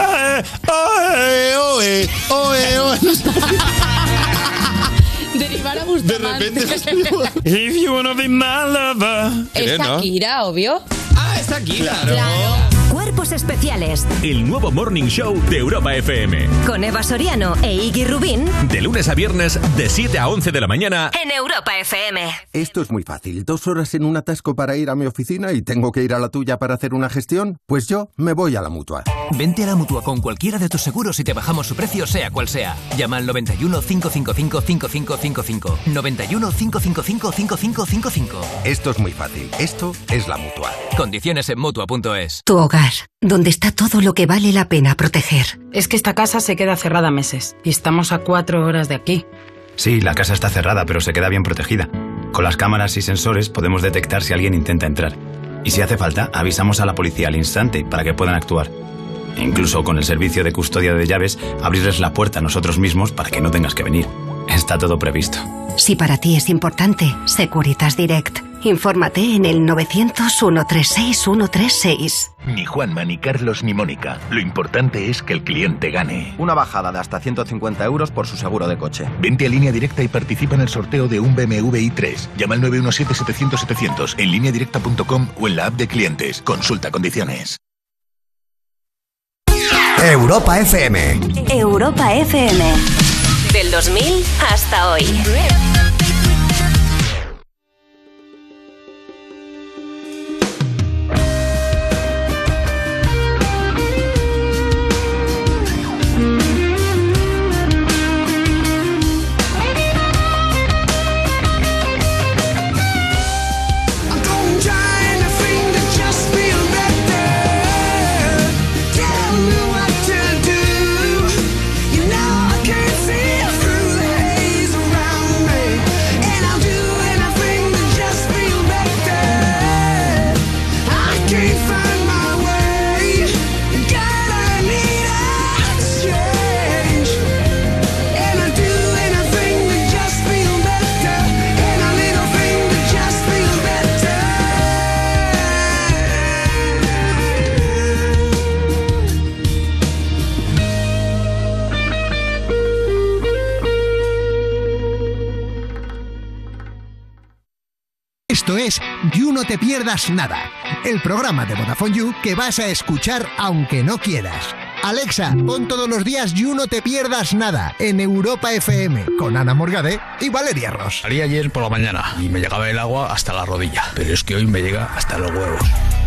Derivar a Bustamante. De repente If you wanna be my lover. Es Shakira, obvio. Ah, es Shakira. Claro. Cuerpos especiales. El nuevo Morning Show de Europa FM. Con Eva Soriano e Iggy Rubín. De lunes a viernes, de 7 a 11 de la mañana. En Europa FM. Esto es muy fácil. 2 horas en un atasco para ir a mi oficina y tengo que ir a la tuya para hacer una gestión. Pues yo me voy a la Mutua. Vente a la Mutua con cualquiera de tus seguros y te bajamos su precio sea cual sea. Llama al 91 555 5555. 91 555 5555. Esto es muy fácil. Esto es la Mutua. Condiciones en Mutua.es. Tu hogar, donde está todo lo que vale la pena proteger. Es que esta casa se queda cerrada meses y estamos a 4 horas de aquí. Sí, la casa está cerrada, pero se queda bien protegida. Con las cámaras y sensores podemos detectar si alguien intenta entrar. Y si hace falta, avisamos a la policía al instante para que puedan actuar. Incluso con el servicio de custodia de llaves, abrirles la puerta a nosotros mismos para que no tengas que venir. Está todo previsto. Si para ti es importante, Securitas Direct. Infórmate en el 900-136-136. Ni Juanma, ni Carlos, ni Mónica. Lo importante es que el cliente gane. Una bajada de hasta 150 euros por su seguro de coche. Vente a Línea Directa y participa en el sorteo de un BMW i3. Llama al 917-700-700 en lineadirecta.com o en la app de clientes. Consulta condiciones. Europa FM. Europa FM. Del 2000 hasta hoy. Esto es You No Te Pierdas Nada, el programa de Vodafone You que vas a escuchar aunque no quieras. Alexa, pon todos los días You No Te Pierdas Nada en Europa FM con Ana Morgade y Valeria Ross. Salí ayer por la mañana y me llegaba el agua hasta la rodilla, pero es que hoy me llega hasta los huevos.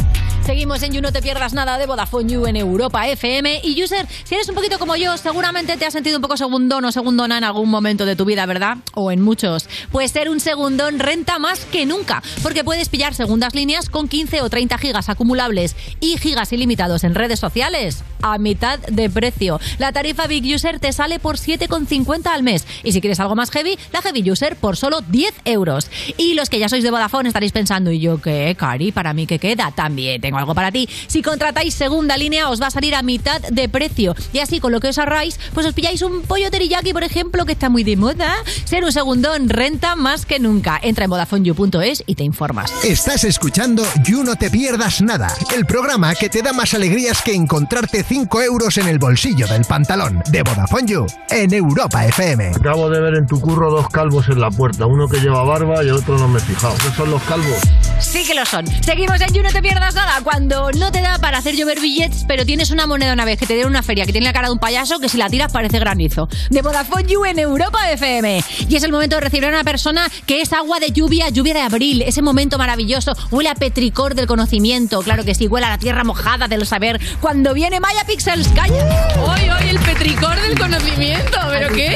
Seguimos en You, no te pierdas nada de Vodafone You en Europa FM. Y User, si eres un poquito como yo, seguramente te has sentido un poco segundón o segundona en algún momento de tu vida, ¿verdad? O en muchos. Pues ser un segundón renta más que nunca, porque puedes pillar segundas líneas con 15 o 30 gigas acumulables y gigas ilimitados en redes sociales a mitad de precio. La tarifa Big User te sale por 7,50 al mes. Y si quieres algo más heavy, la Heavy User por solo 10 euros. Y los que ya sois de Vodafone estaréis pensando, ¿y yo qué, Cari? ¿Para mí qué queda? También tengo algo para ti. Si contratáis segunda línea, os va a salir a mitad de precio. Y así, con lo que os ahorráis, pues os pilláis un pollo teriyaki, por ejemplo, que está muy de moda. Ser un segundón renta más que nunca. Entra en VodafoneYou.es y te informas. Estás escuchando You, no te pierdas nada, el programa que te da más alegrías que encontrarte 5 euros en el bolsillo del pantalón, de Vodafone You en Europa FM. Acabo de ver en tu curro 2 calvos en la puerta, uno que lleva barba y el otro no me he fijado. ¿Qué son los calvos? Sí que lo son. Seguimos en You, no te pierdas nada. Cuando no te da para hacer llover billets, pero tienes una moneda una vez que te dieron una feria que tiene la cara de un payaso que si la tiras parece granizo. De Vodafone You en Europa FM. Y es el momento de recibir a una persona que es agua de lluvia, lluvia de abril. Ese momento maravilloso. Huele a petricor del conocimiento. Claro que sí, huele a la tierra mojada del saber. Cuando viene Maya Pixels, calla. Hoy, el petricor del conocimiento. ¿Pero qué?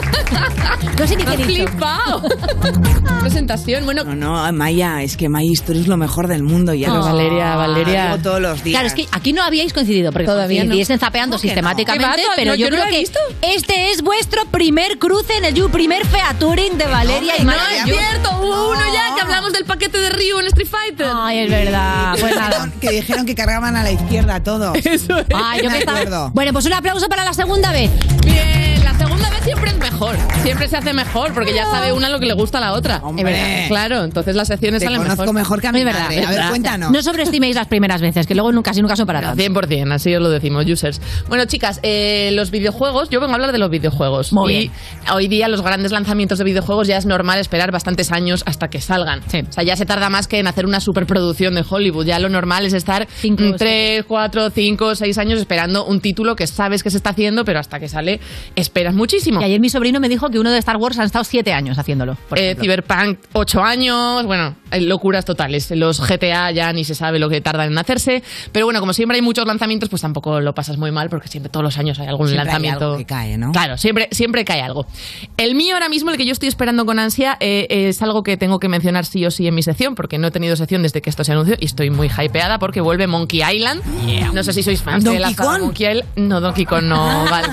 No sé ni qué he dicho. Flipao. Presentación, bueno. No, Maya, es que Maya, tú eres lo mejor del mundo. Ya Oh, Valeria. Lo digo todos los días. Claro, es que aquí no habíais coincidido, porque todavía coincidís en Zapeando sistemáticamente, no? pero No, yo yo no creo lo he que visto. este es vuestro primer cruce en el You, primer featuring de Valeria y No Maya. es cierto, hubo uno ya que hablamos del paquete de Ryu en Street Fighter. Ay, es verdad. Pues nada. Que dijeron que cargaban a la izquierda todos. Eso es. Ay, yo Me que estaba... acuerdo. Bueno, pues un aplauso para la segunda vez. Bien, la segunda vez siempre es mejor. Siempre se hace mejor porque ya sabe una lo que le gusta a la otra. Hombre. Es verdad. Claro, entonces las secciones Te salen conozco mejor que a mi Es verdad, madre. es A ver, verdad. cuéntanos. No sobreestiméis las primeras veces, que luego casi nunca son para tanto. 100%, así os lo decimos, users. Bueno, chicas, los videojuegos, yo vengo a hablar de los videojuegos. Muy y bien. hoy día los grandes lanzamientos de videojuegos ya es normal esperar bastantes años hasta que salgan. Sí. O sea, ya se tarda más que en hacer una superproducción de Hollywood. Ya lo normal es estar 3, 4, 5, 6 años esperando un título que sabes que se está haciendo, pero hasta que sale esperas muchísimo. Y ayer mi sobrino me dijo que uno de Star Wars han estado 7 años haciéndolo. por ejemplo. Cyberpunk 8 años, bueno, hay locuras totales. Los GTA ya ni se sabe lo que tardan en hacerse, pero bueno, como siempre hay muchos lanzamientos, pues tampoco lo pasas muy mal porque siempre todos los años hay algún Siempre hay lanzamiento algo que cae, ¿no? Claro, siempre cae algo. El mío ahora mismo, el que yo estoy esperando con ansia, es algo que tengo que mencionar sí o sí en mi sección, porque no he tenido sección desde que esto se anunció y estoy muy hypeada porque vuelve Monkey Island. No sé si sois fans de la ¿Donkey saga Kong? Monkey Island. No, Donkey Kong no, vale.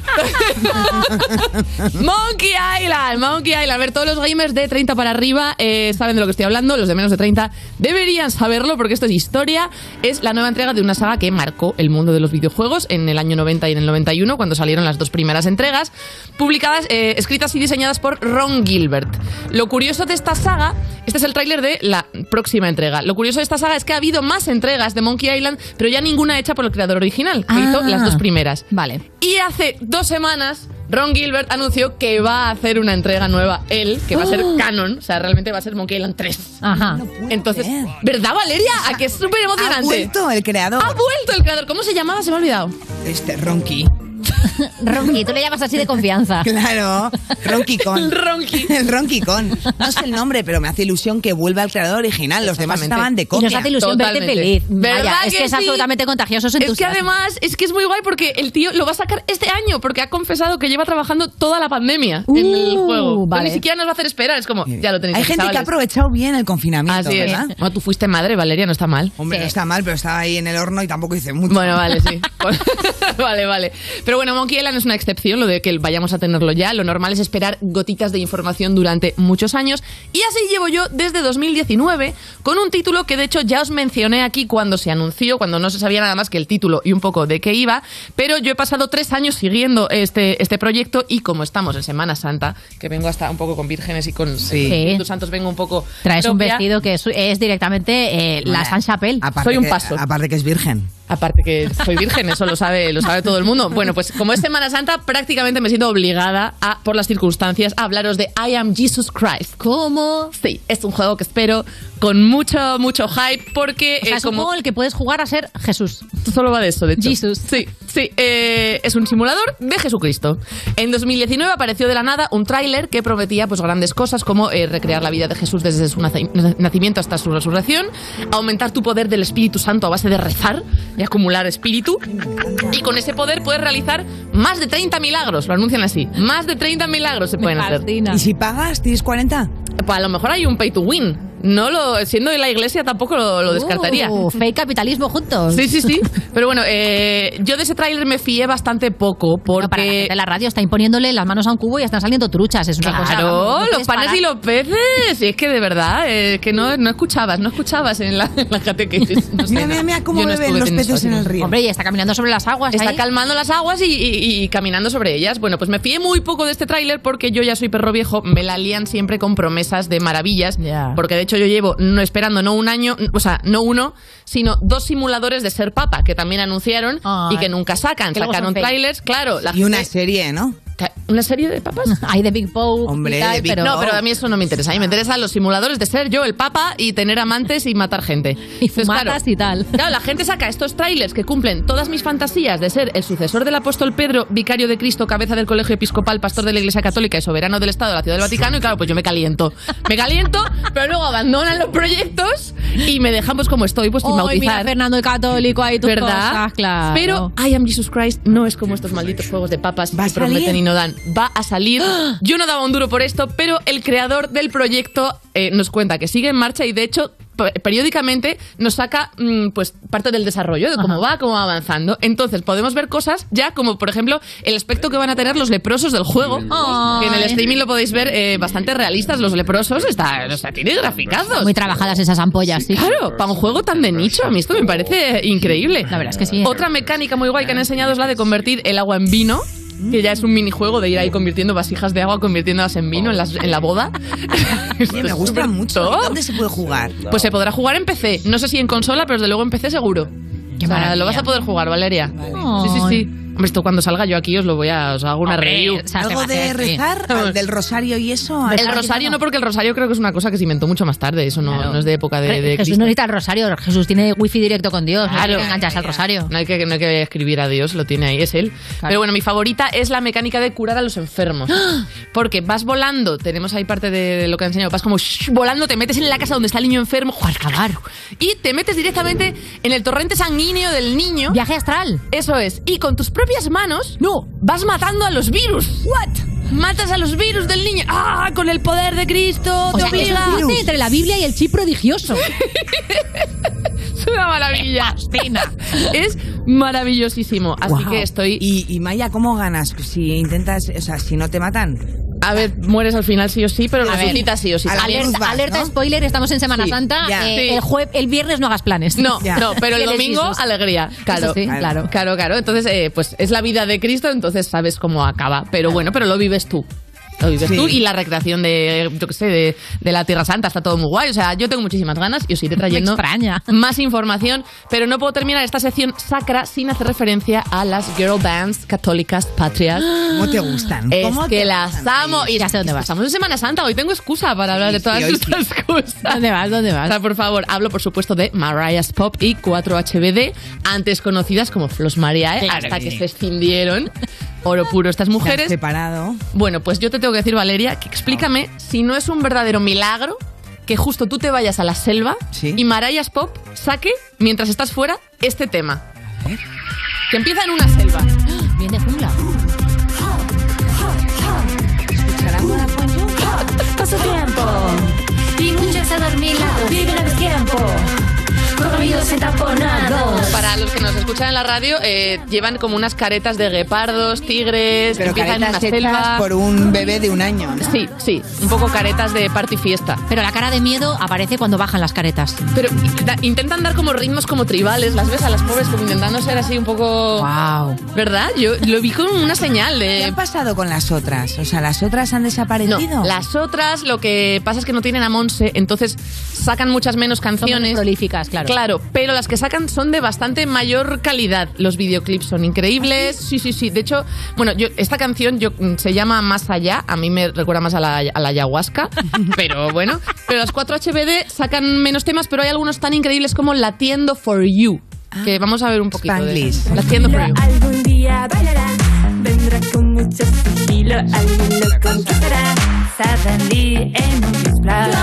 Monkey Island. A ver, todos los gamers de 30 para arriba saben de lo que estoy hablando. Los de menos de 30 deberían saberlo porque esto es historia. Es la nueva entrega de una saga que marcó el mundo de los videojuegos en el año 90 y en el 91, cuando salieron las dos primeras entregas, publicadas, escritas y diseñadas por Ron Gilbert. Lo curioso de esta saga, este es el tráiler de la próxima entrega. Lo curioso de esta saga es que ha habido más entregas de Monkey Island, pero ya ninguna hecha por el creador original, que hizo las dos primeras. Vale. Y hace 2 semanas Ron Gilbert anunció que va a hacer una entrega nueva, él, que va a ser canon, o sea, realmente va a ser Monkey Island 3. Ajá. Entonces, ¿verdad, Valeria? ¿A que es súper emocionante? Ha vuelto el creador. Ha vuelto el creador. ¿Cómo se llamaba? Se me ha olvidado. Ronky. Ronky, tú le llamas así de confianza. Claro, Ronky Con. El Ronky. El Ronky Con. No sé el nombre, pero me hace ilusión que vuelva el creador original. Los demás estaban de Y copia. nos hace ilusión verte Totalmente. feliz. ¿Verdad Vaya, es que que es sí? absolutamente contagioso su Es que entusiasmo. además, es que es muy guay porque el tío lo va a sacar este año, porque ha confesado que lleva trabajando toda la pandemia en el juego. Vale. Ni siquiera nos va a hacer esperar, es como, ya lo tenéis Hay aquí, gente que ha chavales. aprovechado bien el confinamiento, Así es. ¿verdad? Bueno, tú fuiste madre, Valeria, no está mal. Hombre, no está mal, pero estaba ahí en el horno y tampoco hice mucho. Bueno, vale, sí. Vale. Pero bueno, Monkey Island es una excepción, lo de que vayamos a tenerlo ya. Lo normal es esperar gotitas de información durante muchos años. Y así llevo yo desde 2019 con un título que de hecho ya os mencioné aquí cuando se anunció, cuando no se sabía nada más que el título y un poco de qué iba. Pero yo he pasado 3 años siguiendo este proyecto y como estamos en Semana Santa, que vengo hasta un poco con vírgenes y con Espíritus Santos, vengo un poco... Traes un propia. vestido que es directamente la Saint Chapelle. Soy un paso. Aparte que es virgen. Aparte que soy virgen, eso lo sabe todo el mundo. Bueno, pues como es Semana Santa, prácticamente me siento obligada por las circunstancias, a hablaros de I Am Jesus Christ. ¿Cómo? Sí, es un juego que espero con mucho hype porque... O sea, es un juego en el que puedes jugar a ser Jesús. Solo va de eso, de hecho. Jesus. Sí. Es un simulador de Jesucristo. En 2019 apareció de la nada un tráiler que prometía pues grandes cosas como recrear la vida de Jesús desde su nacimiento hasta su resurrección, aumentar tu poder del Espíritu Santo a base de rezar y acumular espíritu, y con ese poder puedes realizar más de 30 milagros, lo anuncian así. Más de 30 milagros se pueden hacer. ¿Y si pagas, tienes 40? Pues a lo mejor hay un pay to win. Siendo de la iglesia tampoco lo descartaría. Fake capitalismo juntos. Sí. Pero bueno, yo de ese tráiler me fié bastante poco porque... Para la gente de la radio está imponiéndole las manos a un cubo y están saliendo truchas. Es una cosa... Claro, no los panes y los peces. Y es que de verdad, que no escuchabas en la catequesis. No sé, mira cómo beben los peces en el río. Hombre, y está caminando sobre las aguas. Está calmando las aguas y caminando sobre ellas. Bueno, pues me fié muy poco de este tráiler porque yo ya soy perro viejo, me la lían siempre con promesas de maravillas. Porque de hecho yo llevo no un año, o sea, no uno, sino 2 simuladores de ser papa que también anunciaron y que nunca sacan. Sacaron trailers, claro. Y una serie, ¿no? ¿Una serie de papas? Hay de Big Pope. Hombre, y tal, de Big pero... No, pero a mí eso no me interesa. A mí me interesan los simuladores de ser yo el papa y tener amantes y matar gente. Y fumatas y tal. Claro, la gente saca estos trailers que cumplen todas mis fantasías de ser el sucesor del apóstol Pedro, vicario de Cristo, cabeza del colegio episcopal, pastor de la Iglesia Católica y soberano del Estado de la Ciudad del Vaticano. Y claro, pues yo me caliento. Pero luego abandonan los proyectos y me dejan pues como estoy, pues sin bautizar. Mira, Fernando el Católico, ahí tus ¿verdad? cosas, claro. Pero I Am Jesus Christ no es como estos malditos juegos de papas que prometen y no dan. Va a salir. Yo no daba un duro por esto, pero el creador del proyecto nos cuenta que sigue en marcha y de hecho periódicamente nos saca pues parte del desarrollo de cómo va avanzando. Entonces podemos ver cosas ya como por ejemplo el aspecto que van a tener los leprosos del juego, que en el streaming lo podéis ver bastante realistas. Los leprosos tiene graficazos, muy trabajadas esas ampollas, sí. Claro, para un juego tan de nicho a mí esto me parece increíble. La verdad es que sí. Otra mecánica muy guay que han enseñado es la de convertir el agua en vino, que ya es un minijuego de ir ahí convirtiendo vasijas de agua, convirtiéndolas en vino en la boda. Oye, me gusta mucho. ¿Dónde se puede jugar? Pues se podrá jugar en PC. No sé si en consola, pero desde luego en PC seguro. Qué maravilla. Lo vas a poder jugar, Valeria. Vale. Sí. Hombre, esto cuando salga yo aquí os hago una review. ¿Algo de rezar? ¿Del rosario y eso? El rosario no, porque el rosario creo que es una cosa que se inventó mucho más tarde. Eso no es de época de Jesús Cristo. no necesita el rosario. Jesús tiene wifi directo con Dios. Claro. No hay que engancharse al rosario. No hay que escribir a Dios, lo tiene ahí, es él. Claro. Pero bueno, mi favorita es la mecánica de curar a los enfermos. Porque vas volando, tenemos ahí parte de lo que he enseñado, vas como volando, te metes en la casa donde está el niño enfermo, y te metes directamente en el torrente sanguíneo del niño. Viaje astral. Eso es. Y con tus propias manos, vas matando a los virus. ¿What? Matas a los virus del niño. ¡Ah! Con el poder de Cristo. O te sea, obliga. Es un cruce entre la Biblia y el chip prodigioso. Es una maravilla. Es maravillosísimo. Así que estoy... Y Maya, ¿cómo ganas? Si intentas... O sea, si no te matan... A ver, mueres al final sí o sí, pero resucitas sí o sí. Alerta spoiler, estamos en Semana Santa. El viernes no hagas planes. No, pero el domingo, alegría. Claro, sí, claro. Entonces, pues es la vida de Cristo, entonces sabes cómo acaba. Pero bueno, pero lo vives tú. Lo vives tú, y la recreación de la Tierra Santa está todo muy guay. O sea, yo tengo muchísimas ganas y os iré trayendo más información, pero no puedo terminar esta sección sacra sin hacer referencia a las girl bands católicas patrias. ¿Cómo te gustan? Es que las amo. Y ya sé dónde vas. Estamos en Semana Santa, hoy tengo excusa para hablar de todas estas cosas. ¿Dónde vas? O sea, por favor, hablo por supuesto de Mariah's Pop y 4HBD, antes conocidas como Flos Mariae, hasta que se escindieron. Oro puro, estas mujeres. Separado. Bueno, pues yo te tengo que decir, Valeria, que explícame si no es un verdadero milagro que justo tú te vayas a la selva y Mariah's Pop saque, mientras estás fuera, este tema. Que empieza en una selva. Bien de jungla. ¿Escucharán Vodafone You? Paso tiempo y muchos adormilados viven a destiempo. Corridos entaponados. Para los que nos escuchan en la radio, llevan como unas caretas de guepardos, tigres, pero empiezan en una caretas selva. Por un bebé de un año, ¿no? Sí, un poco caretas de party fiesta. Pero la cara de miedo aparece cuando bajan las caretas. Pero intentan dar como ritmos como tribales, las ves a las pobres como intentando ser así un poco... Wow. ¿Verdad? Yo lo vi como una señal de... ¿Qué ha pasado con las otras? O sea, ¿las otras han desaparecido? No, las otras lo que pasa es que no tienen a Monse, entonces sacan muchas menos canciones. Son prolíficas, claro. Claro, pero pero las que sacan son de bastante mayor calidad. Los videoclips son increíbles. Sí. De hecho, bueno, esta canción se llama Más Allá. A mí me recuerda más a la ayahuasca. Pero bueno. Pero las 4 HBD sacan menos temas, pero hay algunos tan increíbles como Latiendo for You. Que vamos a ver un poquito Spanglish. de Latiendo for You. Algún día bailará, vendrá con mucho sigilo, alguien lo conquistará. Suddenly en un display.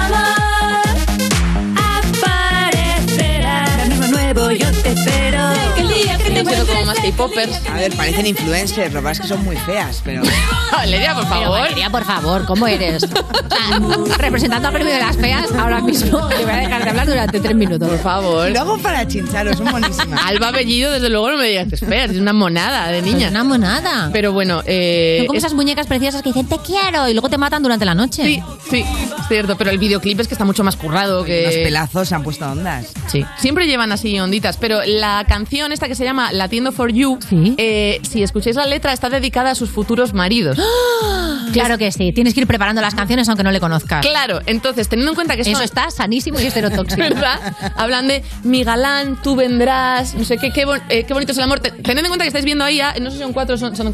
Aparecerá. Camino nuevo, yo te espero. Que el día que te Siendo como más K-popers. A ver, parecen influencers, lo que pasa es que son muy feas, pero... Valeria, por favor. Pero, Valeria, por favor, ¿cómo eres? Representando al premio de las feas, ahora mismo te voy a dejar de hablar durante 3 minutos. Por favor. Lo hago para chincharos, son buenísimas. Alba Bellido, desde luego, no me digas que es fea, es una monada de niña. Es una monada. Pero bueno, son como esas muñecas preciosas que dicen te quiero y luego te matan durante la noche. Sí, es cierto, pero el videoclip es que está mucho más currado que... Los pelazos se han puesto ondas. Sí, siempre llevan así onditas, pero la canción esta que se llama Latiendo for You, si escucháis la letra, está dedicada a sus futuros maridos. Claro que sí, tienes que ir preparando las canciones aunque no le conozcas. Claro, entonces, teniendo en cuenta que eso está sanísimo y estereotóxico. ¿Verdad? Hablan de mi galán, tú vendrás, no sé qué bonito es el amor. Tened en cuenta que estáis viendo ahí, no sé si son 4, son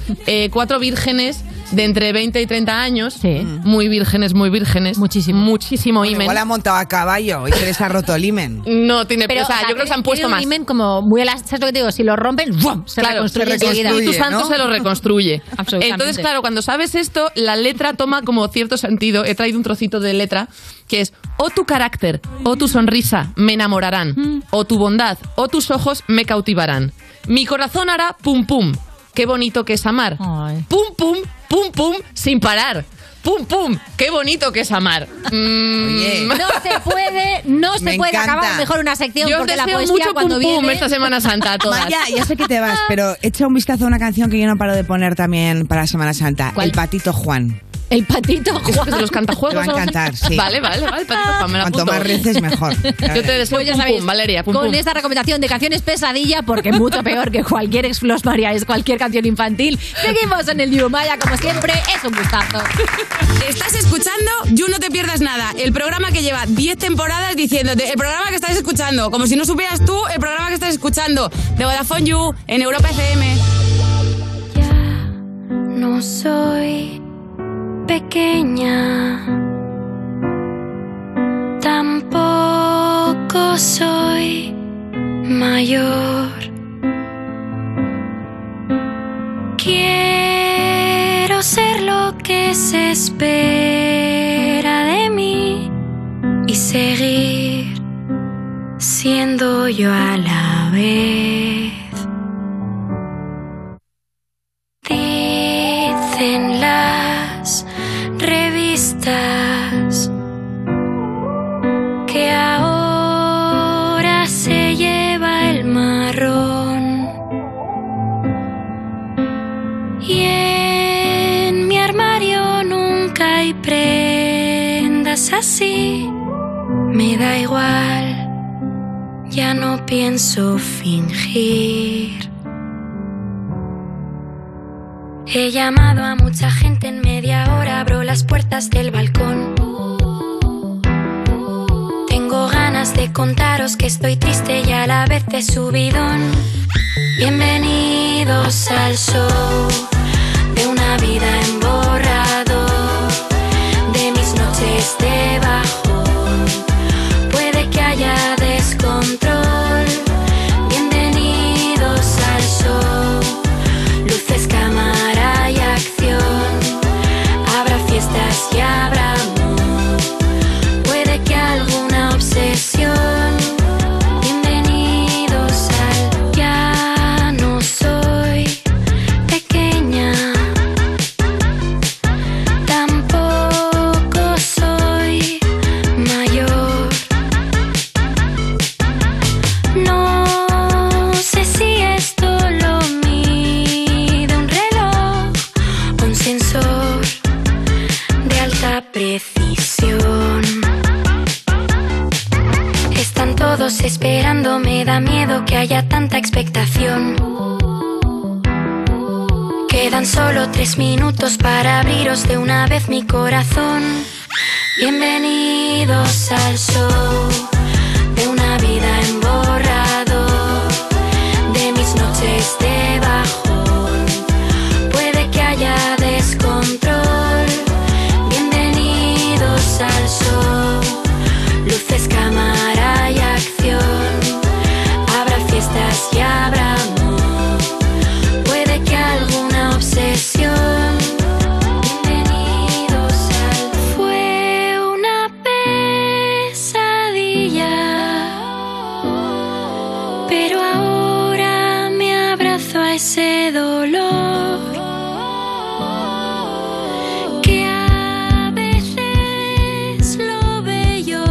4 vírgenes de entre 20 y 30 años. Sí. Muy vírgenes. Muchísimo himen. Igual ha montado a caballo y se les ha roto el himen. No tiene... Pero, o sea, yo creo que se han puesto un más. himen como muy elástico. ¿Sabes lo que te digo? Si lo rompen, ¡bum! Se reconstruye enseguida. El Espíritu Santo se lo reconstruye. Absolutamente. Entonces, claro, cuando sabes esto, la letra toma como cierto sentido. He traído un trocito de letra que es: o tu carácter, o tu sonrisa me enamorarán, o tu bondad, o tus ojos me cautivarán. Mi corazón hará pum pum. Qué bonito que es amar. Ay. Pum pum, pum pum, sin parar. Pum pum, qué bonito que es amar. Oye. No se puede acabar mejor una sección. Yo os porque la deseo poesía mucho cuando pum pum viene... esta Semana Santa a todas. Maya, ya sé que te vas, pero echa un vistazo a una canción que yo no paro de poner también para Semana Santa. ¿Cuál? El Patito Juan. El Patito ¿Eso Juan. que se los canta juegos? Te va a encantar, sí. Vale, Patito Juan, me la Cuanto apunto. más reces, mejor. Yo te deseo Pues ya pum sabéis, pum, Valeria, pum con pum. esta recomendación de canciones pesadilla, porque mucho peor que cualquier Explos María es cualquier canción infantil. Seguimos en el You Maya, como siempre, es un gustazo. Estás escuchando You No Te Pierdas Nada, el programa que lleva 10 temporadas diciéndote el programa que estás escuchando, como si no supieras tú el programa que estás escuchando, de Vodafone You en Europa FM. No soy pequeña, tampoco soy mayor. Quiero ser lo que se espera de mí y seguir siendo yo a la vez. Dicen las revistas que ahora se lleva el marrón, y en mi armario nunca hay prendas así. Me da igual, ya no pienso fingir. He llamado a mucha gente en media hora, abro las puertas del balcón. Tengo ganas de contaros que estoy triste y a la vez de subidón. Bienvenidos al show de una vida en borrador, de mis noches de bajón. Puede que haya descontrol. Bienvenidos al show. Luces, cámara y acción. Habrá fiestas y habrá amor. Puede que alguna obsesión. Bienvenidos al ya no soy pequeña, tampoco soy mayor. No sé si esto lo mide un reloj o un sensor de alta precisión. Están todos esperando, me da miedo que haya tanta expectación. Quedan solo 3 minutos para abriros de una vez mi corazón. Bienvenidos al show de una vida vida en borrado de mis noches de bajón. Puede que haya descontrol. Bienvenidos al show. Luces, cámara y acción. Habrá fiestas y habrá amor. Puede que alguna obsesión. Bienvenidos al... Fue una pesadilla, pero ahora me abrazo a ese dolor que a veces lo bello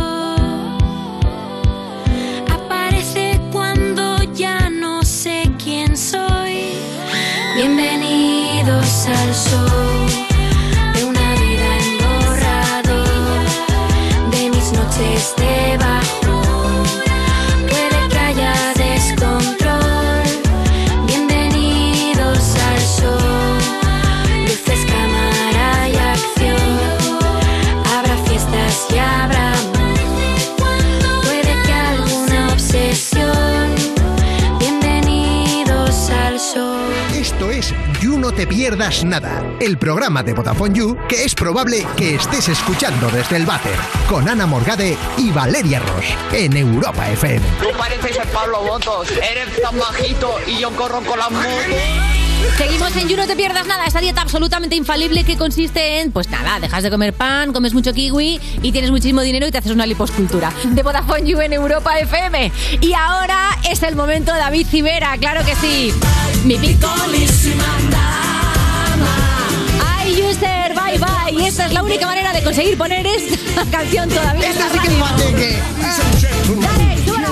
aparece cuando ya no sé quién soy. Bienvenidos al show de una vida emborrado de mis noches de bajón. Puede que haya descontrol. Bienvenidos al show. Luces, cámara y acción. Habrá fiestas y habrá amor. Puede que alguna obsesión. Bienvenidos al show. Esto es You No Te Pierdas Nada, el programa de Vodafone You que es probable que estés escuchando desde el váter, con Ana Morgade y Valeria Ross, en Europa FM. Tú pareces el Pablo Botos, eres tan bajito y yo corro con las motos. Seguimos en You No Te Pierdas Nada, esa dieta absolutamente infalible que consiste en, pues nada, dejas de comer pan, comes mucho kiwi y tienes muchísimo dinero y te haces una liposcultura. De Vodafone You en Europa FM. Y ahora es el momento de David Civera, claro que sí. Mi picolísima dama. Ay, user, bye bye. Y esta es la única manera de conseguir poner esta canción todavía. Esta sí que es guateque. Dale, súbela.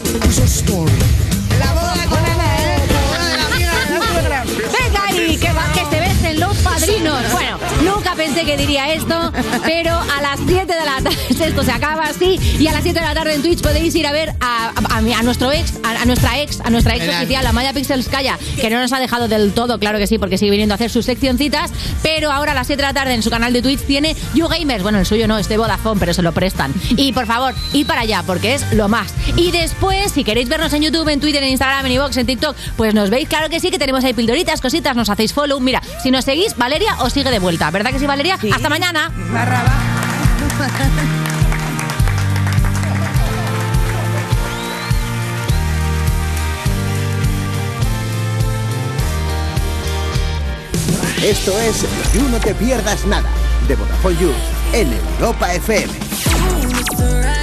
La boda con Ana, ¿eh? Venga ahí, que se besen los padrinos. Bueno, nunca pensé que diría esto, pero a las 7 de la tarde, esto se acaba así, y a las 7 de la tarde en Twitch podéis ir a ver a nuestra ex oficial, Amaya Pixelskaya, que no nos ha dejado del todo, claro que sí, porque sigue viniendo a hacer sus seccioncitas, pero ahora a las 7 de la tarde en su canal de Twitch tiene You Gamers. Bueno, el suyo no, es de Vodafone, pero se lo prestan. Y por favor, id para allá, porque es lo más. Y después, si queréis vernos en YouTube, en Twitter, en Instagram, en iVoox, en TikTok, pues nos veis, claro que sí, que tenemos ahí pildoritas, cositas, nos hacéis follow. Mira, si nos seguís, Valeria os sigue de vuelta, ¿verdad que sí, Valeria? Sí. Hasta mañana. Esto es You No Te Pierdas Nada, de Vodafone You, en Europa FM.